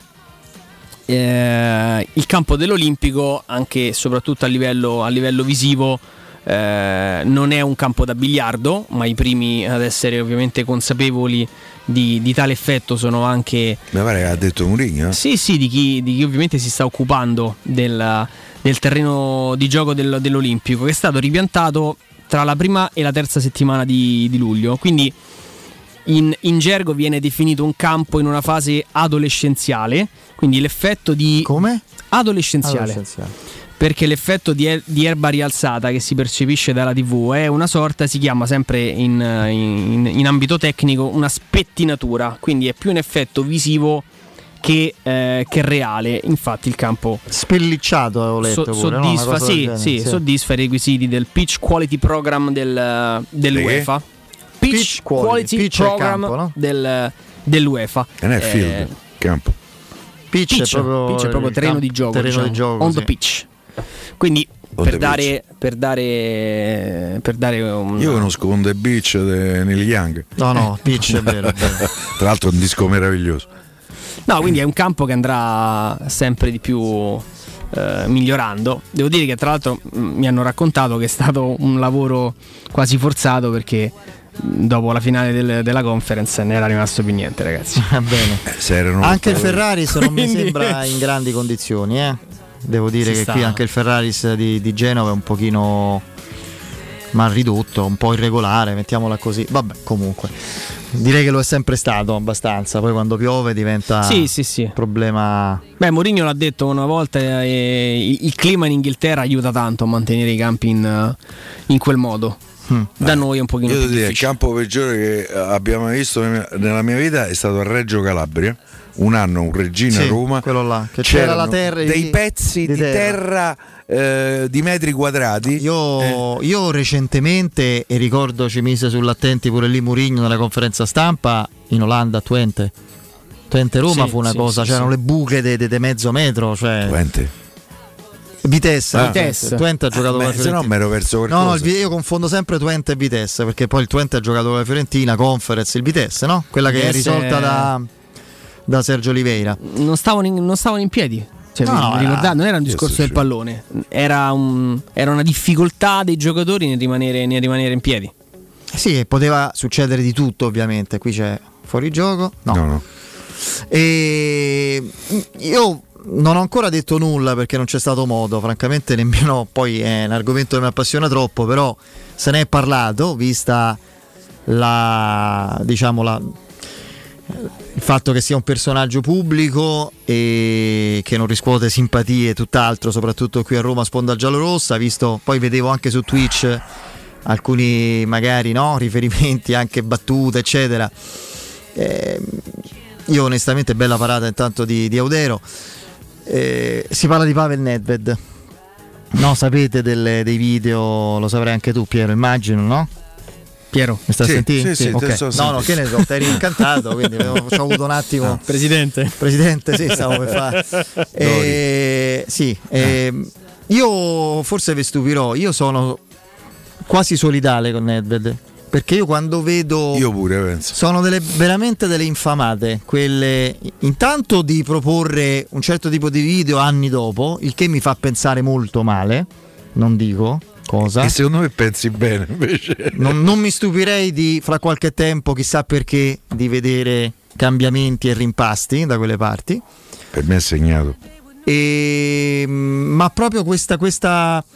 eh, il campo dell'Olimpico, anche e soprattutto a livello, a livello visivo, eh, non è un campo da biliardo, ma i primi ad essere ovviamente consapevoli Di, di tale effetto sono anche. Mi pare che ha detto Mourinho. Sì, sì, di chi, di chi ovviamente si sta occupando del, del terreno di gioco del, dell'Olimpico, che è stato ripiantato tra la prima e la terza settimana di, di luglio. Quindi in, in gergo viene definito un campo in una fase adolescenziale. Quindi l'effetto di. Come? Adolescenziale. Adolescenziale. Perché l'effetto di, er- di erba rialzata che si percepisce dalla tivù è una sorta, si chiama sempre in, in, in ambito tecnico, una spettinatura, quindi è più un effetto visivo che, eh, che reale. Infatti il campo spellicciato avevo letto so- pure, soddisfa, no? sì, sì, sì. soddisfa i requisiti del Pitch Quality Program del, dell'UEFA. Pitch, Pitch Quality, quality Pitch Program campo, no? del, dell'UEFA. Non è field, eh, campo. Pitch, pitch, è proprio, pitch è proprio terreno di gioco, terreno diciamo, di gioco on sì. the pitch. Quindi per dare, per dare per dare un... Io conosco On the Beach di Neil Young. No no, Pitch è vero, è vero. Tra l'altro è un disco meraviglioso. No, quindi è un campo che andrà sempre di più eh, migliorando. Devo dire che tra l'altro mh, mi hanno raccontato che è stato un lavoro quasi forzato, perché dopo la finale del, della conference ne era rimasto più niente, ragazzi. Bene. Eh, anche il Ferraris non Quindi... mi sembra in grandi condizioni, eh. Devo dire Si che sta. qui anche il Ferraris di, di Genova è un pochino mal ridotto, un po' irregolare, mettiamola così. Vabbè, comunque direi che lo è sempre stato abbastanza. Poi quando piove diventa Sì, sì, sì. un problema. Beh, Mourinho l'ha detto una volta, eh, il clima in Inghilterra aiuta tanto a mantenere i campi in, in quel modo. Mm. Da eh, noi è un pochino io più dire, il difficile. campo peggiore che abbiamo mai visto nella mia vita è stato a Reggio Calabria, un anno un Regina Sì, Roma, quello là, che c'era la terra dei di- pezzi di di terra, eh, di metri quadrati. Io, eh. io recentemente, e ricordo ci mise sull'attenti pure lì Mourinho nella conferenza stampa in Olanda a Twente Twente Roma, Sì, fu una sì, cosa, sì, c'erano sì. le buche di mezzo metro, cioè Twente. Vitesse, Ah. Vitesse. Twente ha giocato Beh, con la se no Fiorentina. mi ero perso No, qualcosa. no, il Vi- io confondo sempre Twente e Vitesse, perché poi il Twente ha giocato con la Fiorentina, Conference, il Vitesse, no? Quella che è Vitesse- risolta da, da Sergio Oliveira. Non stavano in, non stavano in piedi. Cioè, No, vi- no, vi era- ricordate? Non era un Sì, discorso sì, del sì. pallone, era, un- era una difficoltà dei giocatori nel rimanere, nel rimanere in piedi. Sì, e poteva succedere di tutto, ovviamente. Qui c'è fuorigioco. No. No, no. E io non ho ancora detto nulla perché non c'è stato modo, francamente nemmeno, poi è un argomento che mi appassiona troppo, però se ne è parlato, vista la, diciamo, la, il fatto che sia un personaggio pubblico e che non riscuote simpatie e tutt'altro, soprattutto qui a Roma sponda giallorossa, visto, poi vedevo anche su Twitch alcuni magari no, riferimenti, anche battute eccetera. Eh, io onestamente bella parata intanto di, di Audero. Eh, si parla di Pavel Nedved, no? Sapete delle, dei video, lo saprai anche tu Piero, immagino, no? Piero, mi sta Sì, a sentire? sì, sì, te ok. sto No, no, che ne so, ti eri incantato, quindi ho avuto un attimo. No, presidente. Presidente, sì, stavo per fare. Eh, sì, eh, io forse vi stupirò, io sono quasi solidale con Nedved, perché io quando vedo Io pure penso. sono delle, veramente delle infamate, quelle intanto di proporre un certo tipo di video anni dopo, il che mi fa pensare molto male, non dico cosa. E secondo me pensi bene invece. Non, non mi stupirei di fra qualche tempo, chissà perché, di vedere cambiamenti e rimpasti da quelle parti. Per me è segnato. E, ma proprio questa questa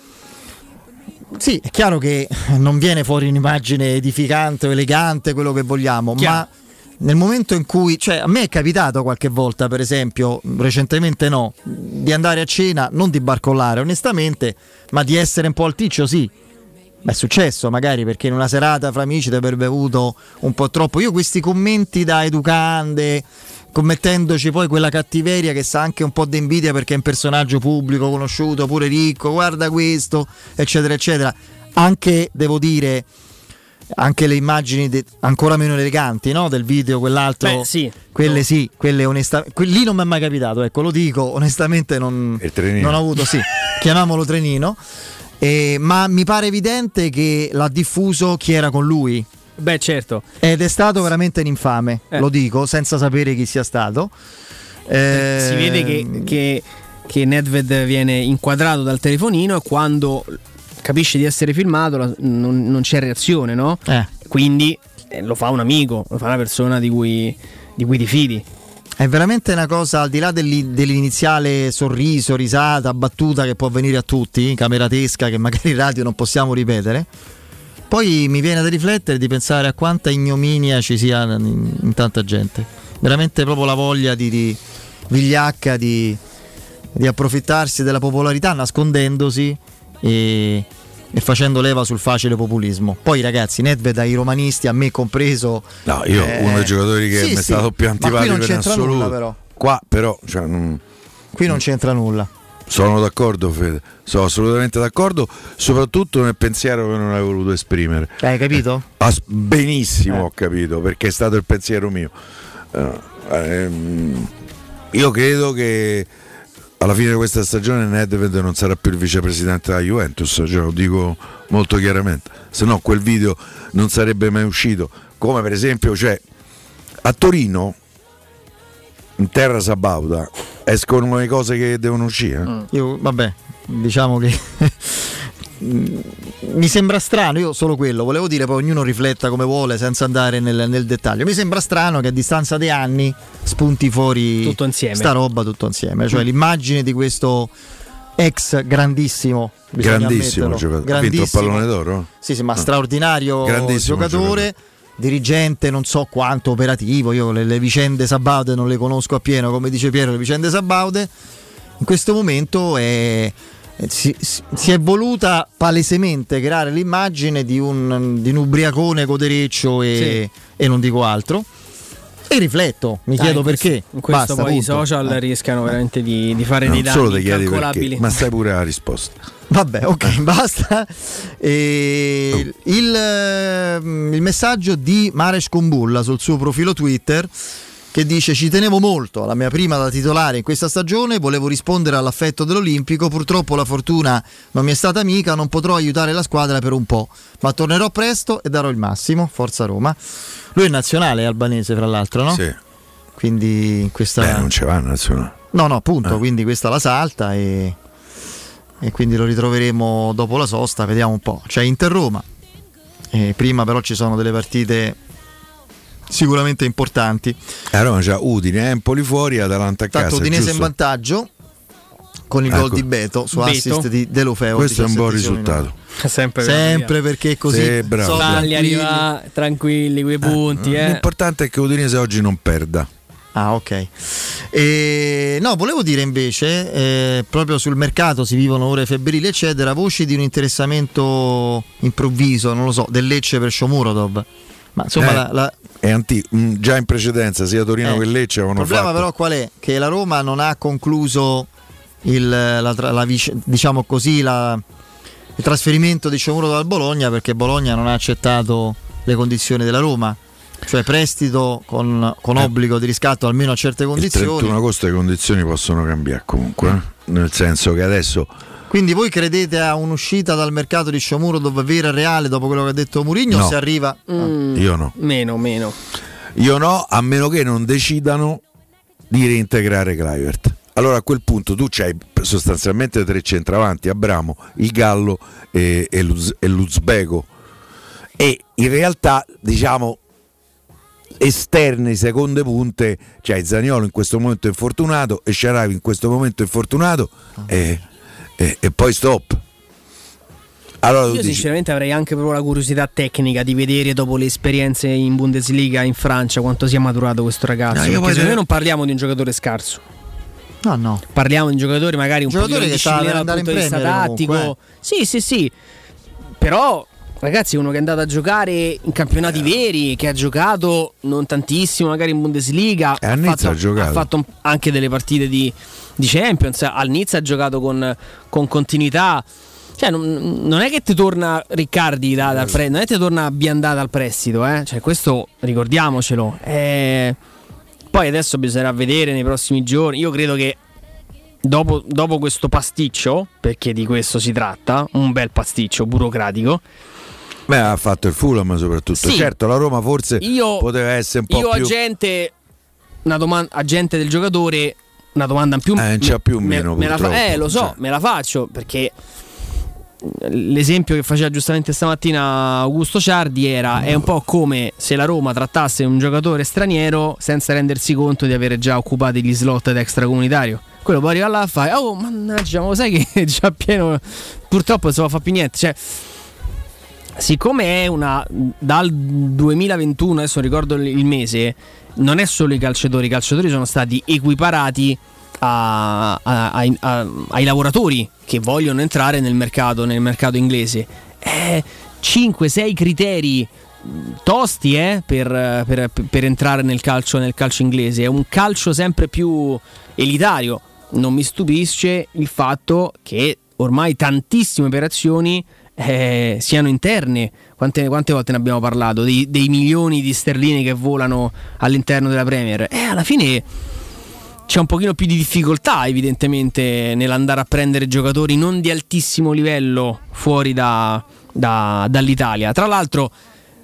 sì, è chiaro che non viene fuori un'immagine edificante o elegante, quello che vogliamo, Chiaro. ma nel momento in cui, cioè a me è capitato qualche volta, per esempio, recentemente no, di andare a cena, non di barcollare onestamente, ma di essere un po' alticcio, sì. Beh, è successo magari perché in una serata fra amici ti avrebbe avuto un po' troppo. Io questi commenti da educande, commettendoci poi quella cattiveria che sa anche un po' di invidia perché è un personaggio pubblico, conosciuto, pure ricco, guarda questo, eccetera, eccetera. Anche, devo dire, anche le immagini de- ancora meno eleganti, no? Del video, quell'altro. Beh, sì. Quelle sì, quelle onestamente. Que- lì non mi è mai capitato, ecco, lo dico, onestamente non, Il trenino. non ho avuto, sì, chiamiamolo trenino. Eh, ma mi pare evidente che l'ha diffuso chi era con lui. Beh, certo. Ed è stato veramente un infame, Eh. lo dico, senza sapere chi sia stato. Eh, Si vede che, che, che Nedved viene inquadrato dal telefonino e quando capisce di essere filmato la- non, non c'è reazione, no? Eh. Quindi eh, lo fa un amico, lo fa una persona di cui, di cui ti fidi. È veramente una cosa, al di là dell'i- dell'iniziale sorriso, risata, battuta che può venire a tutti, cameratesca, che magari in radio non possiamo ripetere. Poi mi viene da riflettere, di pensare a quanta ignominia ci sia in, in tanta gente. Veramente proprio la voglia di, di vigliacca di, di approfittarsi della popolarità nascondendosi e, e facendo leva sul facile populismo. Poi ragazzi, Nedved ai romanisti, a me compreso. No, io eh, uno dei giocatori che sì, mi è sì, stato più ma qui antipatico non in c'entra assoluto. nulla, però. Qua però cioè, non... Qui non c'entra nulla. Sono d'accordo, Fede, sono assolutamente d'accordo, soprattutto nel pensiero che non hai voluto esprimere. Hai capito? As- benissimo Eh. ho capito, perché è stato il pensiero mio. Eh, ehm, io credo che alla fine di questa stagione Nedved non sarà più il vicepresidente della Juventus, cioè, lo dico molto chiaramente, se no quel video non sarebbe mai uscito. Come per esempio, cioè, a Torino in terra sabauda escono le cose che devono uscire. Mm. Io, vabbè, diciamo che mi sembra strano, io solo quello volevo dire, poi ognuno rifletta come vuole senza andare nel, nel dettaglio. Mi sembra strano che a distanza di anni spunti fuori tutto insieme, sta roba tutto insieme, cioè mm. l'immagine di questo ex grandissimo, grandissimo giocatore, ha vinto il pallone d'oro? Sì, sì, ma no. straordinario giocatore, giocatore, dirigente non so quanto operativo. Io le, le vicende sabaude non le conosco appieno, come dice Piero, le vicende sabaude in questo momento è Si, si è voluta palesemente creare l'immagine di un, di un ubriacone codereccio e, sì. e non dico altro. E rifletto, mi Dai, chiedo in perché. Questo, in questo Basta, poi punto. i social eh. rischiano veramente di, di fare no, dei danni incalcolabili. Ma stai pure la risposta. Vabbè, ok, basta. E oh. il, il messaggio di Mares Kumbulla sul suo profilo Twitter, che dice: ci tenevo molto alla mia prima da titolare in questa stagione, volevo rispondere all'affetto dell'Olimpico, purtroppo la fortuna non mi è stata amica, non potrò aiutare la squadra per un po', ma tornerò presto e darò il massimo. Forza Roma. Lui è nazionale, è albanese fra l'altro, no? Sì. Quindi questa Beh, non ce va nazionale. No, no, appunto, eh. quindi questa la salta e e quindi lo ritroveremo dopo la sosta, vediamo un po'. C'è Inter-Roma, e prima però ci sono delle partite sicuramente importanti. A Roma c'è Udine, Empoli fuori, Atalanta a casa. Tanto Udinese giusto? in vantaggio con il ecco. gol di Beto su Beto. assist di De Lofeo. Questo è un buon risultato. Sempre, Sempre perché così sì, bravo. Falli arriva tranquilli quei punti. Eh. Eh. L'importante è che Udinese oggi non perda. Ah, ok. E, no, volevo dire invece, eh, proprio sul mercato si vivono ore febbrili, eccetera, voci di un interessamento improvviso, non lo so, del Lecce per Shomurodov. Ma insomma, eh, la, la... è anti- già in precedenza sia Torino eh, che Lecce avevano fatto. Il problema però qual è? Che la Roma non ha concluso il, la, la, la, diciamo così, la, il trasferimento di Shomurodov dal Bologna, perché Bologna non ha accettato le condizioni della Roma. Cioè prestito con, con eh. obbligo di riscatto almeno a certe condizioni. Il trentuno agosto le condizioni possono cambiare comunque, eh? Nel senso che adesso. Quindi voi credete a un'uscita dal mercato di Shomurodov vera e reale dopo quello che ha detto Mourinho? No. Se arriva mm, io no. Meno, meno. Io no, a meno che non decidano di reintegrare Kluivert. Allora a quel punto tu c'hai sostanzialmente tre centravanti, Abramo, il Gallo e, e, Luz, e l'Uzbeko. E in realtà diciamo esterne, seconde punte, cioè Zaniolo in questo momento è infortunato e Sharawi in questo momento è infortunato e, e, e poi stop. Allora, io sinceramente dici... avrei anche proprio la curiosità tecnica di vedere dopo le esperienze in Bundesliga in Francia quanto sia maturato questo ragazzo, no, perché se noi non parliamo di un giocatore scarso. No, no. Parliamo di un giocatore magari un, un giocatore po' disciplinato dal punto di vista tattico. Comunque. Sì, sì, sì. Però ragazzi, uno che è andato a giocare in campionati veri, che ha giocato non tantissimo, magari in Bundesliga, ha fatto, ha, ha fatto anche delle partite di, di Champions. Al Nizza ha giocato con, con continuità. Cioè, non, non è che ti torna Riccardi da, dal pre, non è che ti torna Biandà dal prestito, eh? Cioè, questo ricordiamocelo. Eh, poi adesso bisognerà vedere nei prossimi giorni. Io credo che dopo, dopo questo pasticcio, perché di questo si tratta, un bel pasticcio burocratico. Beh, ha fatto il Fulham soprattutto. Sì. Certo, la Roma forse io, poteva essere un po' io più... Io agente, una domanda, agente del giocatore, una domanda in più... Eh, non c'ha più o me, meno, me la fa, Eh, lo so, cioè. me la faccio, perché l'esempio che faceva giustamente stamattina Augusto Ciardi era, è un po' come se la Roma trattasse un giocatore straniero senza rendersi conto di avere già occupato gli slot d'extracomunitario. Quello poi arriva là e fa, oh mannaggia, ma lo sai che è già pieno, purtroppo non se lo fa più niente. Cioè, siccome è una dal duemilaventuno, adesso ricordo il mese, non è solo i calciatori, i calciatori sono stati equiparati a, a, a, a, ai lavoratori che vogliono entrare nel mercato, nel mercato inglese. Eh, cinque sei criteri tosti eh, per, per, per entrare nel calcio, nel calcio inglese. È un calcio sempre più elitario. Non mi stupisce il fatto che ormai tantissime operazioni Eh, siano interne. Quante, quante volte ne abbiamo parlato dei, dei milioni di sterline che volano all'interno della Premier. E eh, alla fine c'è un pochino più di difficoltà evidentemente nell'andare a prendere giocatori non di altissimo livello fuori da, da, dall'Italia. Tra l'altro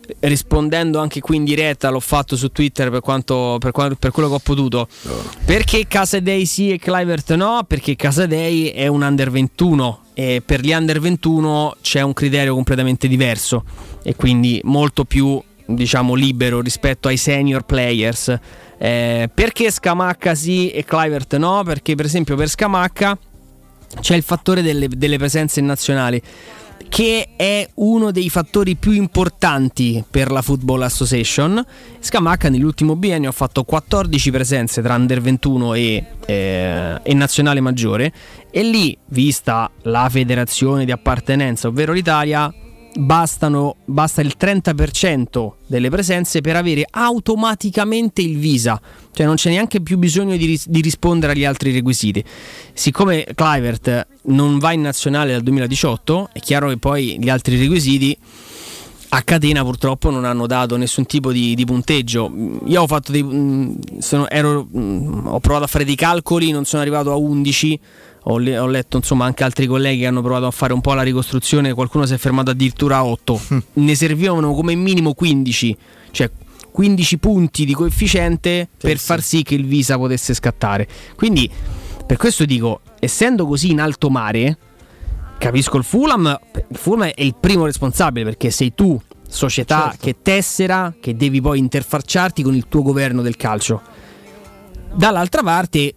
rispondendo anche qui in diretta, l'ho fatto su Twitter per quanto per, quanto, per quello che ho potuto. No. Perché Casadei sì e Kluivert no? Perché Casadei è un under ventuno e per gli under ventuno c'è un criterio completamente diverso e quindi molto più, diciamo, libero rispetto ai senior players. Eh, perché Scamacca sì e Kluivert no? Perché per esempio per Scamacca c'è il fattore delle, delle presenze nazionali, che è uno dei fattori più importanti per la Football Association. Scamacca nell'ultimo biennio ha fatto quattordici presenze tra under ventuno e, eh, e nazionale maggiore, e lì, vista la federazione di appartenenza, ovvero l'Italia, bastano, basta il trenta per cento delle presenze per avere automaticamente il visa, cioè non c'è neanche più bisogno di, ris- di rispondere agli altri requisiti. Siccome Kluivert non va in nazionale dal duemiladiciotto, è chiaro che poi gli altri requisiti a catena purtroppo non hanno dato nessun tipo di, di punteggio. Io ho fatto dei sono, ero, ho provato a fare dei calcoli, non sono arrivato a undici. Ho, le, ho letto insomma anche altri colleghi che hanno provato a fare un po' la ricostruzione, qualcuno si è fermato addirittura a otto. Mm. Ne servivano come minimo quindici, cioè quindici punti di coefficiente sì, per sì. far sì che il visa potesse scattare. Quindi per questo dico, essendo così in alto mare, capisco il Fulham. Il Fulham è il primo responsabile, perché sei tu, società, certo, che tessera, che devi poi interfacciarti con il tuo governo del calcio. Dall'altra parte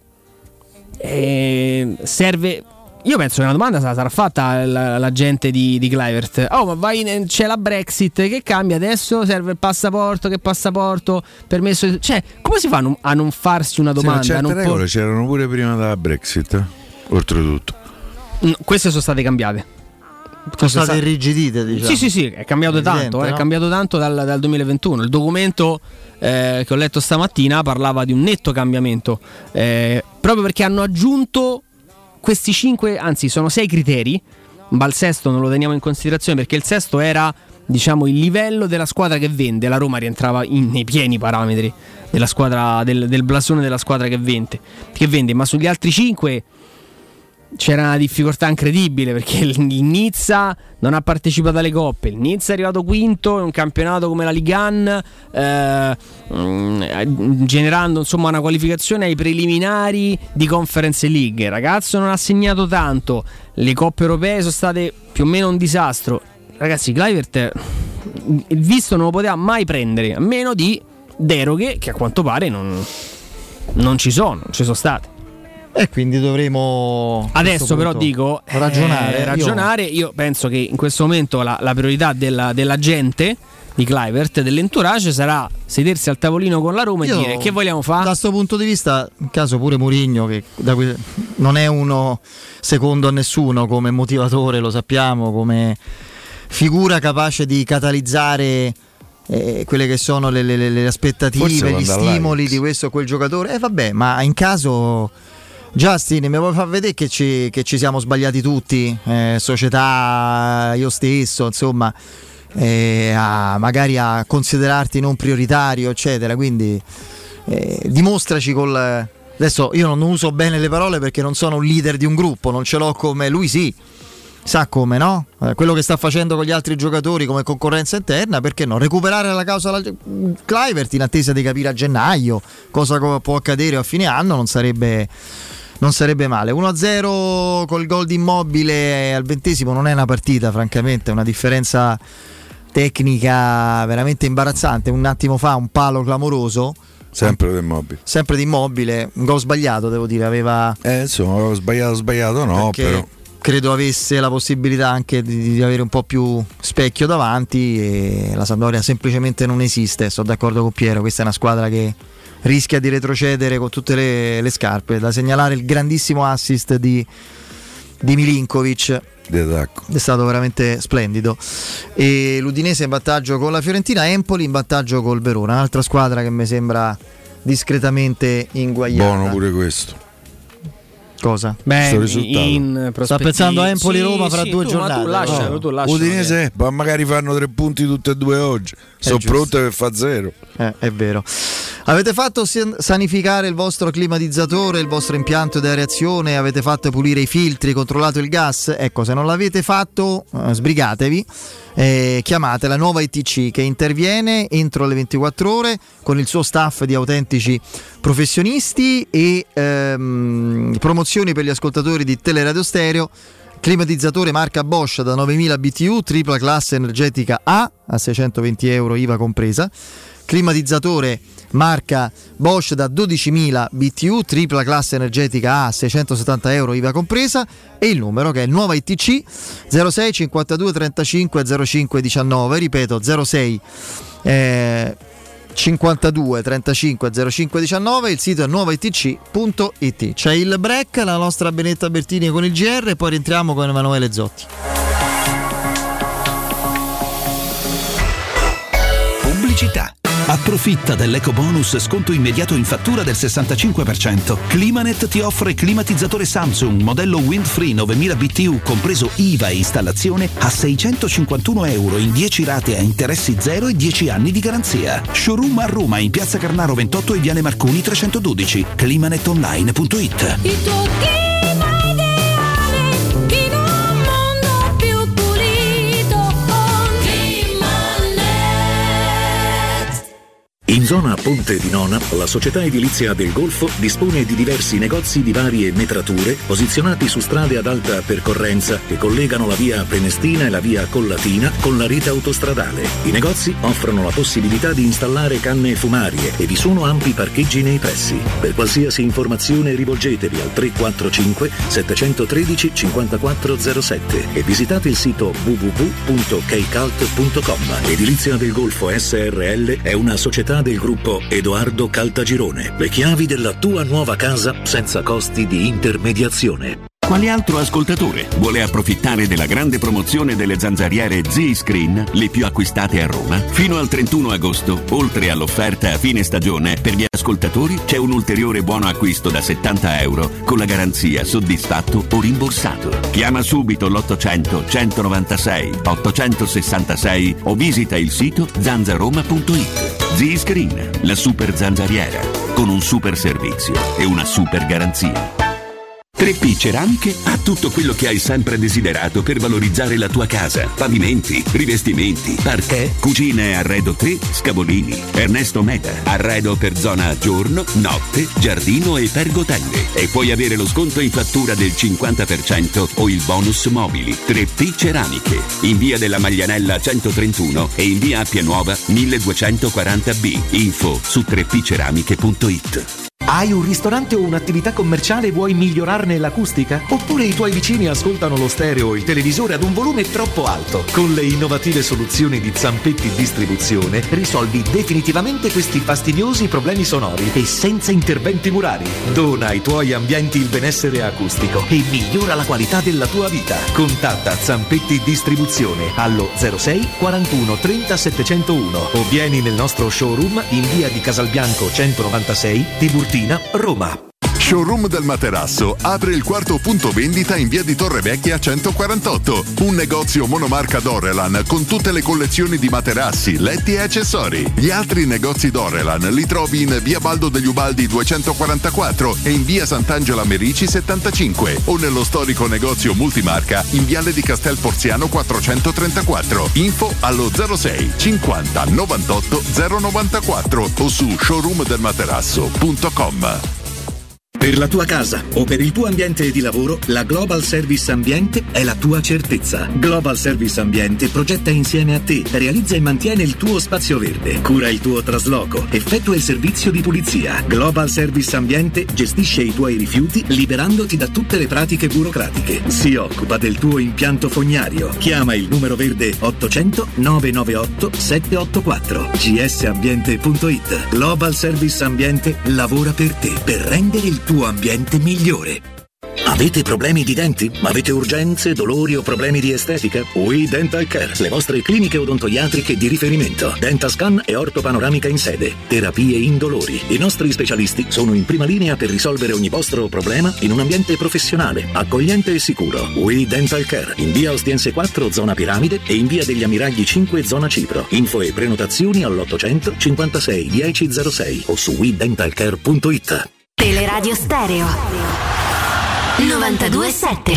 Eh, serve. Io penso che una domanda sarà fatta la, la gente di, di Kluivert. Oh, ma vai in, c'è la Brexit, che cambia adesso? Serve il passaporto? Che passaporto? Permesso? Cioè, come si fa a non, a non farsi una domanda? Sì, ma certe non regole può... c'erano pure prima della Brexit, eh? Oltretutto. No, queste sono state cambiate. Sono state irrigidite, diciamo. Sì, sì, sì, è cambiato Evidente, tanto, eh, no? è cambiato tanto dal, dal duemilaventuno. Il documento eh, che ho letto stamattina parlava di un netto cambiamento, eh, proprio perché hanno aggiunto questi cinque, anzi sono sei criteri, ma il sesto non lo teniamo in considerazione perché il sesto era, diciamo, il livello della squadra che vende. La Roma rientrava in, nei pieni parametri della squadra, del, del blasone della squadra che vende, che vende, ma sugli altri cinque c'era una difficoltà incredibile, perché il Nizza non ha partecipato alle coppe, il Nizza è arrivato quinto in un campionato come la Ligue uno, eh, generando insomma una qualificazione ai preliminari di Conference League. Il ragazzo non ha segnato tanto, le coppe europee sono state più o meno un disastro. Ragazzi, Kluivert il visto non lo poteva mai prendere, a meno di deroghe che a quanto pare non, non ci sono, non ci sono state. E quindi dovremo adesso però dico ragionare, eh, ragionare. Io... io penso che in questo momento la, la priorità della, della gente di Kluivert, dell'entourage, sarà sedersi al tavolino con la Roma io, e dire che vogliamo fare. Da questo punto di vista, in caso pure Mourinho, che da que- non è uno secondo a nessuno come motivatore, lo sappiamo, come figura capace di catalizzare eh, quelle che sono le, le, le aspettative, gli stimoli di questo o quel giocatore. E eh, vabbè, ma in caso Justin, mi vuoi far vedere che ci, che ci siamo sbagliati tutti, eh, società, io stesso, insomma, eh, a, magari a considerarti non prioritario, eccetera. Quindi eh, dimostraci col... Adesso io non uso bene le parole perché non sono un leader di un gruppo, non ce l'ho come lui, sì, sa come, no? Eh, quello che sta facendo con gli altri giocatori come concorrenza interna, perché no? Recuperare la causa alla Kluivert in attesa di capire a gennaio cosa può accadere a fine anno non sarebbe... non sarebbe male. uno a zero col gol di Immobile al ventesimo non è una partita, francamente, è una differenza tecnica veramente imbarazzante. Un attimo fa un palo clamoroso, sempre di Immobile, sempre di Immobile, un gol sbagliato, devo dire, aveva eh insomma, aveva sbagliato sbagliato no, però credo avesse la possibilità anche di, di avere un po' più specchio davanti, e la Sampdoria semplicemente non esiste. Sto d'accordo con Piero, questa è una squadra che rischia di retrocedere con tutte le, le scarpe. Da segnalare il grandissimo assist di, di Milinkovic, è stato veramente splendido. E l'Udinese in vantaggio con la Fiorentina, Empoli in vantaggio col Verona, un'altra squadra che mi sembra discretamente inguagliata. Buono pure questo. Cosa? Beh, in sta pensando a Empoli-Roma sì, fra sì, due tu, giornate. Ma tu lascialo, no. tu lascialo, Udinese, ma magari fanno tre punti tutte e due oggi. Sono pronte per fare zero. Eh, è vero. Avete fatto sanificare il vostro climatizzatore, il vostro impianto di areazione, avete fatto pulire i filtri, controllato il gas? Ecco, se non l'avete fatto, eh, sbrigatevi, eh, chiamate la nuova I T C che interviene entro le ventiquattro ore con il suo staff di autentici professionisti e ehm, promozioni per gli ascoltatori di Teleradio Stereo. Climatizzatore marca Bosch da novemila B T U, tripla classe energetica A a seicentoventi euro I V A compresa. Climatizzatore marca Bosch da dodicimila B T U, tripla classe energetica A, seicentosettanta euro I V A compresa, e il numero che è il nuova I T C zero sei cinquantadue trentacinque zero cinque diciannove, ripeto zero sei eh, cinquantadue trentacinque zero cinque diciannove, il sito è nuova I T C punto I T. C'è il break, la nostra Benetta Bertini con il G R e poi rientriamo con Emanuele Zotti. Pubblicità. Approfitta dell'eco bonus sconto immediato in fattura del sessantacinque per cento. Climanet ti offre climatizzatore Samsung modello Windfree novemila B T U compreso I V A e installazione a seicentocinquantuno euro in dieci rate a interessi zero e dieci anni di garanzia. Showroom a Roma in Piazza Carnaro ventotto e Viale Marconi trecentododici. climanetonline punto it. Il tuo clima ideale in un mondo più pulito con Climanet. In zona Ponte di Nona, la società edilizia del Golfo dispone di diversi negozi di varie metrature posizionati su strade ad alta percorrenza che collegano la via Prenestina e la via Collatina con la rete autostradale. I negozi offrono la possibilità di installare canne fumarie e vi sono ampi parcheggi nei pressi. Per qualsiasi informazione rivolgetevi al tre quattro cinque sette uno tre cinque zero sette e visitate il sito w w w punto keicalt punto com. Edilizia del Golfo S R L è una società del gruppo Edoardo Caltagirone. Le chiavi della tua nuova casa senza costi di intermediazione. Quale altro ascoltatore vuole approfittare della grande promozione delle zanzariere Z-Screen, le più acquistate a Roma? Fino al trentuno agosto, oltre all'offerta a fine stagione, per gli ascoltatori c'è un ulteriore buono acquisto da settanta euro con la garanzia soddisfatto o rimborsato. Chiama subito l'ottocento centonovantasei ottocentosessantasei o visita il sito zanzaroma punto it. Z-Screen, la super zanzariera, con un super servizio e una super garanzia. tre P Ceramiche ha tutto quello che hai sempre desiderato per valorizzare la tua casa. Pavimenti, rivestimenti, parquet, cucine e arredo tre, Scavolini. Ernesto Meda, arredo per zona giorno, notte, giardino e pergotende. E puoi avere lo sconto in fattura del cinquanta per cento o il bonus mobili. tre P Ceramiche, in via della Maglianella centotrentuno e in via Appia Nuova milleduecentoquaranta B. Info su tre p ceramiche punto it. Hai un ristorante o un'attività commerciale e vuoi migliorarne l'acustica? Oppure i tuoi vicini ascoltano lo stereo o il televisore ad un volume troppo alto? Con le innovative soluzioni di Zampetti Distribuzione risolvi definitivamente questi fastidiosi problemi sonori e senza interventi murari. Dona ai tuoi ambienti il benessere acustico e migliora la qualità della tua vita. Contatta Zampetti Distribuzione allo zero sei quarantuno trenta settecentouno o vieni nel nostro showroom in via di Casalbianco centonovantasei, Tiburtina, Roma. Showroom del Materasso apre il quarto punto vendita in via di Torrevecchia centoquarantotto. Un negozio monomarca Dorelan con tutte le collezioni di materassi, letti e accessori. Gli altri negozi Dorelan li trovi in via Baldo degli Ubaldi duecentoquarantaquattro e in via Sant'Angela Merici settantacinque o nello storico negozio multimarca in viale di Castel Porziano quattrocentotrentaquattro. Info allo zero sei cinquanta novantotto zero novantaquattro o su showroom del materasso punto com. Per la tua casa o per il tuo ambiente di lavoro, la Global Service Ambiente è la tua certezza. Global Service Ambiente progetta insieme a te, realizza e mantiene il tuo spazio verde, cura il tuo trasloco, effettua il servizio di pulizia. Global Service Ambiente gestisce i tuoi rifiuti liberandoti da tutte le pratiche burocratiche. Si occupa del tuo impianto fognario. Chiama il numero verde ottocento novecentonovantaotto settecentoottantaquattro. g s ambiente punto it. Global Service Ambiente lavora per te per rendere il tuo ambiente migliore. Avete problemi di denti? Avete urgenze, dolori o problemi di estetica? We Dental Care, le vostre cliniche odontoiatriche di riferimento. Dentascan e ortopanoramica in sede. Terapie indolori. I nostri specialisti sono in prima linea per risolvere ogni vostro problema in un ambiente professionale, accogliente e sicuro. We Dental Care, in via Ostiense quattro, zona Piramide, e in via degli Ammiragli cinque, zona Cipro. Info e prenotazioni all'ottocento cinquantasei dieci zero sei o su we dental care punto it. Teleradio Stereo novantadue sette.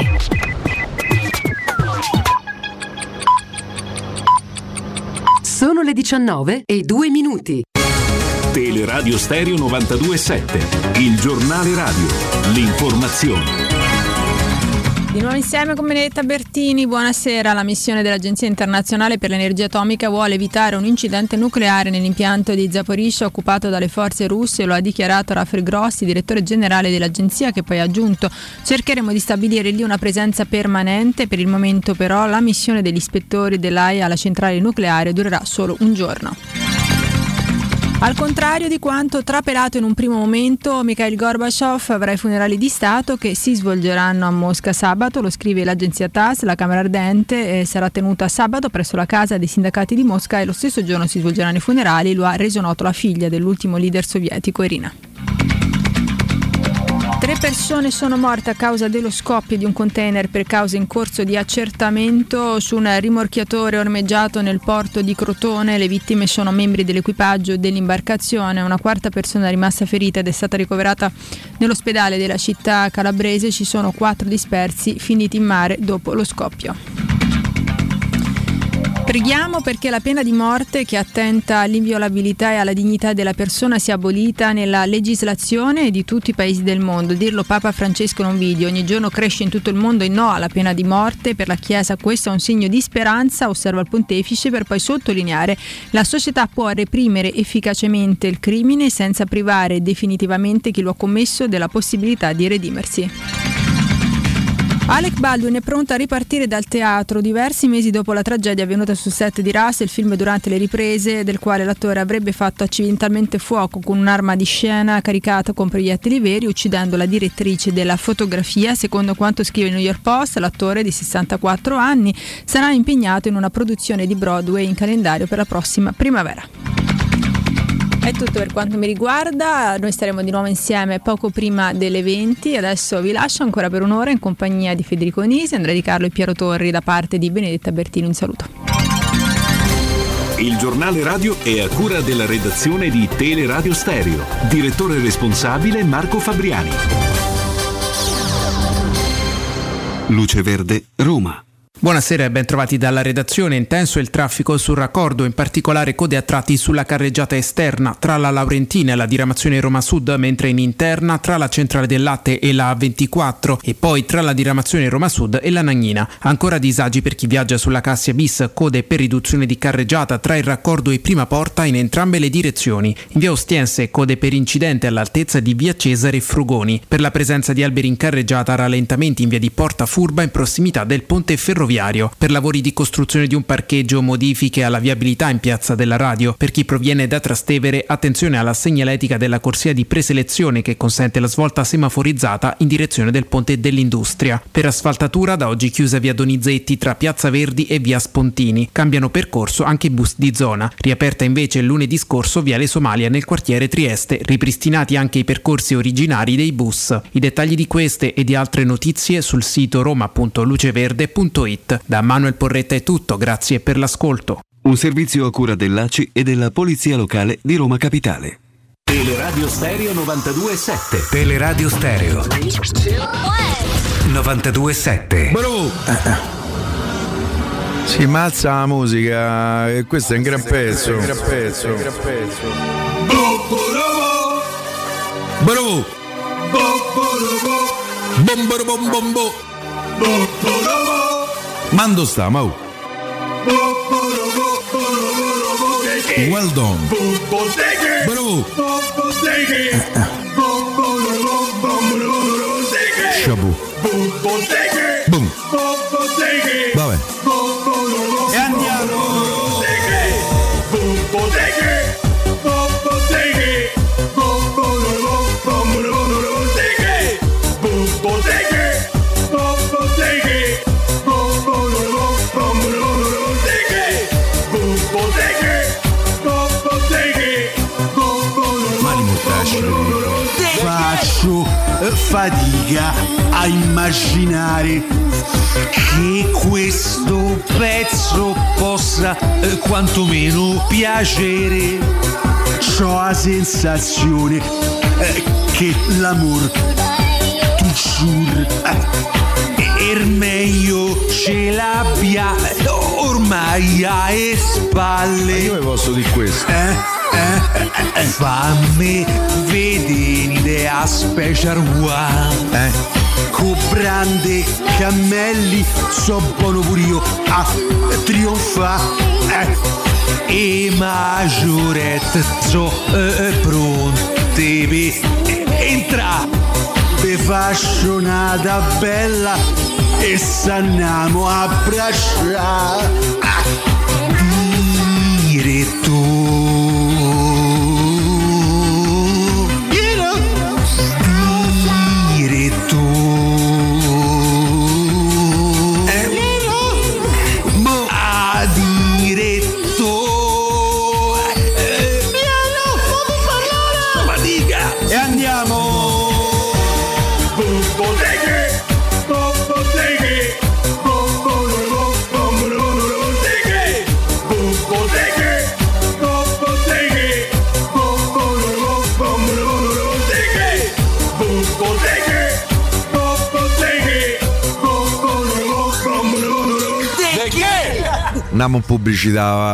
Sono le diciannove e due minuti. Teleradio Stereo novantadue sette, il giornale radio, l'informazione. Di nuovo insieme con Benedetta Bertini, buonasera. La missione dell'Agenzia Internazionale per l'Energia Atomica vuole evitare un incidente nucleare nell'impianto di Zaporizhzhia occupato dalle forze russe, lo ha dichiarato Rafael Grossi, direttore generale dell'agenzia, che poi ha aggiunto: cercheremo di stabilire lì una presenza permanente, per il momento però la missione degli ispettori dell'A I A alla centrale nucleare durerà solo un giorno. Al contrario di quanto trapelato in un primo momento, Mikhail Gorbaciov avrà i funerali di Stato che si svolgeranno a Mosca sabato, lo scrive l'agenzia T A S. La Camera Ardente eh, sarà tenuta sabato presso la casa dei sindacati di Mosca e lo stesso giorno si svolgeranno i funerali, lo ha reso noto la figlia dell'ultimo leader sovietico, Irina. Tre persone sono morte a causa dello scoppio di un container per cause in corso di accertamento su un rimorchiatore ormeggiato nel porto di Crotone. Le vittime sono membri dell'equipaggio dell'imbarcazione. Una quarta persona è rimasta ferita ed è stata ricoverata nell'ospedale della città calabrese. Ci sono quattro dispersi finiti in mare dopo lo scoppio. Preghiamo perché la pena di morte, che attenta all'inviolabilità e alla dignità della persona, sia abolita nella legislazione di tutti i paesi del mondo. Dirlo Papa Francesco in un video. Ogni giorno cresce in tutto il mondo il no alla pena di morte. Per la Chiesa questo è un segno di speranza, osserva il pontefice, per poi sottolineare: la società può reprimere efficacemente il crimine senza privare definitivamente chi lo ha commesso della possibilità di redimersi. Alec Baldwin è pronto a ripartire dal teatro diversi mesi dopo la tragedia avvenuta sul set di Russell, film durante le riprese del quale l'attore avrebbe fatto accidentalmente fuoco con un'arma di scena caricata con proiettili veri, uccidendo la direttrice della fotografia. Secondo quanto scrive il New York Post, l'attore di sessantaquattro anni sarà impegnato in una produzione di Broadway in calendario per la prossima primavera. È tutto per quanto mi riguarda, noi staremo di nuovo insieme poco prima delle venti. Adesso vi lascio ancora per un'ora in compagnia di Federico Nisi, Andrea Di Carlo e Piero Torri da parte di Benedetta Bertini. Un saluto. Il giornale radio è a cura della redazione di Teleradio Stereo. Direttore responsabile Marco Fabriani. Luce Verde, Roma. Buonasera e ben trovati dalla redazione. Intenso il traffico sul raccordo, in particolare code a tratti sulla carreggiata esterna tra la Laurentina e la diramazione Roma Sud, mentre in interna tra la centrale del latte e la A ventiquattro e poi tra la diramazione Roma Sud e la Nagnina. Ancora disagi per chi viaggia sulla Cassia bis, code per riduzione di carreggiata tra il raccordo e Prima Porta in entrambe le direzioni. In via Ostiense code per incidente all'altezza di via Cesare e Frugoni. Per la presenza di alberi in carreggiata, rallentamenti in via di Porta Furba in prossimità del ponte ferroviario. Per lavori di costruzione di un parcheggio, modifiche alla viabilità in Piazza della Radio. Per chi proviene da Trastevere, attenzione alla segnaletica della corsia di preselezione che consente la svolta semaforizzata in direzione del Ponte dell'Industria. Per asfaltatura, da oggi chiusa via Donizetti tra Piazza Verdi e via Spontini. Cambiano percorso anche i bus di zona. Riaperta invece il lunedì scorso viale Somalia nel quartiere Trieste. Ripristinati anche i percorsi originari dei bus. I dettagli di queste e di altre notizie sul sito roma punto luceverde punto it. Da Manuel Porretta è tutto, grazie per l'ascolto. Un servizio a cura dell'A C I e della Polizia Locale di Roma Capitale. Teleradio Stereo novantadue sette. Teleradio Stereo novantadue sette. Bro! Si mazza la musica e questo è un gran pezzo. Un gran pezzo. Un gran pezzo. Bro! Bomboro bombombo. Mando sta, mau. Well done. Bro. Shabu. Boom. Vabbè. E andiamo. faccio fatica a immaginare che questo pezzo possa eh, quantomeno piacere. C'ho la sensazione eh, che l'amor toujours eh, er meglio ce l'abbia ormai alle spalle. Io vi posso dire questo. Eh? Eh, eh, fammi vedere a special one eh. Con brande cammelli so buono pure io a trionfa eh. E maggiorette so eh, pronte per entra per fascionata bella e s'andiamo a abbracciare diretto. Andiamo in pubblicità.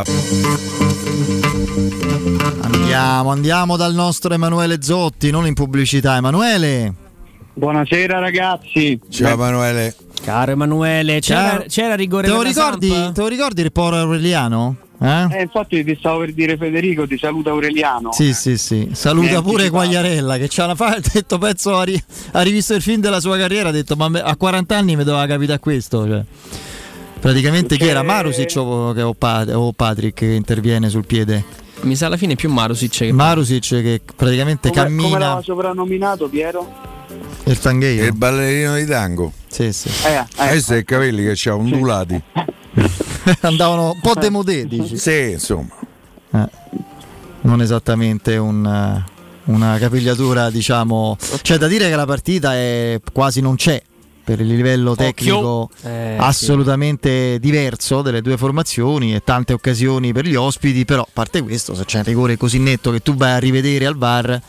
Andiamo, andiamo dal nostro Emanuele Zotti, non in pubblicità. Emanuele. Buonasera ragazzi. Ciao Emanuele. Caro Emanuele, c'era, Ciao. c'era rigore Te lo per la ricordi, Samp? te lo ricordi il povero Aureliano? Eh? Eh, infatti ti stavo per dire Federico, ti saluta Aureliano. Sì, sì, sì. Saluta pure Quagliarella che c'ha una fa- ha detto pezzo ha, ri- ha rivisto il film della sua carriera, ha detto ma a quaranta anni mi doveva capitare questo, cioè. Praticamente Perché... chi era Marusic o, o, Pat- o Patrick che interviene sul piede? Mi sa alla fine più Marusic che Marusic che praticamente come, cammina. come l'aveva soprannominato Piero? Il tangheio. Il ballerino di tango. Sì, sì. Eh, eh. Questi sono i capelli che c'ha ondulati. Andavano un po' demodé, dici? Sì, insomma. Eh, non esattamente un, una capigliatura, diciamo. C'è da dire che la partita è quasi non c'è per il livello tecnico eh, assolutamente sì. diverso delle due formazioni e tante occasioni per gli ospiti, però a parte questo, se c'è un rigore così netto che tu vai a rivedere al V A R,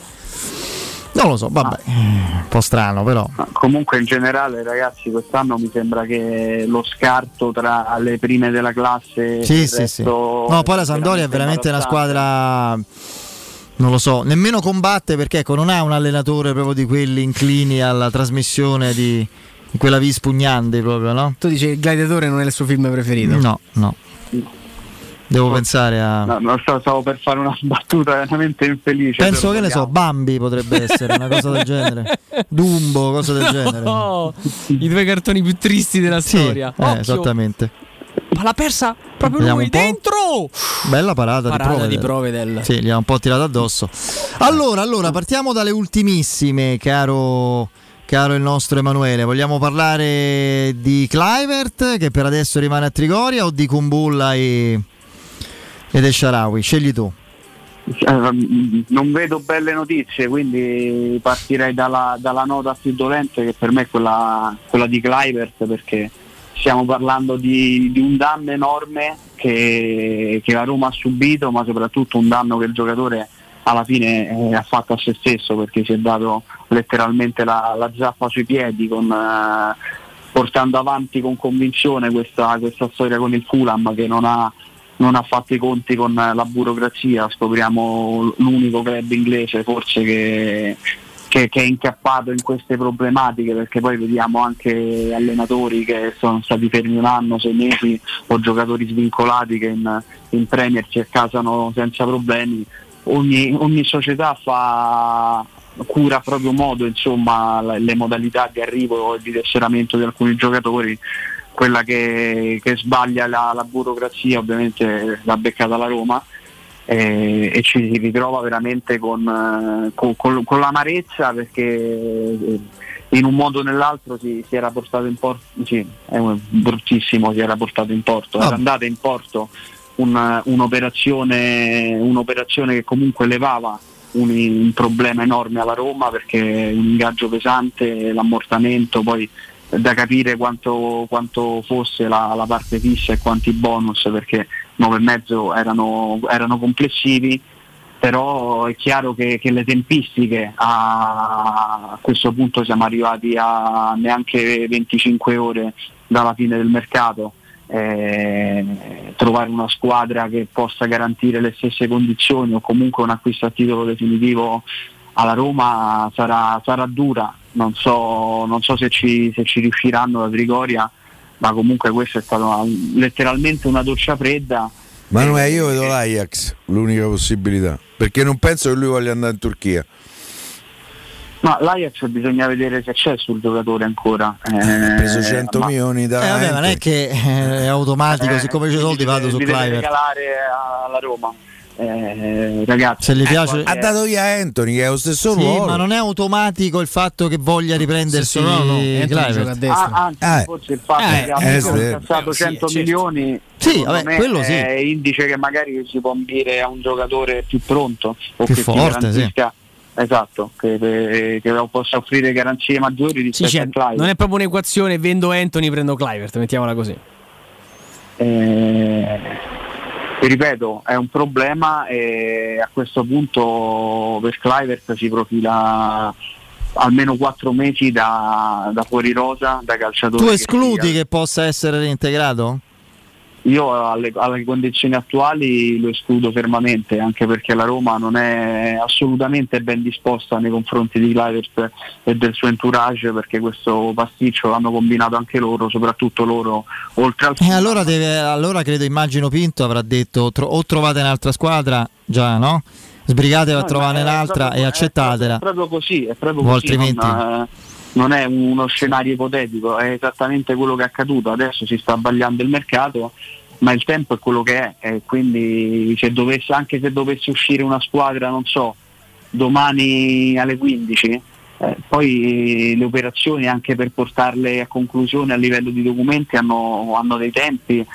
non lo so, vabbè, un po' strano però. Comunque in generale ragazzi quest'anno mi sembra che lo scarto tra le prime della classe sì, il sì, resto sì. No, poi la Sampdoria è veramente una squadra, non lo so, nemmeno combatte perché ecco non ha un allenatore proprio di quelli inclini alla trasmissione di, di quella vis pugnante proprio, no? Tu dici il Gladiatore non è il suo film preferito? No, no. Devo no, pensare a. No, no, stavo per fare una battuta veramente infelice. Penso che ne so, Bambi potrebbe essere una cosa del genere. Dumbo, cosa del genere. No, i due cartoni più tristi della sì, storia. Eh, esattamente. Ma l'ha persa proprio Vediamo lui dentro. Bella parata, parata di Provedel. Di Provedel. Sì, gli ha un po' tirato addosso. Allora, allora, partiamo dalle ultimissime, caro. Caro il nostro Emanuele, vogliamo parlare di Kluivert che per adesso rimane a Trigoria o di Kumbulla e, ed El Shaarawy? Scegli tu. Non vedo belle notizie, quindi partirei dalla, dalla nota più dolente che per me è quella, quella di Kluivert, perché stiamo parlando di, di un danno enorme che, che la Roma ha subito, ma soprattutto un danno che il giocatore alla fine eh, ha fatto a se stesso, perché si è dato letteralmente la, la zappa sui piedi con, eh, portando avanti con convinzione questa, questa storia con il Fulham che non ha, non ha fatto i conti con la burocrazia. Scopriamo l'unico club inglese forse che, che, che è incappato in queste problematiche, perché poi vediamo anche allenatori che sono stati fermi un anno, sei mesi, o giocatori svincolati che in, in Premier si accasano senza problemi. Ogni, ogni società fa cura a proprio modo, insomma, le modalità di arrivo e di tesseramento di alcuni giocatori. Quella che, che sbaglia la, la burocrazia ovviamente l'ha beccata la Roma e, e ci si ritrova veramente con, con, con, con l'amarezza, perché in un modo o nell'altro si, si era portato in porto, sì, è bruttissimo, si era portato in porto, era andata in porto Una, un'operazione, un'operazione che comunque levava un, un problema enorme alla Roma, perché un ingaggio pesante, l'ammortamento, poi da capire quanto, quanto fosse la, la parte fissa e quanti bonus, perché nove e mezzo erano, erano complessivi. Però è chiaro che, che le tempistiche a, a questo punto siamo arrivati a neanche venticinque ore dalla fine del mercato, eh, trovare una squadra che possa garantire le stesse condizioni o comunque un acquisto a titolo definitivo alla Roma sarà, sarà dura. Non so, non so se, ci, se ci riusciranno da Trigoria, ma comunque questa è stata una, letteralmente una doccia fredda. Manuel, io vedo l'Ajax l'unica possibilità, perché non penso che lui voglia andare in Turchia. Ma l'Ajax bisogna vedere se c'è sul giocatore ancora. Eh, ha preso cento ma... milioni da eh, vabbè, non è che è automatico, eh, siccome c'è soldi vado su Kluivert. Deve Kluivert. regalare alla Roma. Eh, ragazzi, se gli piace, ha dato via Anthony che è lo stesso sì, ruolo, ma non è automatico il fatto che voglia riprendersi no, no, Kluivert. Ah, anzi, eh, forse il fatto eh, che ha eh, incassato sì, cento certo. milioni sì, vabbè, me quello sì. è indice che magari si può ambire a un giocatore più pronto o più che forte, ti garantisca, sì. Esatto, che, che, che possa offrire garanzie maggiori rispetto sì, a Kluivert. Non è proprio un'equazione, vendo Anthony, prendo Kluivert, mettiamola così. Eh, ripeto, è un problema e a questo punto per Kluivert si profila almeno quattro mesi da, da fuori rosa, da calciatore. Tu che escludi sia. che possa essere reintegrato? Io alle, alle condizioni attuali lo escludo fermamente, anche perché la Roma non è assolutamente ben disposta nei confronti di Kluivert e del suo entourage, perché questo pasticcio l'hanno combinato anche loro, soprattutto loro, oltre al... E eh, allora, deve, allora credo, immagino Pinto avrà detto tro- o trovate un'altra squadra, già no? Sbrigatevi no, a trovare un'altra proprio, e accettatela. È proprio così, è proprio o così, altrimenti... non, non è uno scenario ipotetico, è esattamente quello che è accaduto. Adesso si sta abbagliando il mercato, ma il tempo è quello che è, e quindi se dovesse, anche se dovesse uscire una squadra, non so, domani alle quindici, eh, poi le operazioni anche per portarle a conclusione a livello di documenti hanno, hanno dei tempi,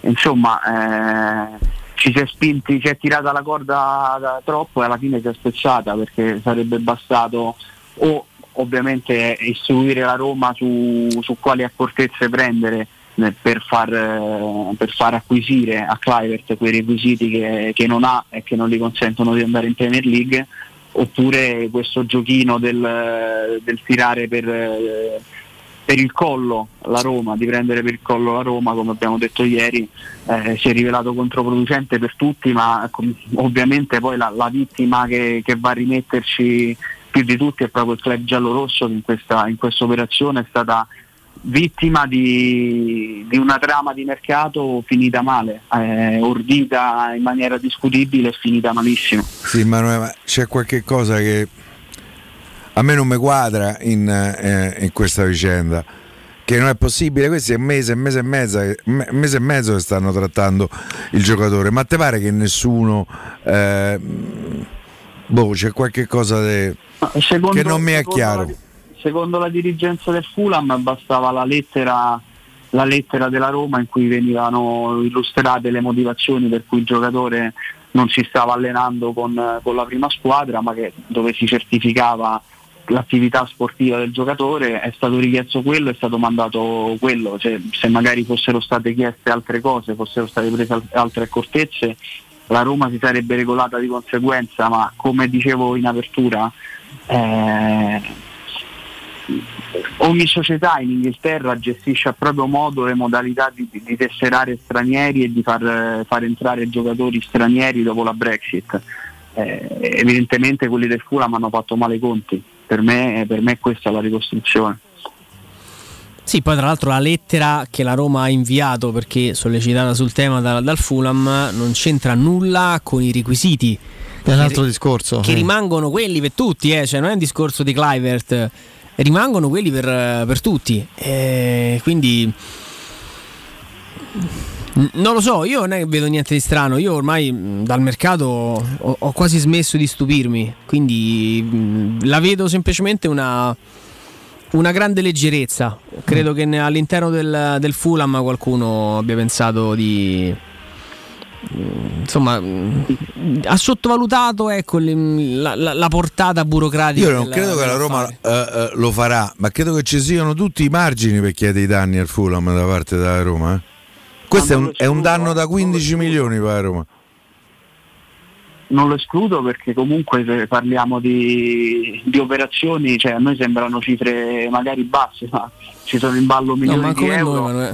insomma, eh, ci si è spinti, si è tirata la corda da troppo e alla fine si è spezzata, perché sarebbe bastato o ovviamente istruire la Roma su, su quali accortezze prendere per far, per far acquisire a Kluivert quei requisiti che, che non ha e che non gli consentono di andare in Premier League, oppure questo giochino del, del tirare per, per il collo la Roma, di prendere per il collo la Roma, come abbiamo detto ieri, eh, si è rivelato controproducente per tutti, ma ovviamente poi la, la vittima che, che va a rimetterci più di tutti è proprio il club giallorosso, che in questa in questa operazione è stata vittima di, di una trama di mercato finita male, eh, ordita in maniera discutibile e finita malissimo. Sì, ma c'è qualche cosa che a me non mi quadra in, eh, in questa vicenda, che non è possibile. Questi è un mese, un mese e mezzo, un mese e mezzo che stanno trattando il giocatore, ma te pare che nessuno eh, boh, c'è qualche cosa de, secondo, che non mi è chiaro. La, secondo la dirigenza del Fulham bastava la lettera la lettera della Roma in cui venivano illustrate le motivazioni per cui il giocatore non si stava allenando con, con la prima squadra, ma che, dove si certificava l'attività sportiva del giocatore. È stato richiesto quello, è stato mandato quello. Cioè, se magari fossero state chieste altre cose, fossero state prese altre accortezze, la Roma si sarebbe regolata di conseguenza, ma come dicevo in apertura, eh, ogni società in Inghilterra gestisce a proprio modo le modalità di, di tesserare stranieri e di far, far entrare giocatori stranieri dopo la Brexit. Eh, evidentemente quelli del Fulham hanno fatto male i conti. Per me, per me questa è la ricostruzione. Sì, poi tra l'altro la lettera che la Roma ha inviato, perché sollecitata sul tema da, dal Fulham, non c'entra nulla con i requisiti. È un altro discorso. Che sì. rimangono quelli per tutti, eh? Cioè non è un discorso di Kluivert, rimangono quelli per, per tutti. Eh, quindi non lo so, io non è che vedo niente di strano. Io ormai dal mercato ho, ho quasi smesso di stupirmi, quindi mh, la vedo semplicemente una una grande leggerezza. Credo che all'interno del, del Fulham qualcuno abbia pensato di insomma ha sottovalutato, ecco, la, la, la portata burocratica. Io non della, credo che la Roma uh, uh, lo farà, ma credo che ci siano tutti i margini per chiedere i danni al Fulham da parte della Roma. Eh? Questo è un, è un danno da quindici milioni per la Roma. Non lo escludo, perché comunque se parliamo di, di operazioni, cioè a noi sembrano cifre magari basse, ma ci sono in ballo milioni no, di euro noi,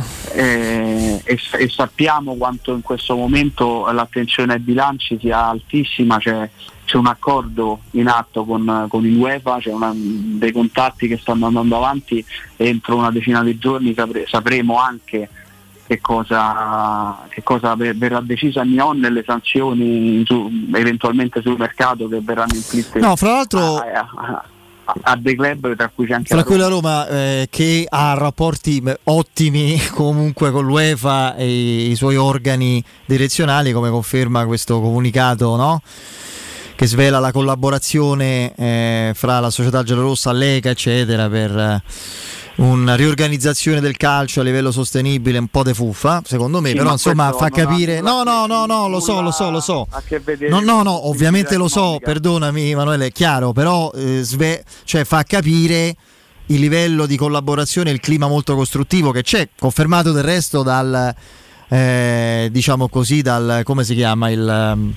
e, e, e sappiamo quanto in questo momento l'attenzione ai bilanci sia altissima, cioè, c'è un accordo in atto con, con il UEFA, c'è una, dei contatti che stanno andando avanti e entro una decina di giorni sapre, sapremo anche che cosa, che cosa verrà decisa nelle sanzioni su, eventualmente sul mercato che verranno inflitte. No, fra l'altro a, a, a, a dei club tra cui c'è anche fra la cui Roma, la Roma eh, che ha rapporti ottimi comunque con l'UEFA e i suoi organi direzionali, come conferma questo comunicato, no? Che svela la collaborazione eh, fra la società giallorossa, l'E C A eccetera, per eh, una riorganizzazione del calcio a livello sostenibile, un po' de fuffa secondo me, sì, però insomma fa capire no no no no no lo so lo so lo so no no no ovviamente lo so, perdonami Emanuele, è chiaro, però eh, sve- cioè fa capire il livello di collaborazione e il clima molto costruttivo che c'è, confermato del resto dal eh, diciamo così dal come si chiama il um,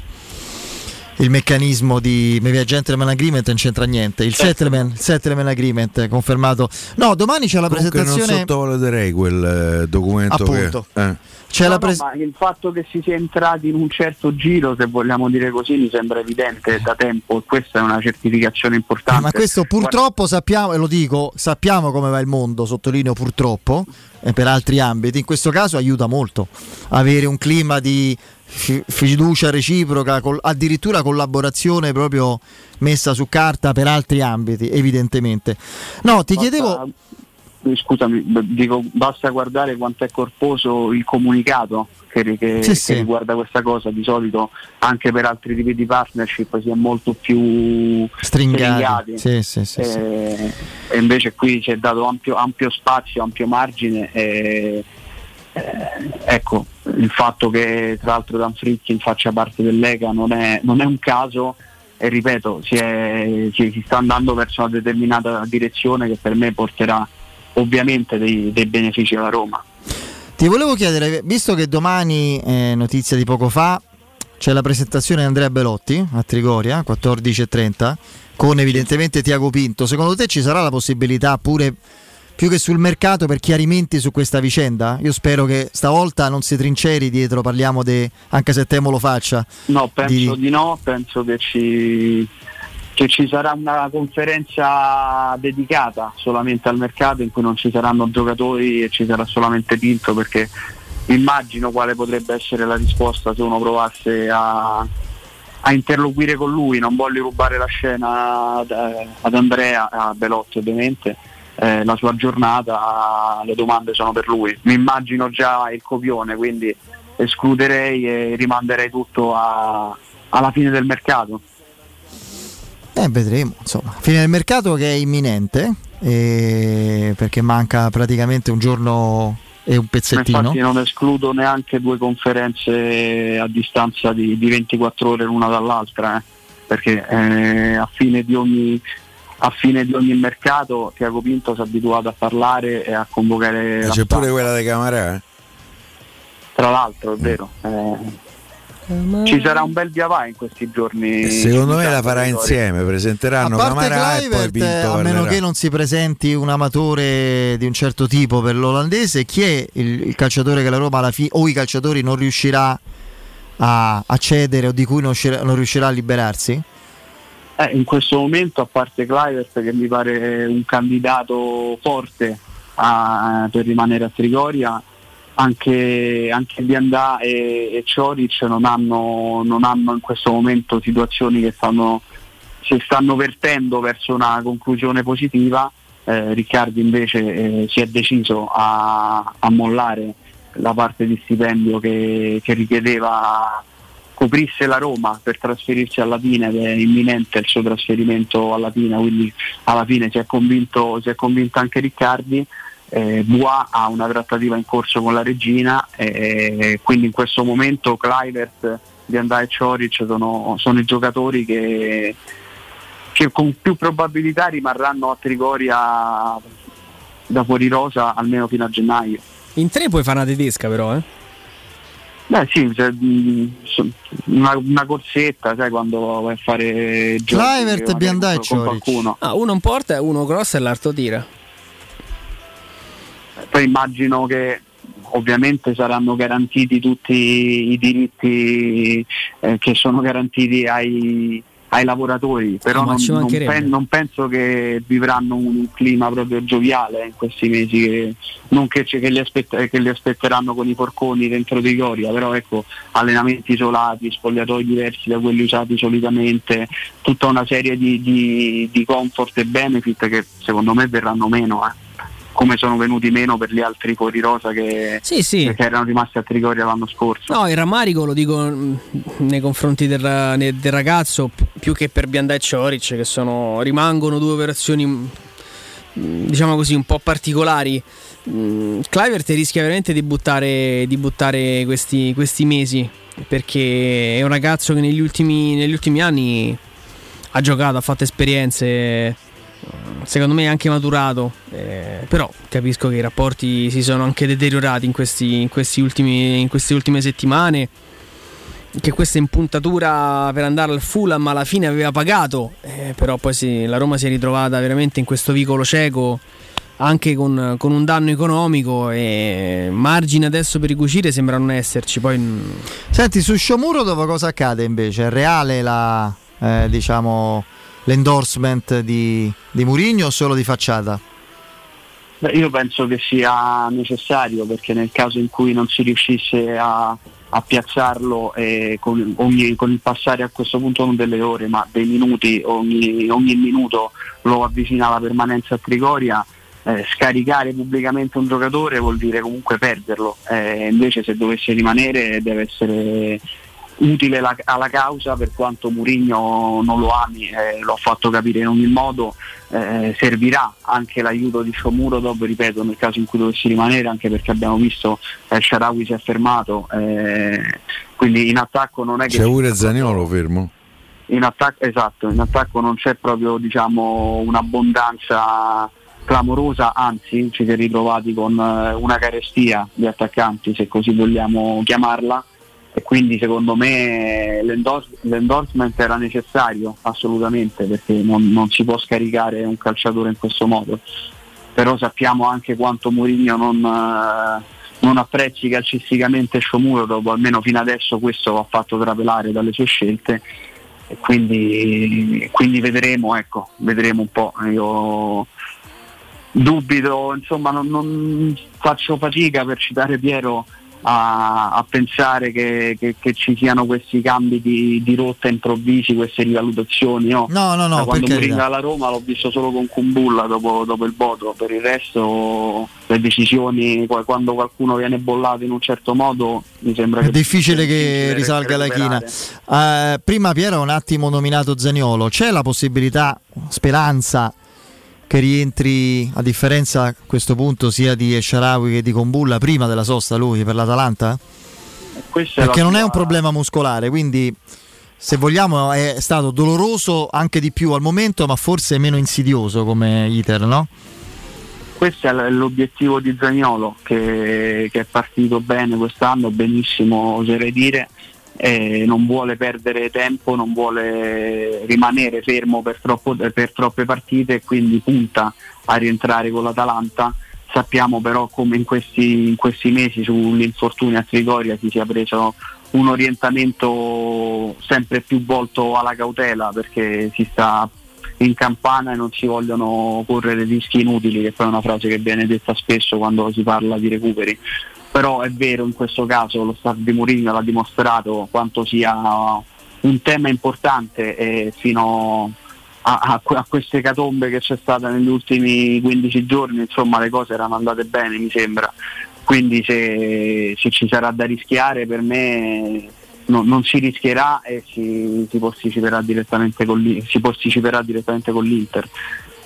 il meccanismo di gentleman agreement non c'entra niente, il settlement, il settlement agreement confermato. No, domani c'è la Comunque presentazione. Non sottovaluterei quel eh, documento. Appunto. Che, eh. C'è no, la pres- no, ma il fatto che si sia entrati in un certo giro, se vogliamo dire così, mi sembra evidente da tempo, e questa è una certificazione importante. Ma questo purtroppo sappiamo, e lo dico, sappiamo come va il mondo, sottolineo purtroppo, e per altri ambiti. In questo caso aiuta molto avere un clima di fiducia reciproca, col, addirittura collaborazione proprio messa su carta per altri ambiti, evidentemente. No, ti basta, chiedevo scusami, dico, basta guardare quanto è corposo il comunicato che, che, sì, che sì. riguarda questa cosa. Di solito anche per altri tipi di partnership si è molto più stringati, sì, sì, sì, e, sì. e invece qui ci è dato ampio, ampio spazio, ampio margine e, Eh, ecco, il fatto che tra l'altro Dan Fritkin faccia parte dell'E C A non è, non è un caso, e ripeto, si, è, si, si sta andando verso una determinata direzione che per me porterà ovviamente dei, dei benefici alla Roma. Ti volevo chiedere, visto che domani, eh, notizia di poco fa, c'è la presentazione di Andrea Belotti a Trigoria, quattordici e trenta, con evidentemente Tiago Pinto, secondo te ci sarà la possibilità pure più che sul mercato per chiarimenti su questa vicenda? Io spero che stavolta non si trinceri dietro, parliamo de, anche se temo lo faccia. No, penso di, di no, penso che ci, che ci sarà una conferenza dedicata solamente al mercato in cui non ci saranno giocatori e ci sarà solamente Pinto, perché immagino quale potrebbe essere la risposta se uno provasse a, a interloquire con lui. Non voglio rubare la scena ad, ad Andrea, a Belotti ovviamente. Eh, la sua giornata, le domande sono per lui. Mi immagino già il copione, quindi escluderei e rimanderei tutto a, alla fine del mercato. Eh, vedremo, insomma, fine del mercato che è imminente, eh, perché manca praticamente un giorno e un pezzettino. Infatti non escludo neanche due conferenze a distanza di, di ventiquattro ore l'una dall'altra, eh, perché eh, a fine di ogni a fine di ogni mercato Tiago Pinto si è abituato a parlare e a convocare. C'è la pure stampa. quella dei Camarà, eh? Tra l'altro è vero, eh, ci sarà un bel via vai in questi giorni. Secondo me la farà insieme, presenteranno Camarà e poi Pinto, a meno parlerà. che non si presenti un amatore di un certo tipo per l'olandese. Chi è il, il calciatore che la Roma alla fine, o i calciatori, non riuscirà a, a cedere, o di cui non riuscirà, non riuscirà a liberarsi? Eh, in questo momento, a parte Kluivert, che mi pare un candidato forte a, per rimanere a Trigoria, anche, anche Diandà e, e Cioric non hanno, non hanno in questo momento situazioni che stanno, si stanno vertendo verso una conclusione positiva. eh, Riccardi invece eh, si è deciso a, a mollare la parte di stipendio che, che richiedeva coprisse la Roma per trasferirsi a Latina, ed è imminente il suo trasferimento a Latina, quindi alla fine si è convinto, si è convinto anche Riccardi. eh, Bois ha una trattativa in corso con la regina, e quindi in questo momento Kluivert, Diandà e Ćorić sono, sono i giocatori che, che con più probabilità rimarranno a Trigoria da fuori rosa almeno fino a gennaio. In tre puoi fare una tedesca però, eh? Beh sì, cioè, una, una corsetta, sai, quando vai a fare Kluivert e Diandà e qualcuno. Ah, uno in porta, uno cross e l'altro tira. Poi immagino che ovviamente saranno garantiti tutti i diritti eh, che sono garantiti ai, ai lavoratori, però ah, non, non, pen, non penso che vivranno un clima proprio gioviale in questi mesi, che, non che, che, li aspett- che li aspetteranno con i porconi dentro Trigoria, però ecco, allenamenti isolati, spogliatoi diversi da quelli usati solitamente, tutta una serie di, di, di comfort e benefit che secondo me verranno meno, eh. come sono venuti meno per gli altri fuori rosa che, sì, sì. che erano rimasti a Trigoria l'anno scorso. No, il rammarico lo dico mh, nei confronti del, del ragazzo, più che per Diandà e Ćorić, che sono, rimangono due operazioni mh, diciamo così un po' particolari. mh, Kluivert rischia veramente di buttare, di buttare questi, questi mesi, perché è un ragazzo che negli ultimi, negli ultimi anni ha giocato, ha fatto esperienze, secondo me è anche maturato, eh, però capisco che i rapporti si sono anche deteriorati in, questi, in, questi ultimi, in queste ultime settimane, che questa impuntatura per andare al Fulham alla fine aveva pagato, eh, però poi sì, la Roma si è ritrovata veramente in questo vicolo cieco, anche con, con un danno economico, e margini adesso per ricucire sembrano non esserci. Poi... Senti, su Sciomuro dopo cosa accade invece? È reale la, eh, diciamo... l'endorsement di, di Mourinho o solo di facciata? Beh, io penso che sia necessario, perché nel caso in cui non si riuscisse a, a piazzarlo, eh, con, ogni, con il passare a questo punto non delle ore ma dei minuti, ogni, ogni minuto lo avvicina alla permanenza a Trigoria, eh, scaricare pubblicamente un giocatore vuol dire comunque perderlo, eh, invece se dovesse rimanere deve essere utile la, alla causa, per quanto Mourinho non lo ami, eh, l'ho fatto capire in ogni modo, eh, servirà anche l'aiuto di Sciomuro dopo, ripeto, nel caso in cui dovessi rimanere, anche perché abbiamo visto che eh, Shaarawy si è fermato, eh, quindi in attacco non è che c'è pure Zaniolo fermo. In attacco, esatto, in attacco non c'è proprio, diciamo, un'abbondanza clamorosa, anzi ci si è ritrovati con eh, una carestia di attaccanti, se così vogliamo chiamarla, e quindi secondo me l'endors- l'endorsement era necessario assolutamente, perché non, non si può scaricare un calciatore in questo modo, però sappiamo anche quanto Mourinho non, eh, non apprezzi calcisticamente Sciomuro, dopo almeno fino adesso questo lo ha fatto trapelare dalle sue scelte, e quindi, quindi vedremo, ecco, vedremo un po'. Io dubito, insomma, non, non faccio fatica, per citare Piero, A, a pensare che, che, che ci siano questi cambi di, di rotta improvvisi, queste rivalutazioni. Io, no, no, no, da quando perché Mourinho alla Roma l'ho visto solo con Kumbulla dopo, dopo il Bodo, per il resto le decisioni, quando qualcuno viene bollato in un certo modo, mi sembra è che difficile che risalga la china. Uh, prima Piero ha un attimo nominato Zaniolo, c'è la possibilità, speranza che rientri, a differenza a questo punto sia di Shaarawy che di Kumbulla, prima della sosta lui per l'Atalanta? Questa Perché è non sua... è un problema muscolare, quindi se vogliamo è stato doloroso anche di più al momento, ma forse meno insidioso come iter, no? Questo è l'obiettivo di Zaniolo, che, che è partito bene quest'anno, benissimo oserei dire, e non vuole perdere tempo, non vuole rimanere fermo per, troppo, per troppe partite, quindi punta a rientrare con l'Atalanta. Sappiamo però come in questi, in questi mesi sull'infortunio a Trigoria si sia preso un orientamento sempre più volto alla cautela, perché si sta in campana e non si vogliono correre rischi inutili, che poi è una frase che viene detta spesso quando si parla di recuperi. Però è vero, in questo caso lo staff di Mourinho l'ha dimostrato quanto sia un tema importante, e fino a, a, a queste catombe che c'è stata negli ultimi quindici giorni, insomma, le cose erano andate bene, mi sembra. Quindi se, se ci sarà da rischiare, per me no, non si rischierà e si, si, posticiperà direttamente con si posticiperà direttamente con l'Inter.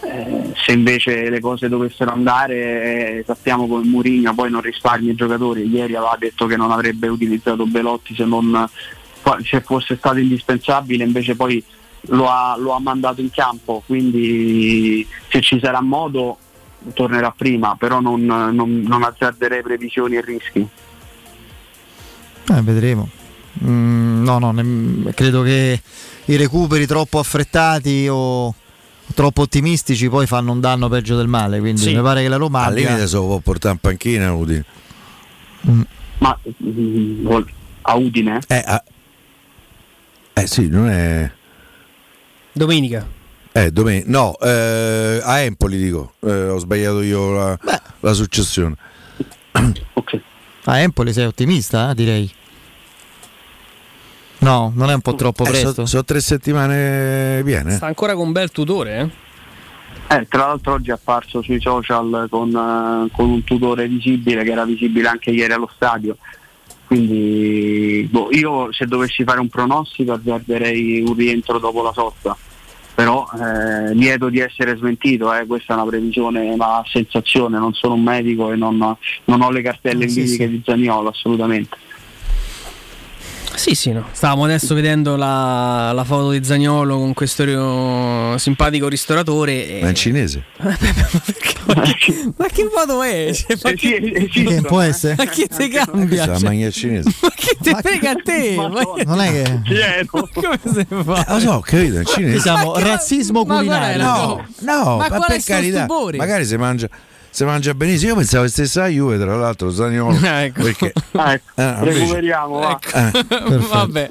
Eh, se invece le cose dovessero andare, eh, sappiamo come Mourinho poi non risparmia i giocatori. Ieri aveva detto che non avrebbe utilizzato Belotti se non se fosse stato indispensabile, invece poi lo ha, lo ha mandato in campo, quindi se ci sarà modo tornerà prima, però non, non, non azzarderei previsioni e rischi. Eh, vedremo. Mm, no, no, ne, credo che i recuperi troppo affrettati o troppo ottimistici poi fanno un danno peggio del male, quindi Sì. mi pare che la Roma al abbia... limite se lo può portare in panchina Udine. Mm. Ma mm, a Udine? Eh, a... eh sì, non è Domenica. Eh, domen- no, eh, a Empoli dico, eh, ho sbagliato io la, la successione. Ok. A Empoli sei ottimista, eh, direi. No, non è un po' troppo Eh, presto. Sono so tre settimane piene. Sta ancora con un bel tutore, eh? Eh, tra l'altro oggi è apparso sui social con, eh, con un tutore visibile che era visibile anche ieri allo stadio, quindi boh, io se dovessi fare un pronostico azzarderei un rientro dopo la sosta, però eh, lieto di essere smentito, eh, questa è una previsione ma a sensazione, non sono un medico e non, non ho le cartelle Ah, sì, cliniche sì. di Zaniolo assolutamente. Sì, sì, no. Stavamo adesso vedendo la, la foto di Zaniolo con questo ri- simpatico ristoratore. E... Ma è in cinese? ma, che, ma che foto è? Cioè, ma che, Che può essere? ma che ti cambia? La Cioè, magna cinese. ma che ti frega a te? Ma non è che come si fa? Eh, lo so, ho capito, è in cinese. Siamo razzismo ma qual è culinario. la- No, no, ma ma, qual è per sto carità, stupore? magari si mangia, si mangia benissimo. Io pensavo che stesse la Juve, tra l'altro, Zaniolo. Ecco. Perché Ah, ecco, eh, invece- recuperiamo, va. Eh, Vabbè.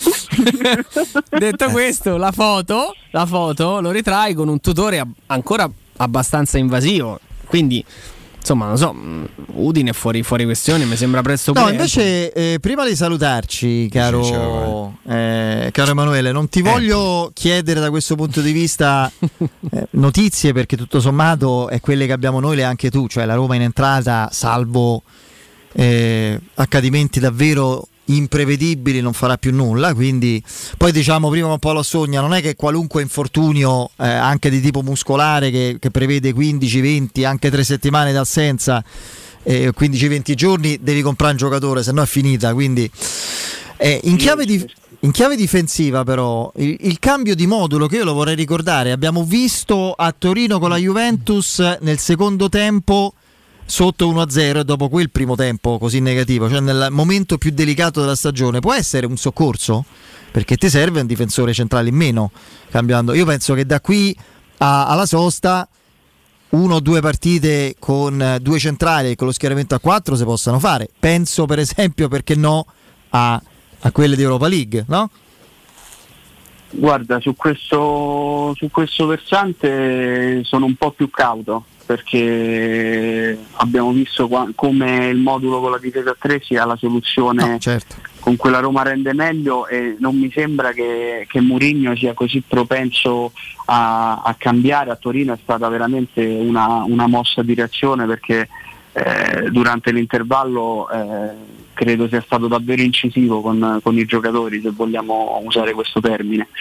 Detto questo, la foto, la foto lo ritrae con un tutore ab- ancora abbastanza invasivo. Quindi, insomma, non so, mh, Udine è fuori, fuori questione, mi sembra presto No, pure. invece, eh, prima di salutarci, caro, eh, caro Emanuele, non ti voglio chiedere da questo punto di vista eh, notizie, perché tutto sommato è quelle che abbiamo noi, le hai anche tu, cioè la Roma in entrata, salvo eh, accadimenti davvero imprevedibili, non farà più nulla. Quindi poi diciamo prima un po' lo sogna, non è che qualunque infortunio eh, anche di tipo muscolare che, che prevede quindici venti anche tre settimane d'assenza, eh, quindici venti giorni devi comprare un giocatore, se no è finita. Quindi eh, in chiave di in chiave difensiva però il, il cambio di modulo, che io lo vorrei ricordare, abbiamo visto a Torino con la Juventus nel secondo tempo sotto uno a zero e dopo quel primo tempo così negativo, cioè nel momento più delicato della stagione, può essere un soccorso? Perché ti serve un difensore centrale in meno cambiando. Io penso che da qui a, alla sosta uno o due partite con eh, due centrali e con lo schieramento a quattro si possano fare. Penso per esempio, perché no, a, a quelle di Europa League, no? Guarda, su questo, su questo versante sono un po' più cauto, perché abbiamo visto qua, come il modulo con la difesa a tre sia la soluzione No, certo. con cui la Roma rende meglio, e non mi sembra che, che Mourinho sia così propenso a, a cambiare. A Torino è stata veramente una, una mossa di reazione, perché eh, durante l'intervallo eh, credo sia stato davvero incisivo con, con i giocatori, se vogliamo usare questo termine.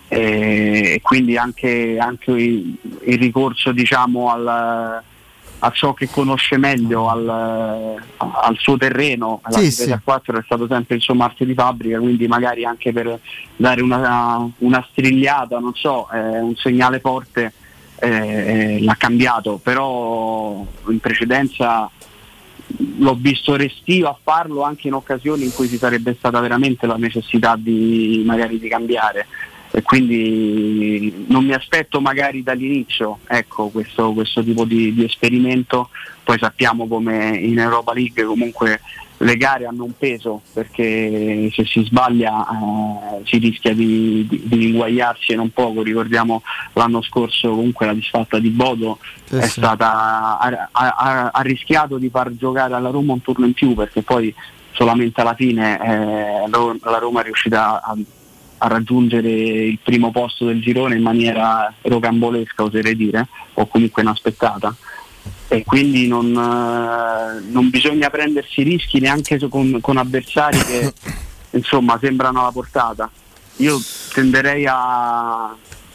E quindi anche, anche il, il ricorso, diciamo, al, a ciò che conosce meglio, al, al suo terreno, alla Sì, difesa sì. a quattro è stato sempre il suo marchio di fabbrica, quindi magari anche per dare una, una strigliata, non so, eh, un segnale forte, eh, l'ha cambiato, però in precedenza l'ho visto restio a farlo anche in occasioni in cui ci sarebbe stata veramente la necessità di magari di cambiare, e quindi non mi aspetto magari dall'inizio, ecco, questo, questo tipo di, di esperimento. Poi sappiamo come in Europa League comunque le gare hanno un peso, perché se si sbaglia eh, si rischia di, di, di inguagliarsi, e non poco. Ricordiamo l'anno scorso comunque la disfatta di Bodo Sì, è sì. stata ha, ha, ha rischiato di far giocare alla Roma un turno in più, perché poi solamente alla fine eh, la Roma è riuscita a, a raggiungere il primo posto del girone in maniera rocambolesca, oserei dire, o comunque inaspettata. E quindi non, eh, non bisogna prendersi rischi neanche su- con, con avversari che insomma sembrano alla portata. Io tenderei a,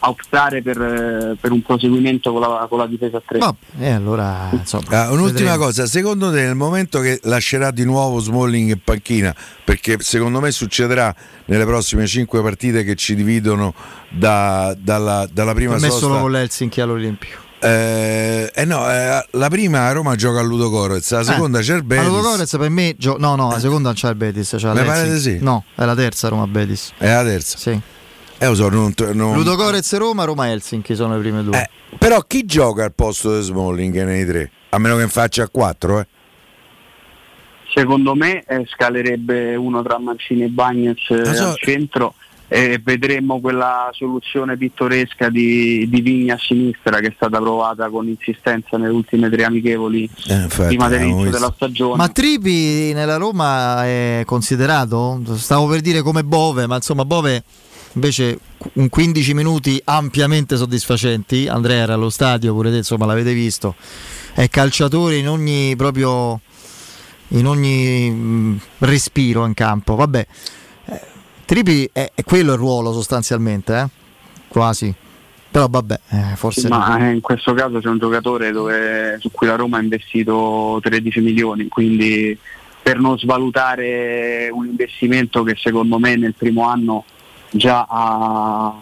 a optare per, eh, per un proseguimento con la, con la difesa a tre. No, e allora insomma, ah, un'ultima vedremo. cosa, secondo te nel momento che lascerà di nuovo Smalling in panchina, perché secondo me succederà nelle prossime cinque partite che ci dividono da, dalla, dalla prima sosta, sosta, solo con l'Helsinki all'Olimpico. Eh, eh no, eh, la prima a Roma gioca a Ludogorets, la seconda eh, c'è il Betis. A Ludogorets per me gio- no no, la seconda non c'è il Betis, c'è Mi pare di sì. No, è la terza Roma Betis. È la terza. Sì. Eh, lo so, non, non... Ludogorets Roma, Roma Helsinki sono le prime due. Eh, però chi gioca al posto di Smalling nei tre? A meno che faccia a quattro, eh. Secondo me eh, scalerebbe uno tra Mancini e Bagnez eh, so. al centro e vedremo quella soluzione pittoresca di, di Vigna a sinistra che è stata provata con insistenza nelle ultime tre amichevoli eh, infatti, prima dell'inizio della stagione. Ma Tripi nella Roma è considerato? Stavo per dire come Bove, ma insomma Bove invece un quindici minuti ampiamente soddisfacenti. Andrea era allo stadio, pure te insomma l'avete visto, è calciatore in ogni proprio in ogni mh, respiro in campo. Vabbè, eh, Tripi è, è quello il ruolo sostanzialmente, eh? Quasi. Però vabbè, eh, forse ma no. In questo caso c'è un giocatore dove, su cui la Roma ha investito tredici milioni, quindi per non svalutare un investimento che secondo me nel primo anno già ha,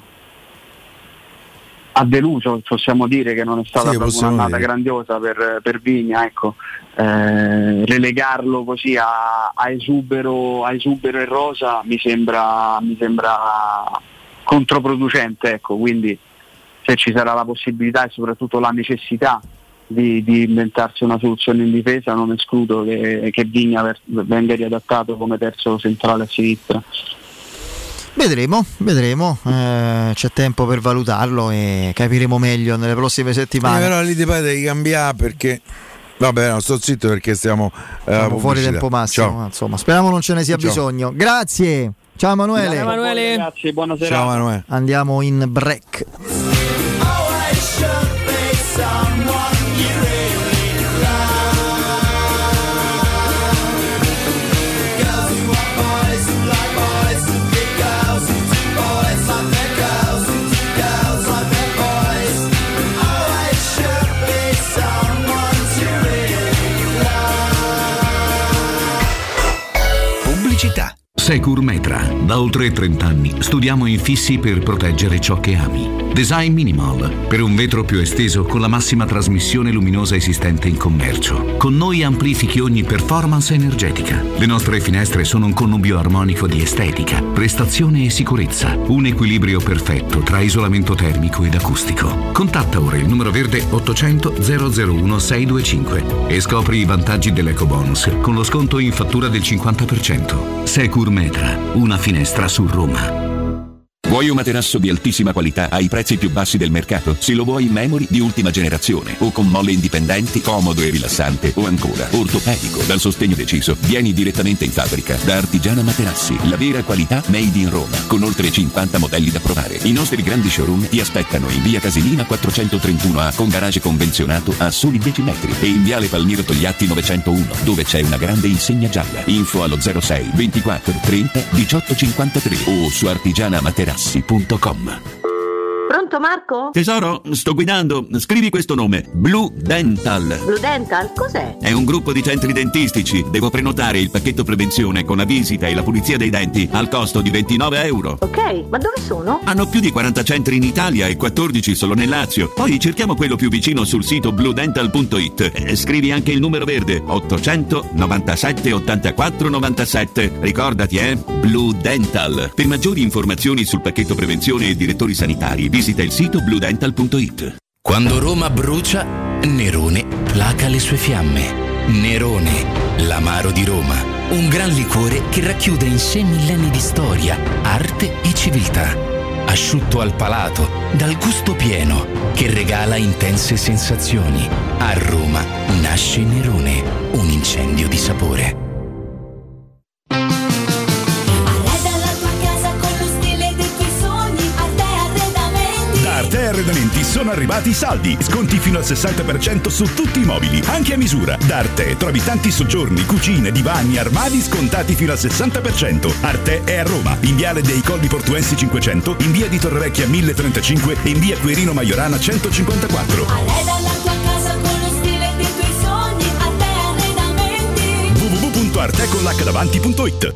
ha deluso, possiamo dire che non è stata sì, proprio un'annata dire. grandiosa per, per Vigna, ecco. Eh, relegarlo così a, a, esubero, a esubero e rosa mi sembra, mi sembra controproducente, ecco. Quindi se ci sarà la possibilità e soprattutto la necessità di, di inventarsi una soluzione in difesa, non escludo che, che Vigna venga riadattato come terzo centrale a sinistra. Vedremo, vedremo, eh, c'è tempo per valutarlo e capiremo meglio nelle prossime settimane. Eh, però lì dipende di cambiare perché vabbè, no, sto zitto perché stiamo, eh, Siamo fuori tempo massimo. Ciao. Insomma, speriamo non ce ne sia Ciao. bisogno. Grazie. Ciao Emanuele. Ciao Emanuele. Grazie, buona serata. Ciao Emanuele. Andiamo in break. Pubblicità. Securmetra. Da oltre trenta anni studiamo infissi per proteggere ciò che ami. Design Minimal. Per un vetro più esteso con la massima trasmissione luminosa esistente in commercio. Con noi amplifichi ogni performance energetica. Le nostre finestre sono un connubio armonico di estetica, prestazione e sicurezza. Un equilibrio perfetto tra isolamento termico ed acustico. Contatta ora il numero verde ottocento zero zero uno sei due cinque e scopri i vantaggi dell'ecobonus con lo sconto in fattura del cinquanta per cento. Securmetra, una finestra su Roma. Vuoi un materasso di altissima qualità ai prezzi più bassi del mercato? Se lo vuoi in memory di ultima generazione o con molle indipendenti, comodo e rilassante o ancora ortopedico dal sostegno deciso, vieni direttamente in fabbrica da Artigiana Materassi, la vera qualità made in Roma, con oltre cinquanta modelli da provare. I nostri grandi showroom ti aspettano in via Casilina quattrocentotrentuno A con garage convenzionato a soli dieci metri e in viale Palmiro Togliatti novecentouno dove c'è una grande insegna gialla. Info allo zero sei ventiquattro trenta diciotto cinquantatré o su artigiana materassi punto com. Pronto Marco? Tesoro, sto guidando. Scrivi questo nome: Blue Dental. Blue Dental, cos'è? È un gruppo di centri dentistici. Devo prenotare il pacchetto prevenzione con la visita e la pulizia dei denti al costo di ventinove euro. Ok, ma dove sono? Hanno più di quaranta centri in Italia e quattordici solo nel Lazio. Poi cerchiamo quello più vicino sul sito blue dental punto it. E scrivi anche il numero verde ottocento novantasette ottantaquattro novantasette. Ricordati, eh? Blue Dental. Per maggiori informazioni sul pacchetto prevenzione e direttori sanitari, visita il sito blue dental punto it. Quando Roma brucia, Nerone placa le sue fiamme. Nerone, l'amaro di Roma. Un gran liquore che racchiude in sé millenni di storia, arte e civiltà. Asciutto al palato, dal gusto pieno, che regala intense sensazioni. A Roma nasce Nerone, un incendio di sapore. Arte Arredamenti Sono arrivati i saldi, sconti fino al sessanta per cento su tutti i mobili, anche a misura. Da Arte trovi tanti soggiorni, cucine, divani, armadi scontati fino al sessanta per cento. Arte è a Roma, in viale dei Colli Portuensi cinquecento, in via di Torrevecchia mille trentacinque e in via Quirino Maiorana centocinquantaquattro. Arreda la tua casa con lo stile dei tuoi sogni, a te arredamenti. w w w punto arte con l'acca davanti punto it.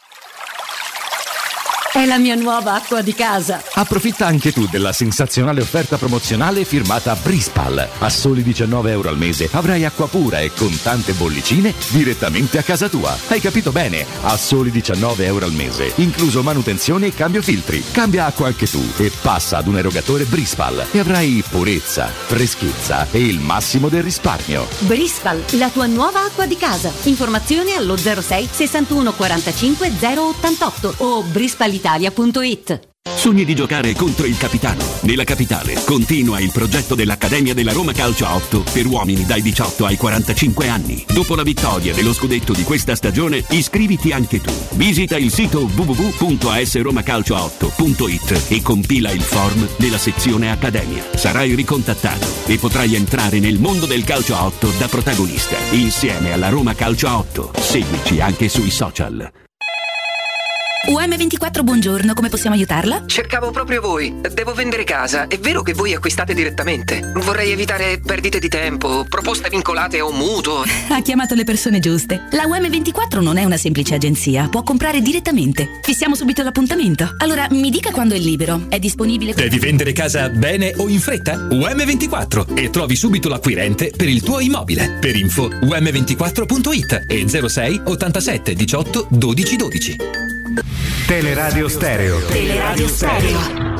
È la mia nuova acqua di casa. Approfitta anche tu della sensazionale offerta promozionale firmata Brispal. A soli diciannove euro al mese avrai acqua pura e con tante bollicine direttamente a casa tua. Hai capito bene? A soli diciannove euro al mese, incluso manutenzione e cambio filtri. Cambia acqua anche tu e passa ad un erogatore Brispal e avrai purezza, freschezza e il massimo del risparmio. Brispal, la tua nuova acqua di casa. Informazioni allo zero sei sessantuno quarantacinque zero ottantotto o brispal italia punto it. Sogni di giocare contro il capitano? Nella capitale continua il progetto dell'Accademia della Roma Calcio a otto per uomini dai diciotto ai quarantacinque anni. Dopo la vittoria dello scudetto di questa stagione, iscriviti anche tu. Visita il sito w w w punto a s roma calcio a otto punto it e compila il form nella sezione Accademia. Sarai ricontattato e potrai entrare nel mondo del calcio a otto da protagonista, insieme alla Roma Calcio a otto. Seguici anche sui social. U M ventiquattro, buongiorno, come possiamo aiutarla? Cercavo proprio voi. Devo vendere casa. È vero che voi acquistate direttamente? Vorrei evitare perdite di tempo, proposte vincolate o mutuo. Ha chiamato le persone giuste. La U M ventiquattro non è una semplice agenzia, può comprare direttamente. Fissiamo subito l'appuntamento. Allora, mi dica quando è libero. È disponibile? Devi vendere casa bene o in fretta? U M ventiquattro e trovi subito l'acquirente per il tuo immobile. Per info u m ventiquattro punto it e zero sei ottantasette diciotto dodici dodici. Teleradio Stereo. Teleradio Stereo.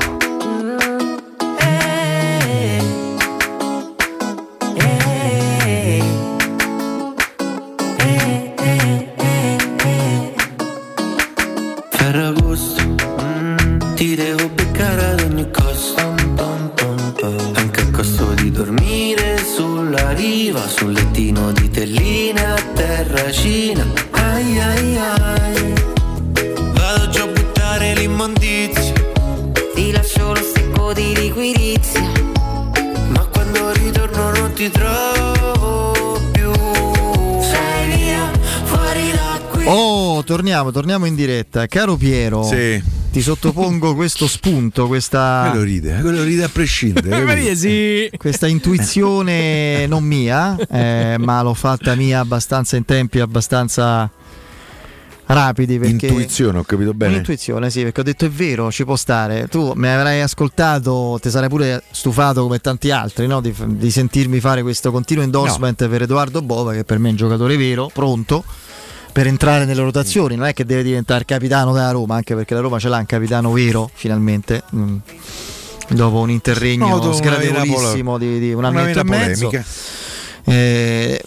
Ferragosto, mm, ti devo beccare ad ogni costo, anche a costo di dormire sulla riva, sul lettino di telline a terracina. Ai ai ai, vado già a buttare l'immondizia, ti lascio lo secco di liquirizia, ma quando ritorno non ti trovo più. Sei via, fuori da qui. Oh, torniamo, torniamo in diretta. Caro Piero, sì. Ti sottopongo questo spunto, questa... Quello ride, quello ride a prescindere. sì. Questa intuizione non mia, eh, ma l'ho fatta mia abbastanza in tempi abbastanza rapidi. Perché... Intuizione, ho capito bene. Un'intuizione, sì, perché ho detto è vero, ci può stare. Tu mi avrai ascoltato, ti sarei pure stufato come tanti altri, no? di, di sentirmi fare questo continuo endorsement no. per Edoardo Bova, che per me è un giocatore vero, pronto per entrare nelle rotazioni. Non è che deve diventare capitano della Roma, anche perché la Roma ce l'ha un capitano vero finalmente, mm. dopo un interregno no, sgradevolissimo di, di un anno e mezzo. Eh,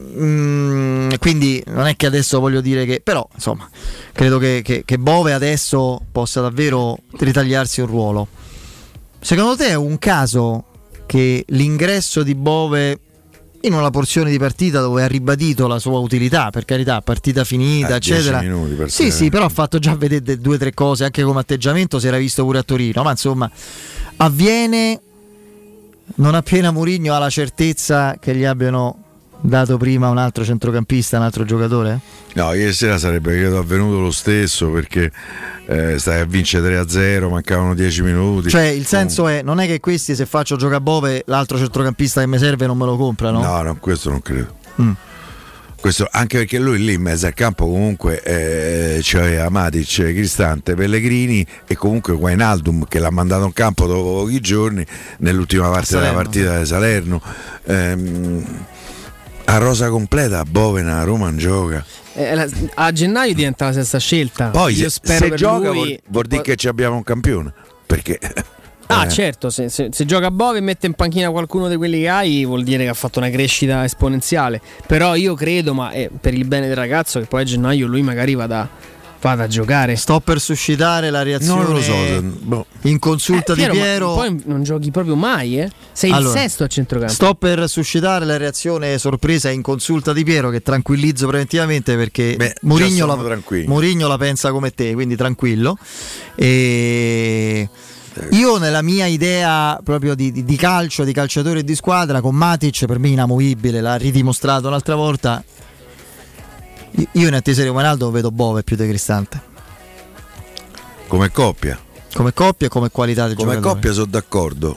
mm, quindi non è che adesso voglio dire che, però insomma credo che, che, che Bove adesso possa davvero ritagliarsi un ruolo. Secondo te è un caso che l'ingresso di Bove in una porzione di partita dove ha ribadito la sua utilità, per carità, partita finita, eh, eccetera. Sì, sì, però ha fatto già vedere due o tre cose, anche come atteggiamento si era visto pure a Torino, ma insomma avviene non appena Mourinho ha la certezza che gli abbiano dato prima un altro centrocampista, un altro giocatore? No, ieri sera sarebbe credo avvenuto lo stesso, perché eh, stai a vincere tre a zero, mancavano dieci minuti. Cioè il senso no. è, non è che questi, se faccio giocare Bove, l'altro centrocampista che mi serve non me lo comprano? No, no, questo non credo. Mm. Questo, anche perché lui lì in mezzo al campo comunque eh, c'aveva Matic, Cristante, Pellegrini e comunque Wijnaldum, che l'ha mandato in campo dopo pochi giorni nell'ultima parte della partita di Salerno. Ehm, a rosa completa, Bovena, Roma non gioca. Eh, a gennaio diventa la sesta scelta. Poi Io se, spero se per gioca lui... vuol, vuol dire che ci abbiamo un campione, perché ah eh. certo, se, se, se gioca Bove e mette in panchina qualcuno di quelli che hai, vuol dire che ha fatto una crescita esponenziale. Però io credo, ma è per il bene del ragazzo, che poi a gennaio lui magari vada, vada a giocare. Sto per suscitare la reazione non lo so, se, boh. in consulta eh, Piero, di Piero. Poi non giochi proprio mai, eh? Sei allora, il sesto a centrocampo. Sto per suscitare la reazione sorpresa in consulta di Piero, che tranquillizzo preventivamente, perché Beh, Mourinho la, Mourinho la pensa come te, quindi tranquillo. E Io nella mia idea proprio di, di, di calcio, di calciatore e di squadra, con Matic per me inamovibile, l'ha ridimostrato l'altra volta. Io in attesa di Ronaldo vedo Bove più di Cristante. Come coppia? Come coppia e come qualità del come giocatore. Come coppia sono d'accordo.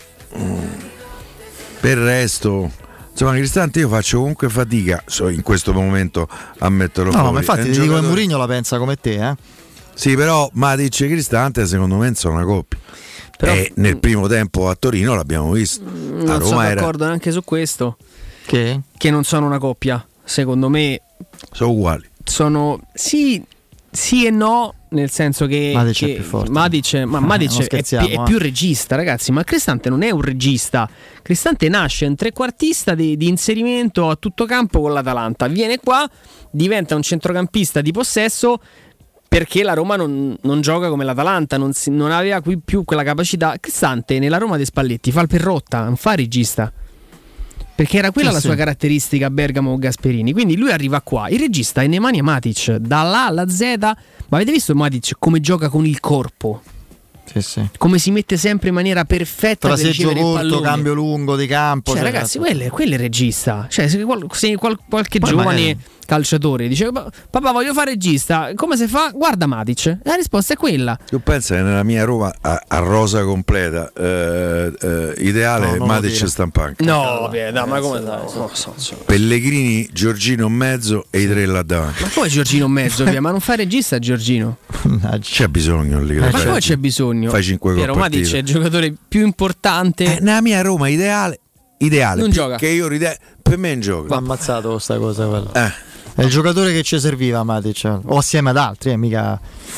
Per il resto, insomma, Cristante io faccio comunque fatica so, in questo momento a metterlo no, fuori. No, ma infatti ti giocatore... dico che Mourinho la pensa come te, eh? Sì, però Matic e Cristante secondo me sono una coppia. Però, e nel primo tempo a Torino l'abbiamo visto. Non a Roma sono era... d'accordo neanche su questo. Che? Che non sono una coppia. Secondo me sono uguali. Sono sì, sì e no, nel senso che Matic che è più forte. Matic, ma Matic eh, è, pi- è eh. più regista, ragazzi. Ma Cristante non è un regista. Cristante nasce un trequartista di, di inserimento a tutto campo con l'Atalanta. Viene qua, diventa un centrocampista di possesso. Perché la Roma non, non gioca come l'Atalanta, non, si, non aveva qui più quella capacità. Cristante nella Roma dei Spalletti fa il perrotta, non fa il regista. Perché era quella sì, la sua sì. caratteristica Bergamo Gasperini. Quindi lui arriva qua, il regista è Nemanja Matic, dall'A alla Z. Ma avete visto Matic come gioca con il corpo? Sì, sì. Come si mette sempre in maniera perfetta per ricevere il pallone. Cambio lungo di campo. Cioè, cioè ragazzi, quello è, quello è il regista. Cioè, se, qual, se qual, qualche Poi giovane magari... calciatore dice papà voglio fare regista, come si fa? Guarda Matic. La risposta è quella. Tu pensa che nella mia Roma a, a rosa completa eh, eh, ideale no, Matic Stampanca. No, no, no, ma come dai? No, so, so. Pellegrini, Giorgino in mezzo e i tre là davanti. Ma come Giorgino in mezzo? Via? Ma non fa regista Giorgino? C'è bisogno lì. Ma poi c'è bisogno. Fai cinque gol. Matic è il giocatore più importante. Eh, nella mia Roma ideale, ideale. Non gioca. Che io ride- per me è un gioco. Va ammazzato questa cosa. Quella. Eh. È il giocatore che ci serviva Matic, o assieme ad altri, eh, mica,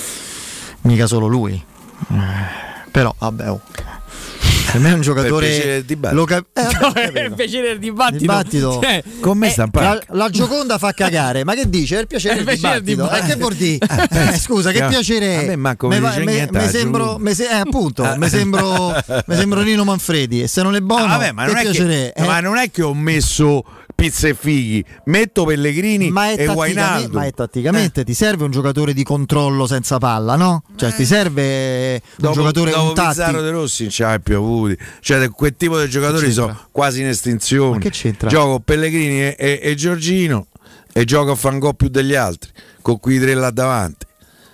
mica solo lui. Eh, però vabbè. Oh. Per me è un giocatore. Per piacere del dibattito. Lo cap- eh, no, per piacere del dibattito. dibattito. Cioè, con me eh, sta la, la Gioconda fa cagare. Ma che dice? È il piacere del dibattito. dibattito. Eh, che vuol dire? Eh, scusa, che piacere è? A me manco me, me, me, me sembro, me se, eh, appunto, me sembro, me sembro Nino Manfredi. E se non è buono, ah, vabbè, ma, che non piacere è che, eh? ma non è che ho messo pizza e fighi, metto Pellegrini ma e Wijnaldum. Ma è tatticamente eh. ti serve un giocatore di controllo senza palla, no? Cioè eh. ti serve un dopo, giocatore dopo un tattico. Pizzarro De Rossi non c'ha più avuti. Cioè quel tipo di giocatori sono quasi in estinzione. Ma che c'entra? Gioco Pellegrini e, e, e Giorgino e gioco a Fangò più degli altri con quei tre là davanti.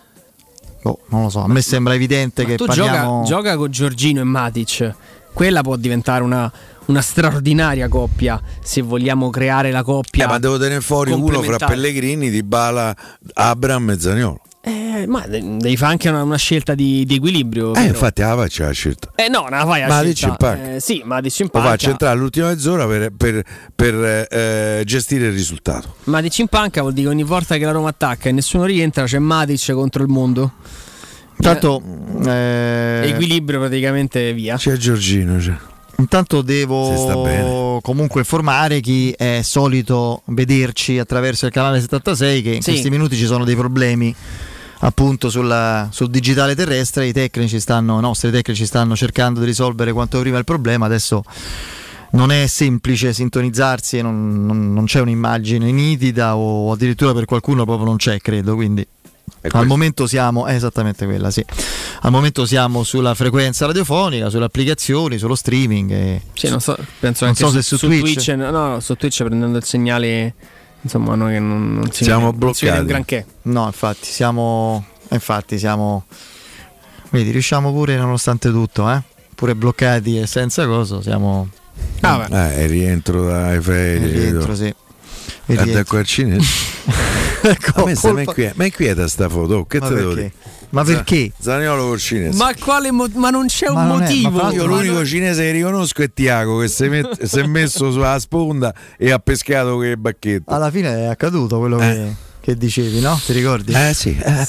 Oh, non lo so, a me sembra evidente ma che tu parliamo... gioca, gioca con Giorgino e Matic. Quella può diventare una una straordinaria coppia se vogliamo creare la coppia. Eh, ma devo tenere fuori uno fra Pellegrini, Dybala, Abraham e Zaniolo. Eh, ma devi fare anche una, una scelta di, di equilibrio. Eh, infatti la faccia la scelta. Eh no, non la fai la ma scelta. Eh, sì, ma dici in panca. Lo faccio entrare all'ultima mezz'ora per, per, per eh, gestire il risultato. Ma dici in panca vuol dire che ogni volta che la Roma attacca e nessuno rientra c'è Matic contro il mondo. Intanto eh, equilibrio praticamente via. C'è Giorgino, c'è. Intanto devo comunque informare chi è solito vederci attraverso il canale settantasei che in sì. questi minuti ci sono dei problemi appunto sulla, sul digitale terrestre. I tecnici stanno, i nostri tecnici stanno cercando di risolvere quanto prima il problema. Adesso non è semplice sintonizzarsi e non, non, non c'è un'immagine nitida o addirittura per qualcuno proprio non c'è, credo, quindi al momento siamo è esattamente quella, sì. Al momento siamo sulla frequenza radiofonica, sulle applicazioni, sullo streaming. E sì, non so, penso non anche so su, se su, su Twitch. Twitch. No, no, su Twitch prendendo il segnale, insomma, noi non, non si siamo vede, bloccati. Non si vede un granché. No, infatti siamo, infatti siamo. Vedi, riusciamo pure nonostante tutto, eh? Pure bloccati e senza coso, siamo. Ah, eh, rientro dai ferie. Rientro, sì. Attacco al cinese. Ecco, a me sta colpa... ma inquieta sta foto, che ma te perché? devo dire? Ma perché? Zaniolo col cinese. Ma quale mo- ma non c'è ma un non motivo. È, io l'unico non... cinese che riconosco è Tiago che si, met- si è messo sulla sponda e ha pescato quel bacchetto. Alla fine è accaduto quello eh. che, che dicevi, no? Ti ricordi? Eh sì. È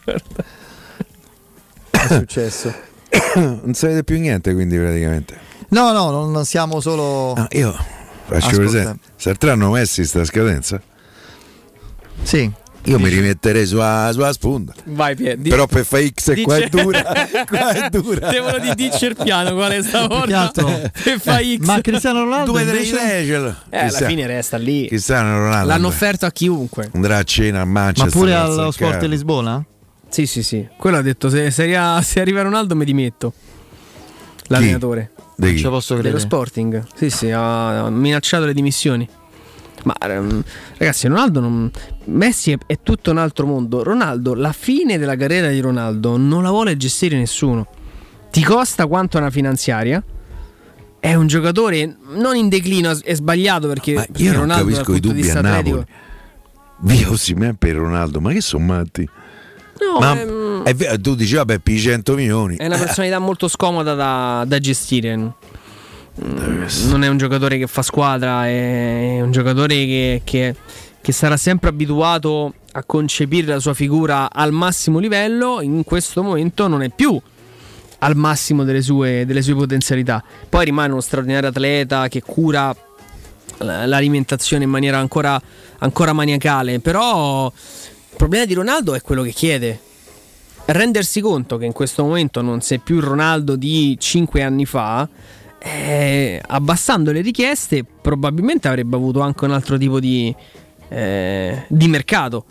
successo. Non sapete più niente quindi praticamente. No, no, non siamo solo. No, io faccio presente. Salteranno Messi sta scadenza? Sì. Io mi rimetterei sulla, sulla sponda. Vai Pier, però per fare X e qua è dura. Qua è dura. Devono di dice il piano qual è stavolta per fare X. Ma Cristiano Ronaldo due invece... tre ce l'ho. Eh, alla fine resta lì. Cristiano Ronaldo l'hanno offerto a chiunque. Andrà a cena a Manchester. Ma pure allo Sport di Lisbona? Sì, sì, sì. Quello ha detto se, se, arriva, se arriva Ronaldo mi dimetto. l'allenatore. Di Non chi? ci posso Dello credere. Sporting. Sì, sì, ha minacciato le dimissioni. Ma ehm, ragazzi, Ronaldo non... Messi è, è tutto un altro mondo. Ronaldo, la fine della carriera di Ronaldo non la vuole gestire nessuno. Ti costa quanto una finanziaria. È un giocatore non in declino, è sbagliato perché, Ma perché io non Ronaldo capisco dal i punto di dubbi vista a atletico- Napoli. Via Osimhen per Ronaldo, ma che sono matti? No, Ma ehm, è vero, tu dici vabbè, per i cento milioni. è una personalità molto scomoda da, da gestire. Mm, Non è un giocatore che fa squadra, è un giocatore che, che, che sarà sempre abituato a concepire la sua figura al massimo livello. In questo momento non è più al massimo delle sue, delle sue potenzialità. Poi rimane uno straordinario atleta che cura l'alimentazione in maniera ancora, ancora maniacale. Però il problema di Ronaldo è quello che chiede: rendersi conto che in questo momento non sei più il Ronaldo di cinque anni fa. Eh, abbassando le richieste probabilmente avrebbe avuto anche un altro tipo di, eh, di mercato.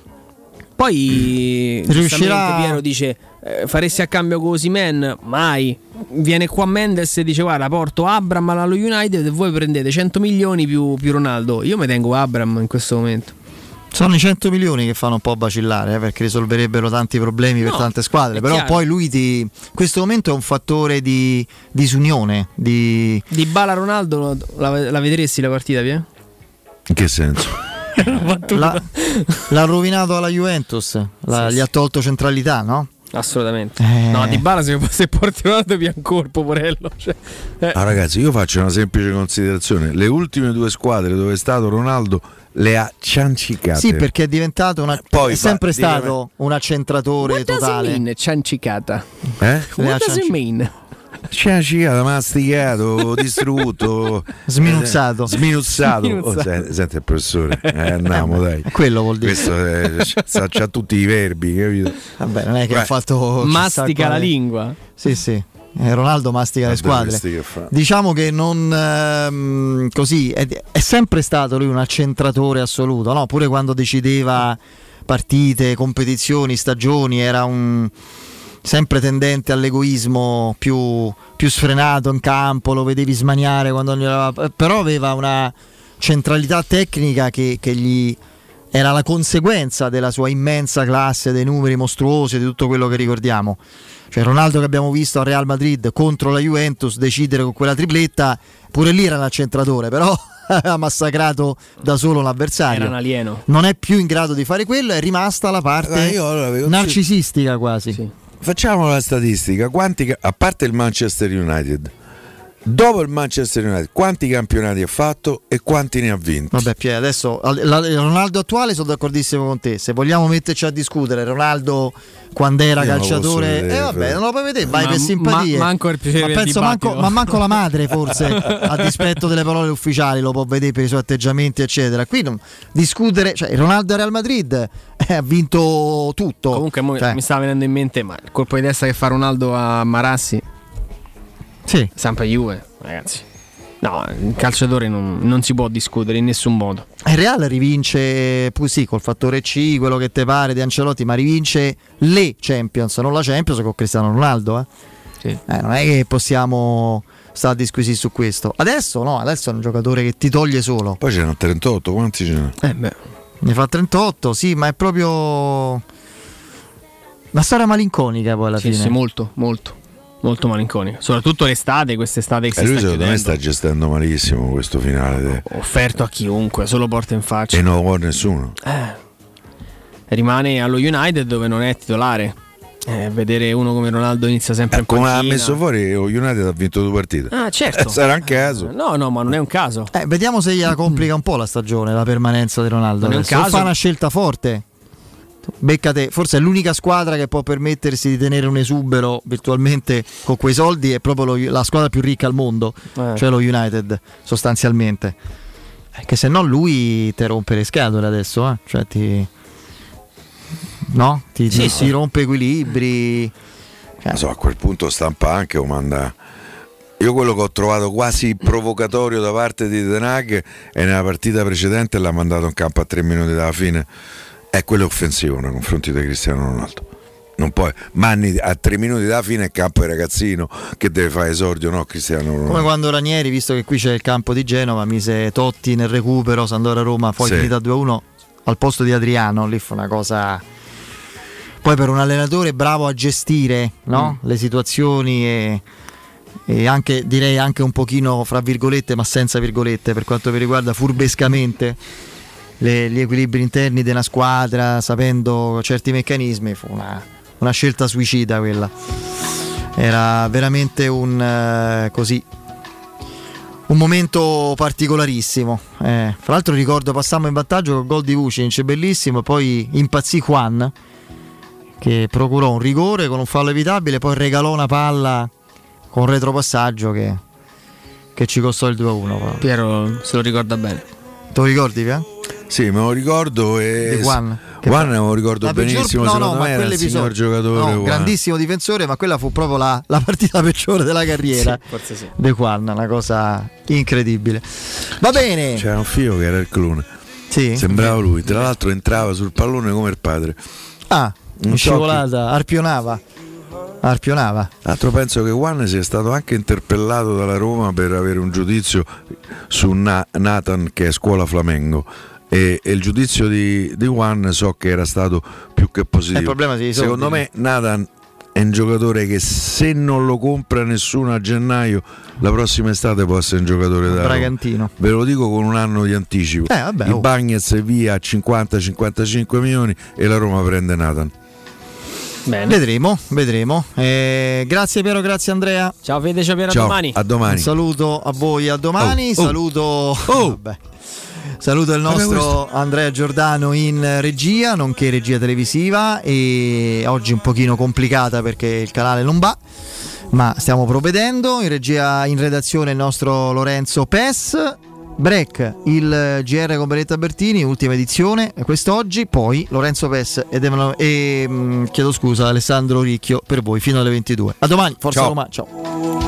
Poi Riuscirà- giustamente Piero dice eh, faresti a cambio con Osimhen? Mai. Viene qua Mendes e dice guarda, porto Abram allo United e voi prendete cento milioni più, più Ronaldo. Io mi tengo Abram in questo momento. Sono i cento milioni che fanno un po' vacillare, eh, perché risolverebbero tanti problemi per No, tante squadre. è Però chiaro. poi lui ti, in questo momento è un fattore di disunione. Di... Di Bala Ronaldo la, la vedresti la partita, Piero? In che senso? La- l'ha rovinato alla Juventus, la- Sì, gli sì. ha tolto centralità, no? Assolutamente. Eh. No, Di Bala se, se porti Ronaldo via ancora, poverello. Cioè, eh. Ah, ragazzi, io faccio una semplice considerazione: le ultime due squadre dove è stato Ronaldo le ha ciancicate. Sì, perché è diventato una, Poi è sempre va- stato un accentratore What does it totale. mean, ciancicata? Eh? Le ha What does it cianci- mean? Ciancicato, masticato, distrutto, Sminuzzato. eh, sminuzzato. Sminuzzato. Oh, senti, senti il professore, eh, andiamo dai. Quello vuol dire. Questo eh, c'ha, c'ha tutti i verbi, capito? Vabbè, non è che Beh, ha fatto chissà Mastica la quale- lingua. Sì, sì. Eh, Ronaldo mastica le Vabbè, squadre. questi che fa. Diciamo che non ehm, così è, è sempre stato lui un accentratore assoluto, no? Pure quando decideva partite, competizioni, stagioni, era un sempre tendente all'egoismo più, più sfrenato in campo, lo vedevi smaniare quando non gli era- però aveva una centralità tecnica che, che gli era la conseguenza della sua immensa classe, dei numeri mostruosi, di tutto quello che ricordiamo. Cioè Ronaldo che abbiamo visto al Real Madrid contro la Juventus decidere con quella tripletta, pure lì era un accentratore, però ha massacrato da solo l'avversario. Era un alieno. Non è più in grado di fare quello, è rimasta la parte Allora, io allora avevo- narcisistica quasi. Sì. Facciamo la statistica: quanti, a parte il Manchester United, dopo il Manchester United, quanti campionati ha fatto e quanti ne ha vinti? Vabbè, Pier, adesso al- la- il Ronaldo attuale sono d'accordissimo con te. Se vogliamo metterci a discutere Ronaldo quando era Io non lo posso calciatore, vedere, eh vabbè, Fede. non lo puoi vedere, vai Ma- per simpatie. ma- manco per piacere ma del penso manco, dibattito. ma manco la madre, forse, a dispetto delle parole ufficiali, lo può vedere per i suoi atteggiamenti, eccetera. Qui non discutere, cioè il Ronaldo al Real Madrid eh, ha vinto tutto. Comunque mo Cioè, mi stava venendo in mente, ma il colpo di testa che fa Ronaldo a Marassi, sì. sempre Juve, ragazzi. No, il calciatore non, non si può discutere in nessun modo. Il Real rivince, poi sì, col fattore C, quello che te pare di Ancelotti, ma rivince le Champions, non la Champions con Cristiano Ronaldo. Eh. Sì. Eh, non è che possiamo stare a disquisire su questo. Adesso no, adesso è un giocatore che ti toglie solo. Poi ce n'hanno trentotto, quanti ce n'hanno? Eh beh. Ne fa trentotto, sì, ma è proprio una storia malinconica poi alla Sì, fine. sì, molto, molto. Molto malinconica. Soprattutto l'estate, quest'estate che E si lui sta secondo me chiudendo. sta gestendo malissimo questo finale. Offerto a chiunque, solo porta in faccia. E non lo vuole nessuno. Eh. Rimane allo United dove non è titolare. Eh, vedere uno come Ronaldo inizia sempre Eh, in come ha panchina. messo fuori, lo United ha vinto due partite. Ah, certo. Eh, sarà un caso. No, no, ma non è un caso. Eh, vediamo se gliela complica un po' la stagione, la permanenza di Ronaldo. Non è un adesso. O caso. fa una scelta forte. Beccate, forse è l'unica squadra che può permettersi di tenere un esubero virtualmente con quei soldi, è proprio lo- la squadra più ricca al mondo, Eh. cioè lo United sostanzialmente. Eh, Che se no lui ti rompe le scatole adesso, eh? Cioè ti no? Ti, Sì, ti- sì. ti rompe equilibri. Non so, a quel punto stampa anche o manda. Io quello che ho trovato quasi provocatorio da parte di Ten Hag è nella partita precedente l'ha mandato in campo a tre minuti dalla fine. È quello offensivo nei confronti di Cristiano Ronaldo. non puoi. Manni a tre minuti dalla fine è campo di ragazzino che deve fare esordio, no Cristiano Ronaldo? Come quando Ranieri, visto che qui c'è il campo di Genova, mise Totti nel recupero, Sampdoria Roma, poi Sì. finita due a uno al posto di Adriano, lì fu una cosa. Poi per un allenatore bravo a gestire, no? Mm. le situazioni e, e anche, direi anche un pochino fra virgolette, ma senza virgolette, per quanto mi riguarda, furbescamente le- gli equilibri interni della squadra, sapendo certi meccanismi, fu una, una scelta suicida quella. Era veramente un eh, così un momento particolarissimo. Eh, fra l'altro ricordo passammo in vantaggio con gol di Vucinic, bellissimo, poi impazzì Juan che procurò un rigore con un fallo evitabile, poi regalò una palla con un retropassaggio che, che ci costò il due a uno. Piero se lo ricorda bene. Te lo ricordi, Pia? Sì, me lo ricordo e Di Juan. Juan me lo ricordo La peggior- benissimo, no, secondo no, me ma era il signor quell'episodio- giocatore no, Juan. grandissimo difensore, ma quella fu proprio la, la partita peggiore della carriera Sì, forse sì. di Juan, una cosa incredibile. Va bene. C'era un figlio che era il clone. Sì. Sembrava lui, tra l'altro entrava sul pallone come il padre. Ah, Non in so scivolata, arpionava. Arpionava. Tra l'altro penso che Juan sia stato anche interpellato dalla Roma per avere un giudizio su Na- Nathan che è scuola Flamengo. E, e il giudizio di, di Juan so che era stato più che positivo. Il problema sì, i soldi. Secondo me Nathan è un giocatore che se non lo compra nessuno a gennaio la prossima estate può essere un giocatore da Roma. Bragantino. Ve lo dico con un anno di anticipo. Eh, vabbè, Il oh. Bagnez via a cinquanta cinquantacinque milioni e la Roma prende Nathan. Bene. Vedremo, vedremo. Eh, grazie Piero, grazie Andrea. Ciao Fede, ciao Piero, a Ciao, domani. a domani. Un saluto a voi, a domani. Oh, oh. Saluto Oh. vabbè. Saluto il Vabbè, nostro questo- Andrea Giordano in regia, nonché regia televisiva, e oggi un pochino complicata perché il canale non va, ma stiamo provvedendo. In regia, in redazione il nostro Lorenzo Pes. Break, il G R con Benetta Bertini, ultima edizione quest'oggi, poi Lorenzo Pes ed Emanuele- e mh, chiedo scusa Alessandro Ricchio per voi fino alle ventidue. A domani, forza Ciao. Roma, ciao.